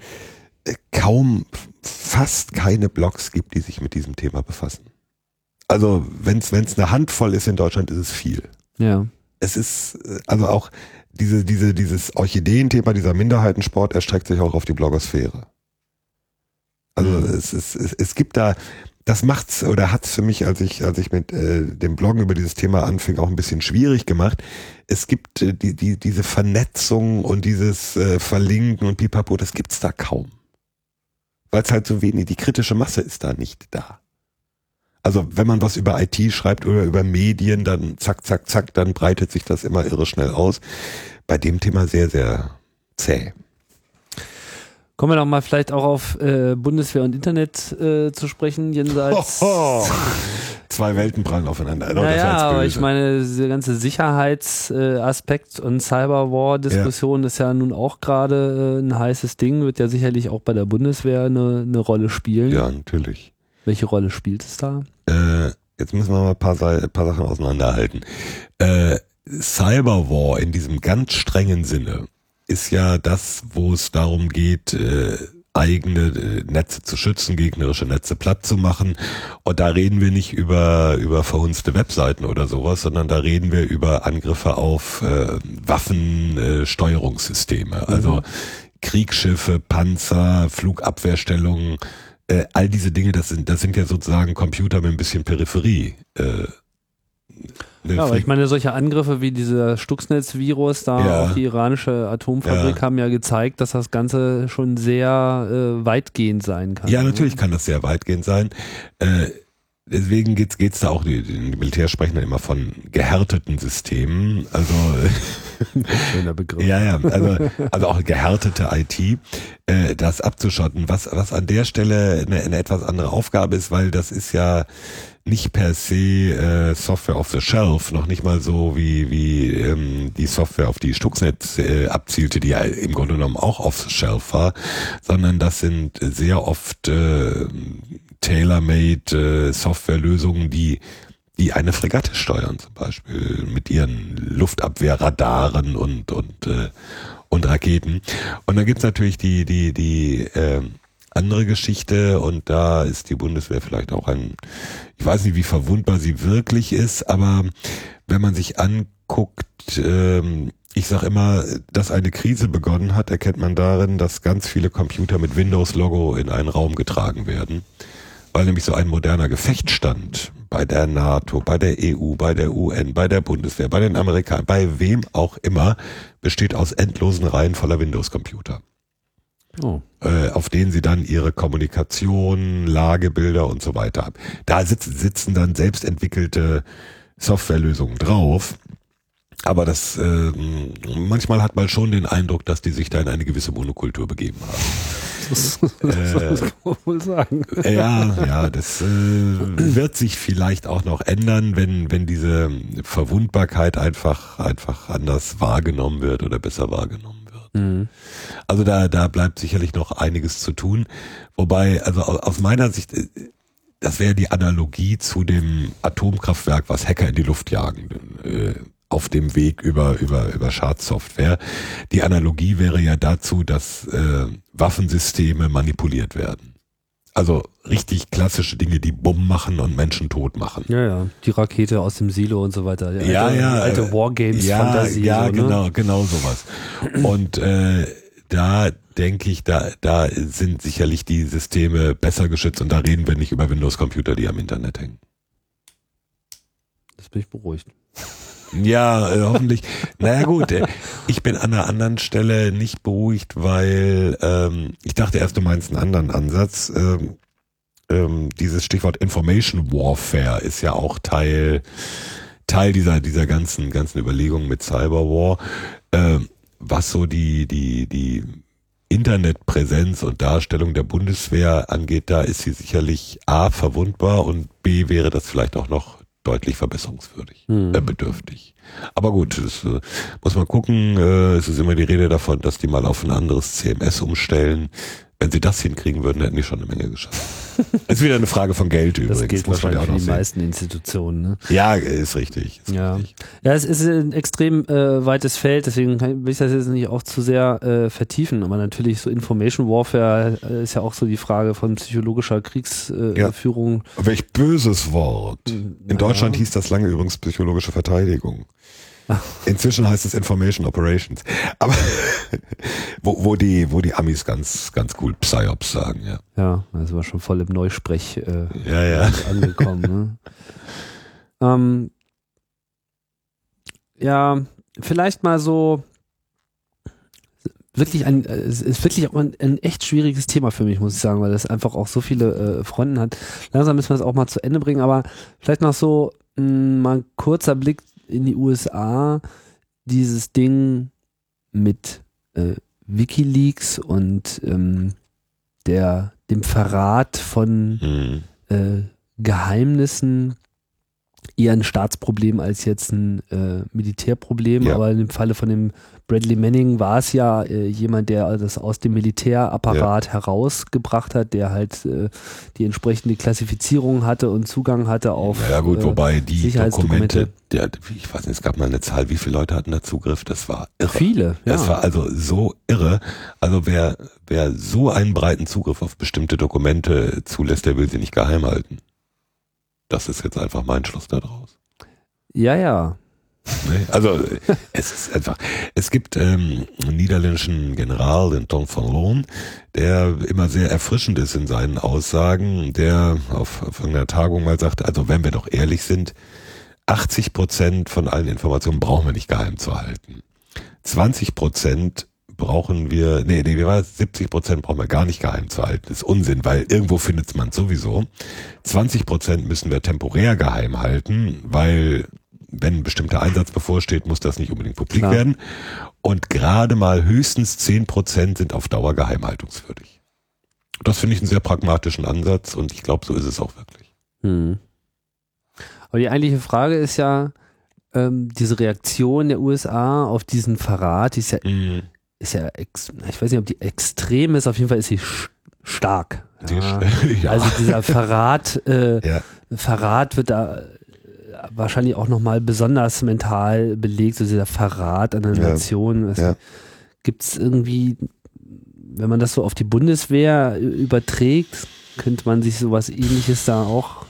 fast keine Blogs gibt, die sich mit diesem Thema befassen. Also wenn es eine Handvoll ist in Deutschland, ist es viel. Ja. Es ist also auch dieses Orchideenthema, dieser Minderheitensport erstreckt sich auch auf die Blogosphäre. Also es gibt da, das macht's oder hat's für mich, als ich mit dem Bloggen über dieses Thema anfing, auch ein bisschen schwierig gemacht. Es gibt diese Vernetzung und dieses Verlinken und Pipapo, das gibt's da kaum. Weil es halt so wenig, die kritische Masse ist da nicht da. Also wenn man was über IT schreibt oder über Medien, dann zack, zack, zack, dann breitet sich das immer irre schnell aus. Bei dem Thema sehr, sehr zäh. Kommen wir doch mal vielleicht auch auf Bundeswehr und Internet zu sprechen, jenseits. Zwei Welten prallen aufeinander. Naja, aber ich meine, dieser ganze Sicherheitsaspekt und Cyberwar-Diskussion ist ja nun auch gerade ein heißes Ding, wird ja sicherlich auch bei der Bundeswehr eine Rolle spielen. Ja, natürlich. Welche Rolle spielt es da? Jetzt müssen wir mal ein paar Sachen auseinanderhalten. Cyberwar in diesem ganz strengen Sinne ist ja das, wo es darum geht, eigene Netze zu schützen, gegnerische Netze platt zu machen. Und da reden wir nicht über verhunzte Webseiten oder sowas, sondern da reden wir über Angriffe auf Waffensteuerungssysteme. Also Kriegsschiffe, Panzer, Flugabwehrstellungen, all diese Dinge, das sind ja sozusagen Computer mit ein bisschen Peripherie. Ja, aber ich meine, solche Angriffe wie dieser Stuxnet-Virus da auf die iranische Atomfabrik haben ja gezeigt, dass das Ganze schon sehr weitgehend sein kann. Ja, natürlich kann das sehr weitgehend sein. Deswegen geht's da auch, die Militär sprechen ja immer von gehärteten Systemen, also schöner Begriff. Ja, also auch gehärtete IT, das abzuschotten, was an der Stelle eine etwas andere Aufgabe ist, weil das ist ja nicht per se Software off the shelf, noch nicht mal so wie die Software, auf die Stuxnet abzielte, die ja im Grunde genommen auch off the shelf war, sondern das sind sehr oft tailor-made Softwarelösungen, die eine Fregatte steuern, zum Beispiel mit ihren Luftabwehrradaren und und Raketen. Und dann gibt's natürlich die andere Geschichte, und da ist die Bundeswehr vielleicht auch ich weiß nicht, wie verwundbar sie wirklich ist, aber wenn man sich anguckt, ich sag immer, dass eine Krise begonnen hat, erkennt man darin, dass ganz viele Computer mit Windows-Logo in einen Raum getragen werden, weil nämlich so ein moderner Gefechtsstand bei der NATO, bei der EU, bei der UN, bei der Bundeswehr, bei den Amerikanern, bei wem auch immer, besteht aus endlosen Reihen voller Windows-Computer. Oh. Auf denen sie dann ihre Kommunikation, Lagebilder und so weiter haben. Da sitzen dann selbst entwickelte Softwarelösungen drauf. Aber das manchmal hat man schon den Eindruck, dass die sich da in eine gewisse Monokultur begeben haben. Das kann man wohl sagen. Ja, das wird sich vielleicht auch noch ändern, wenn diese Verwundbarkeit einfach anders wahrgenommen wird oder besser wahrgenommen wird. Mhm. Also da bleibt sicherlich noch einiges zu tun. Wobei, also aus meiner Sicht, das wäre die Analogie zu dem Atomkraftwerk, was Hacker in die Luft jagen, auf dem Weg über Schadsoftware. Die Analogie wäre ja dazu, dass Waffensysteme manipuliert werden. Also richtig klassische Dinge, die Bumm machen und Menschen tot machen. Ja, die Rakete aus dem Silo und so weiter. Alte Wargames-Fantasie. Ja, so, genau sowas. Und da denke ich, da sind sicherlich die Systeme besser geschützt, und da reden wir nicht über Windows-Computer, die am Internet hängen. Das bin ich beruhigt. Ja, hoffentlich. Naja gut, ich bin an einer anderen Stelle nicht beruhigt, weil ich dachte erst, du meinst einen anderen Ansatz. Dieses Stichwort Information Warfare ist ja auch Teil dieser ganzen Überlegungen mit Cyberwar. Was so die Internetpräsenz und Darstellung der Bundeswehr angeht, da ist sie sicherlich A, verwundbar, und B, wäre das vielleicht auch noch deutlich verbesserungswürdig, bedürftig. Aber gut, das muss man gucken. Es ist immer die Rede davon, dass die mal auf ein anderes CMS umstellen. Wenn sie das hinkriegen würden, hätten die schon eine Menge geschafft. Ist wieder eine Frage von Geld übrigens. Das gilt wahrscheinlich für die meisten Institutionen. Ne? Ja, ist richtig. Ja, es ist ein extrem weites Feld, deswegen will ich das jetzt nicht auch zu sehr vertiefen. Aber natürlich so Information Warfare ist ja auch so die Frage von psychologischer Kriegsführung. Welch böses Wort. In Deutschland hieß das lange übrigens psychologische Verteidigung. Inzwischen heißt es Information Operations. Aber wo die Amis ganz cool Psyops sagen, ja. Ja, also war schon voll im Neusprech angekommen. Ne? Ja, vielleicht mal so es ist wirklich auch ein echt schwieriges Thema für mich, muss ich sagen, weil das einfach auch so viele Fronten hat. Langsam müssen wir es auch mal zu Ende bringen, aber vielleicht noch so mal ein kurzer Blick in die USA, dieses Ding mit WikiLeaks und dem Verrat von Geheimnissen, eher ein Staatsproblem als jetzt ein Militärproblem, Ja. aber in dem Falle von dem Bradley Manning war es ja jemand, der das aus dem Militärapparat herausgebracht hat, der halt die entsprechende Klassifizierung hatte und Zugang hatte auf wobei die Sicherheitsdokumente. Dokumente, ich weiß nicht, es gab mal eine Zahl, wie viele Leute hatten da Zugriff, das war irre. Viele, ja. Das war also so irre. Also wer so einen breiten Zugriff auf bestimmte Dokumente zulässt, der will sie nicht geheim halten. Das ist jetzt einfach mein Schluss daraus. Ja. Also es ist einfach, es gibt einen niederländischen General, den Tom van Loon, der immer sehr erfrischend ist in seinen Aussagen, der auf einer Tagung mal sagte, also wenn wir doch ehrlich sind, 80% von allen Informationen brauchen wir nicht geheim zu halten. 20% brauchen wir, 70% brauchen wir gar nicht geheim zu halten. Das ist Unsinn, weil irgendwo findet man es sowieso. 20% müssen wir temporär geheim halten, weil wenn ein bestimmter Einsatz bevorsteht, muss das nicht unbedingt publik werden. Und gerade mal höchstens 10% sind auf Dauer geheimhaltungswürdig. Das finde ich einen sehr pragmatischen Ansatz, und ich glaube, so ist es auch wirklich. Aber die eigentliche Frage ist ja, diese Reaktion der USA auf diesen Verrat, ist ja, ich weiß nicht, ob die extrem ist, auf jeden Fall ist sie stark. Ja. Also dieser Verrat wird da wahrscheinlich auch nochmal besonders mental belegt, so dieser Verrat an der Nation. Gibt es irgendwie, wenn man das so auf die Bundeswehr überträgt, könnte man sich sowas Ähnliches da auch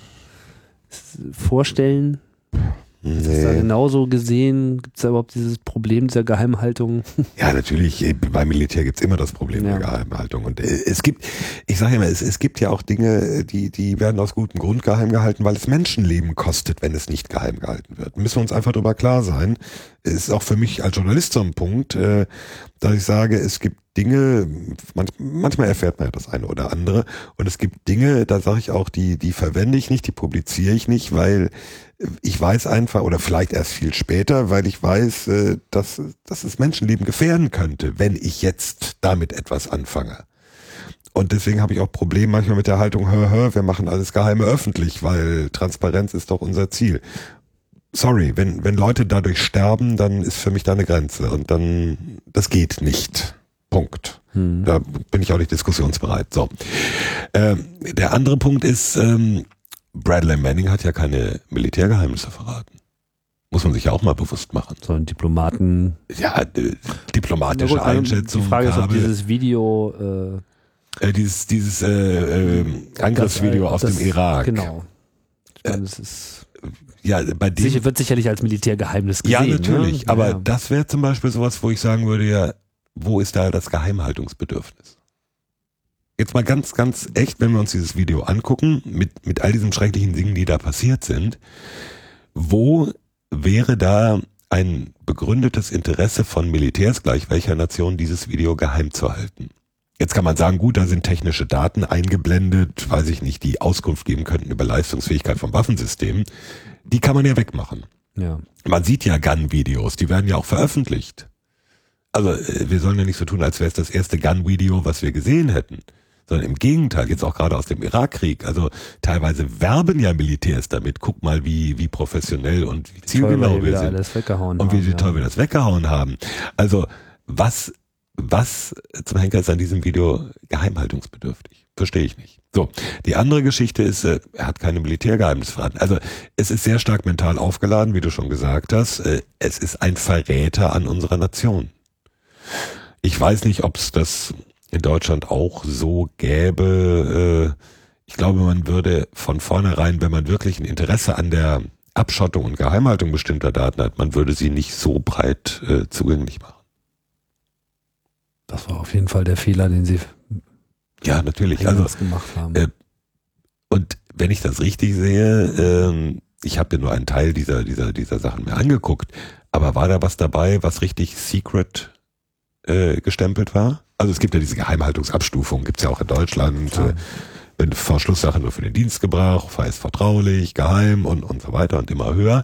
vorstellen? Ist das da genauso gesehen? Gibt es da überhaupt dieses Problem dieser Geheimhaltung? Ja, natürlich. Beim Militär gibt es immer das Problem der Geheimhaltung. Und es gibt, ich sage immer, es gibt ja auch Dinge, die werden aus gutem Grund geheim gehalten, weil es Menschenleben kostet, wenn es nicht geheim gehalten wird. Müssen wir uns einfach darüber klar sein. Es ist auch für mich als Journalist so ein Punkt, dass ich sage, es gibt Dinge, manchmal erfährt man ja das eine oder andere, und es gibt Dinge, da sage ich auch, die verwende ich nicht, die publiziere ich nicht, weil ich weiß einfach, oder vielleicht erst viel später, weil ich weiß, dass es Menschenleben gefährden könnte, wenn ich jetzt damit etwas anfange. Und deswegen habe ich auch Probleme manchmal mit der Haltung, wir machen alles Geheime öffentlich, weil Transparenz ist doch unser Ziel. Sorry, wenn Leute dadurch sterben, dann ist für mich da eine Grenze, und dann, das geht nicht. Punkt. Da bin ich auch nicht diskussionsbereit. So. Der andere Punkt ist, Bradley Manning hat ja keine Militärgeheimnisse verraten. Muss man sich ja auch mal bewusst machen. So ein Diplomaten. Ja, diplomatische Einschätzung. Die Frage ist, ob dieses Video dieses Angriffsvideo aus dem Irak. Genau. Ich meine, das ist ja, bei dem wird sicherlich als Militärgeheimnis gesehen. Ja, natürlich. Ne? Aber das wäre zum Beispiel sowas, wo ich sagen würde, ja, wo ist da das Geheimhaltungsbedürfnis? Jetzt mal ganz, ganz echt, wenn wir uns dieses Video angucken, mit all diesen schrecklichen Dingen, die da passiert sind, wo wäre da ein begründetes Interesse von Militärs gleich welcher Nation, dieses Video geheim zu halten? Jetzt kann man sagen, gut, da sind technische Daten eingeblendet, weiß ich nicht, die Auskunft geben könnten über Leistungsfähigkeit von Waffensystemen. Die kann man ja wegmachen. Ja. Man sieht ja Gun-Videos, die werden ja auch veröffentlicht. Also wir sollen ja nicht so tun, als wäre es das erste Gun-Video, was wir gesehen hätten. Sondern im Gegenteil, jetzt auch gerade aus dem Irakkrieg. Also teilweise werben ja Militärs damit. Guck mal, wie professionell und wie zielgenau wir sind. Und wie toll wir das weggehauen haben. Also was zum Henker ist an diesem Video geheimhaltungsbedürftig? Verstehe ich nicht. So, die andere Geschichte ist, er hat keine Militärgeheimnisse verraten. Also es ist sehr stark mental aufgeladen, wie du schon gesagt hast. Es ist ein Verräter an unserer Nation. Ich weiß nicht, ob es das in Deutschland auch so gäbe. Ich glaube, man würde von vornherein, wenn man wirklich ein Interesse an der Abschottung und Geheimhaltung bestimmter Daten hat, man würde sie nicht so breit zugänglich machen. Das war auf jeden Fall der Fehler, den sie natürlich gemacht haben. Und wenn ich das richtig sehe, ich habe ja nur einen Teil dieser Sachen mir angeguckt, aber war da was dabei, was richtig secret gestempelt war? Also es gibt ja diese Geheimhaltungsabstufung, gibt's ja auch in Deutschland. Verschlusssache nur für den Dienstgebrauch, heißt vertraulich, geheim und so weiter und immer höher.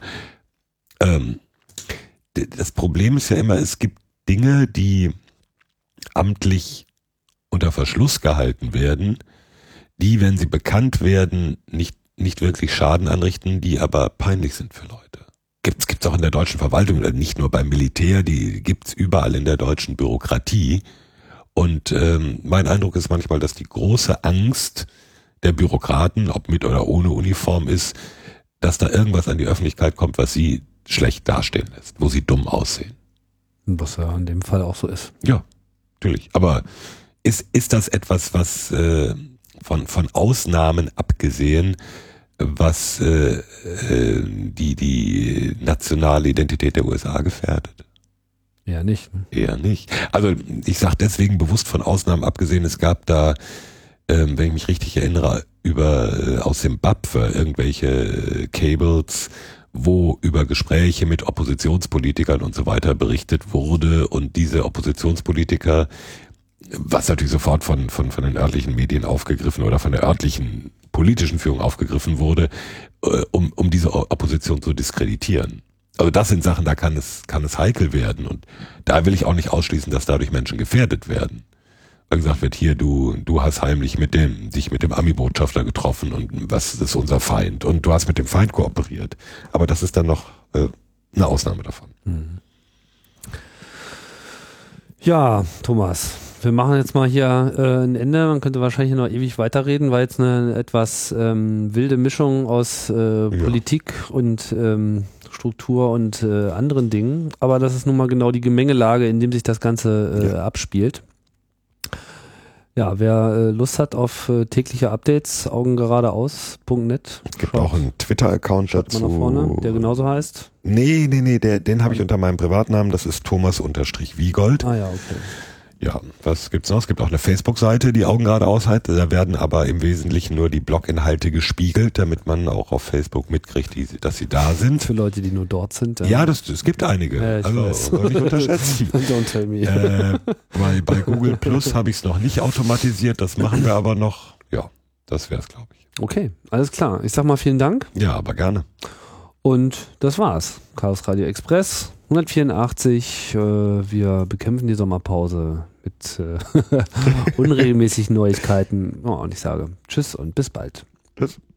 Das Problem ist ja immer, es gibt Dinge, die amtlich unter Verschluss gehalten werden, die, wenn sie bekannt werden, nicht wirklich Schaden anrichten, die aber peinlich sind für Leute. Gibt's auch in der deutschen Verwaltung, nicht nur beim Militär, die gibt's überall in der deutschen Bürokratie. Und mein Eindruck ist manchmal, dass die große Angst der Bürokraten, ob mit oder ohne Uniform ist, dass da irgendwas an die Öffentlichkeit kommt, was sie schlecht dastehen lässt, wo sie dumm aussehen. Was ja in dem Fall auch so ist. Ja, natürlich. Aber ist das etwas, was von Ausnahmen abgesehen, was die nationale Identität der USA gefährdet? Eher nicht. Ne? Eher nicht. Also ich sage deswegen bewusst von Ausnahmen abgesehen, es gab da, wenn ich mich richtig erinnere, aus Zimbabwe irgendwelche Cables, wo über Gespräche mit Oppositionspolitikern und so weiter berichtet wurde, und diese Oppositionspolitiker, was natürlich sofort von den örtlichen Medien aufgegriffen oder von der örtlichen politischen Führung aufgegriffen wurde, um diese Opposition zu diskreditieren. Also das sind Sachen, da kann es heikel werden, und da will ich auch nicht ausschließen, dass dadurch Menschen gefährdet werden. Weil gesagt wird, hier, du hast heimlich dich mit dem Ami-Botschafter getroffen und was ist unser Feind, und du hast mit dem Feind kooperiert. Aber das ist dann noch eine Ausnahme davon. Ja, Thomas, wir machen jetzt mal hier ein Ende. Man könnte wahrscheinlich noch ewig weiterreden, war jetzt eine etwas wilde Mischung aus Politik und Infrastruktur und anderen Dingen. Aber das ist nun mal genau die Gemengelage, in dem sich das Ganze abspielt. Ja, wer Lust hat auf tägliche Updates, augengeradeaus.net. Es gibt auch einen Twitter-Account dazu. Mal nach vorne, der genauso heißt? Nee, den habe ich unter meinem Privatnamen, das ist Thomas_Wiegold. Ah ja, okay. Ja, was gibt's noch? Es gibt auch eine Facebook-Seite, die Augen geradeaus hat. Da werden aber im Wesentlichen nur die Bloginhalte gespiegelt, damit man auch auf Facebook mitkriegt, dass sie da sind. Für Leute, die nur dort sind. Ja, es gibt einige. Ich also weiß. soll nicht unterschätzen. Don't tell me. Bei Google Plus habe ich es noch nicht automatisiert. Das machen wir aber noch. Ja, das wäre es, glaube ich. Okay, alles klar. Ich sag mal vielen Dank. Ja, aber gerne. Und das war's. Chaos Radio Express 184. Wir bekämpfen die Sommerpause mit unregelmäßigen Neuigkeiten. Und ich sage Tschüss und bis bald. Tschüss.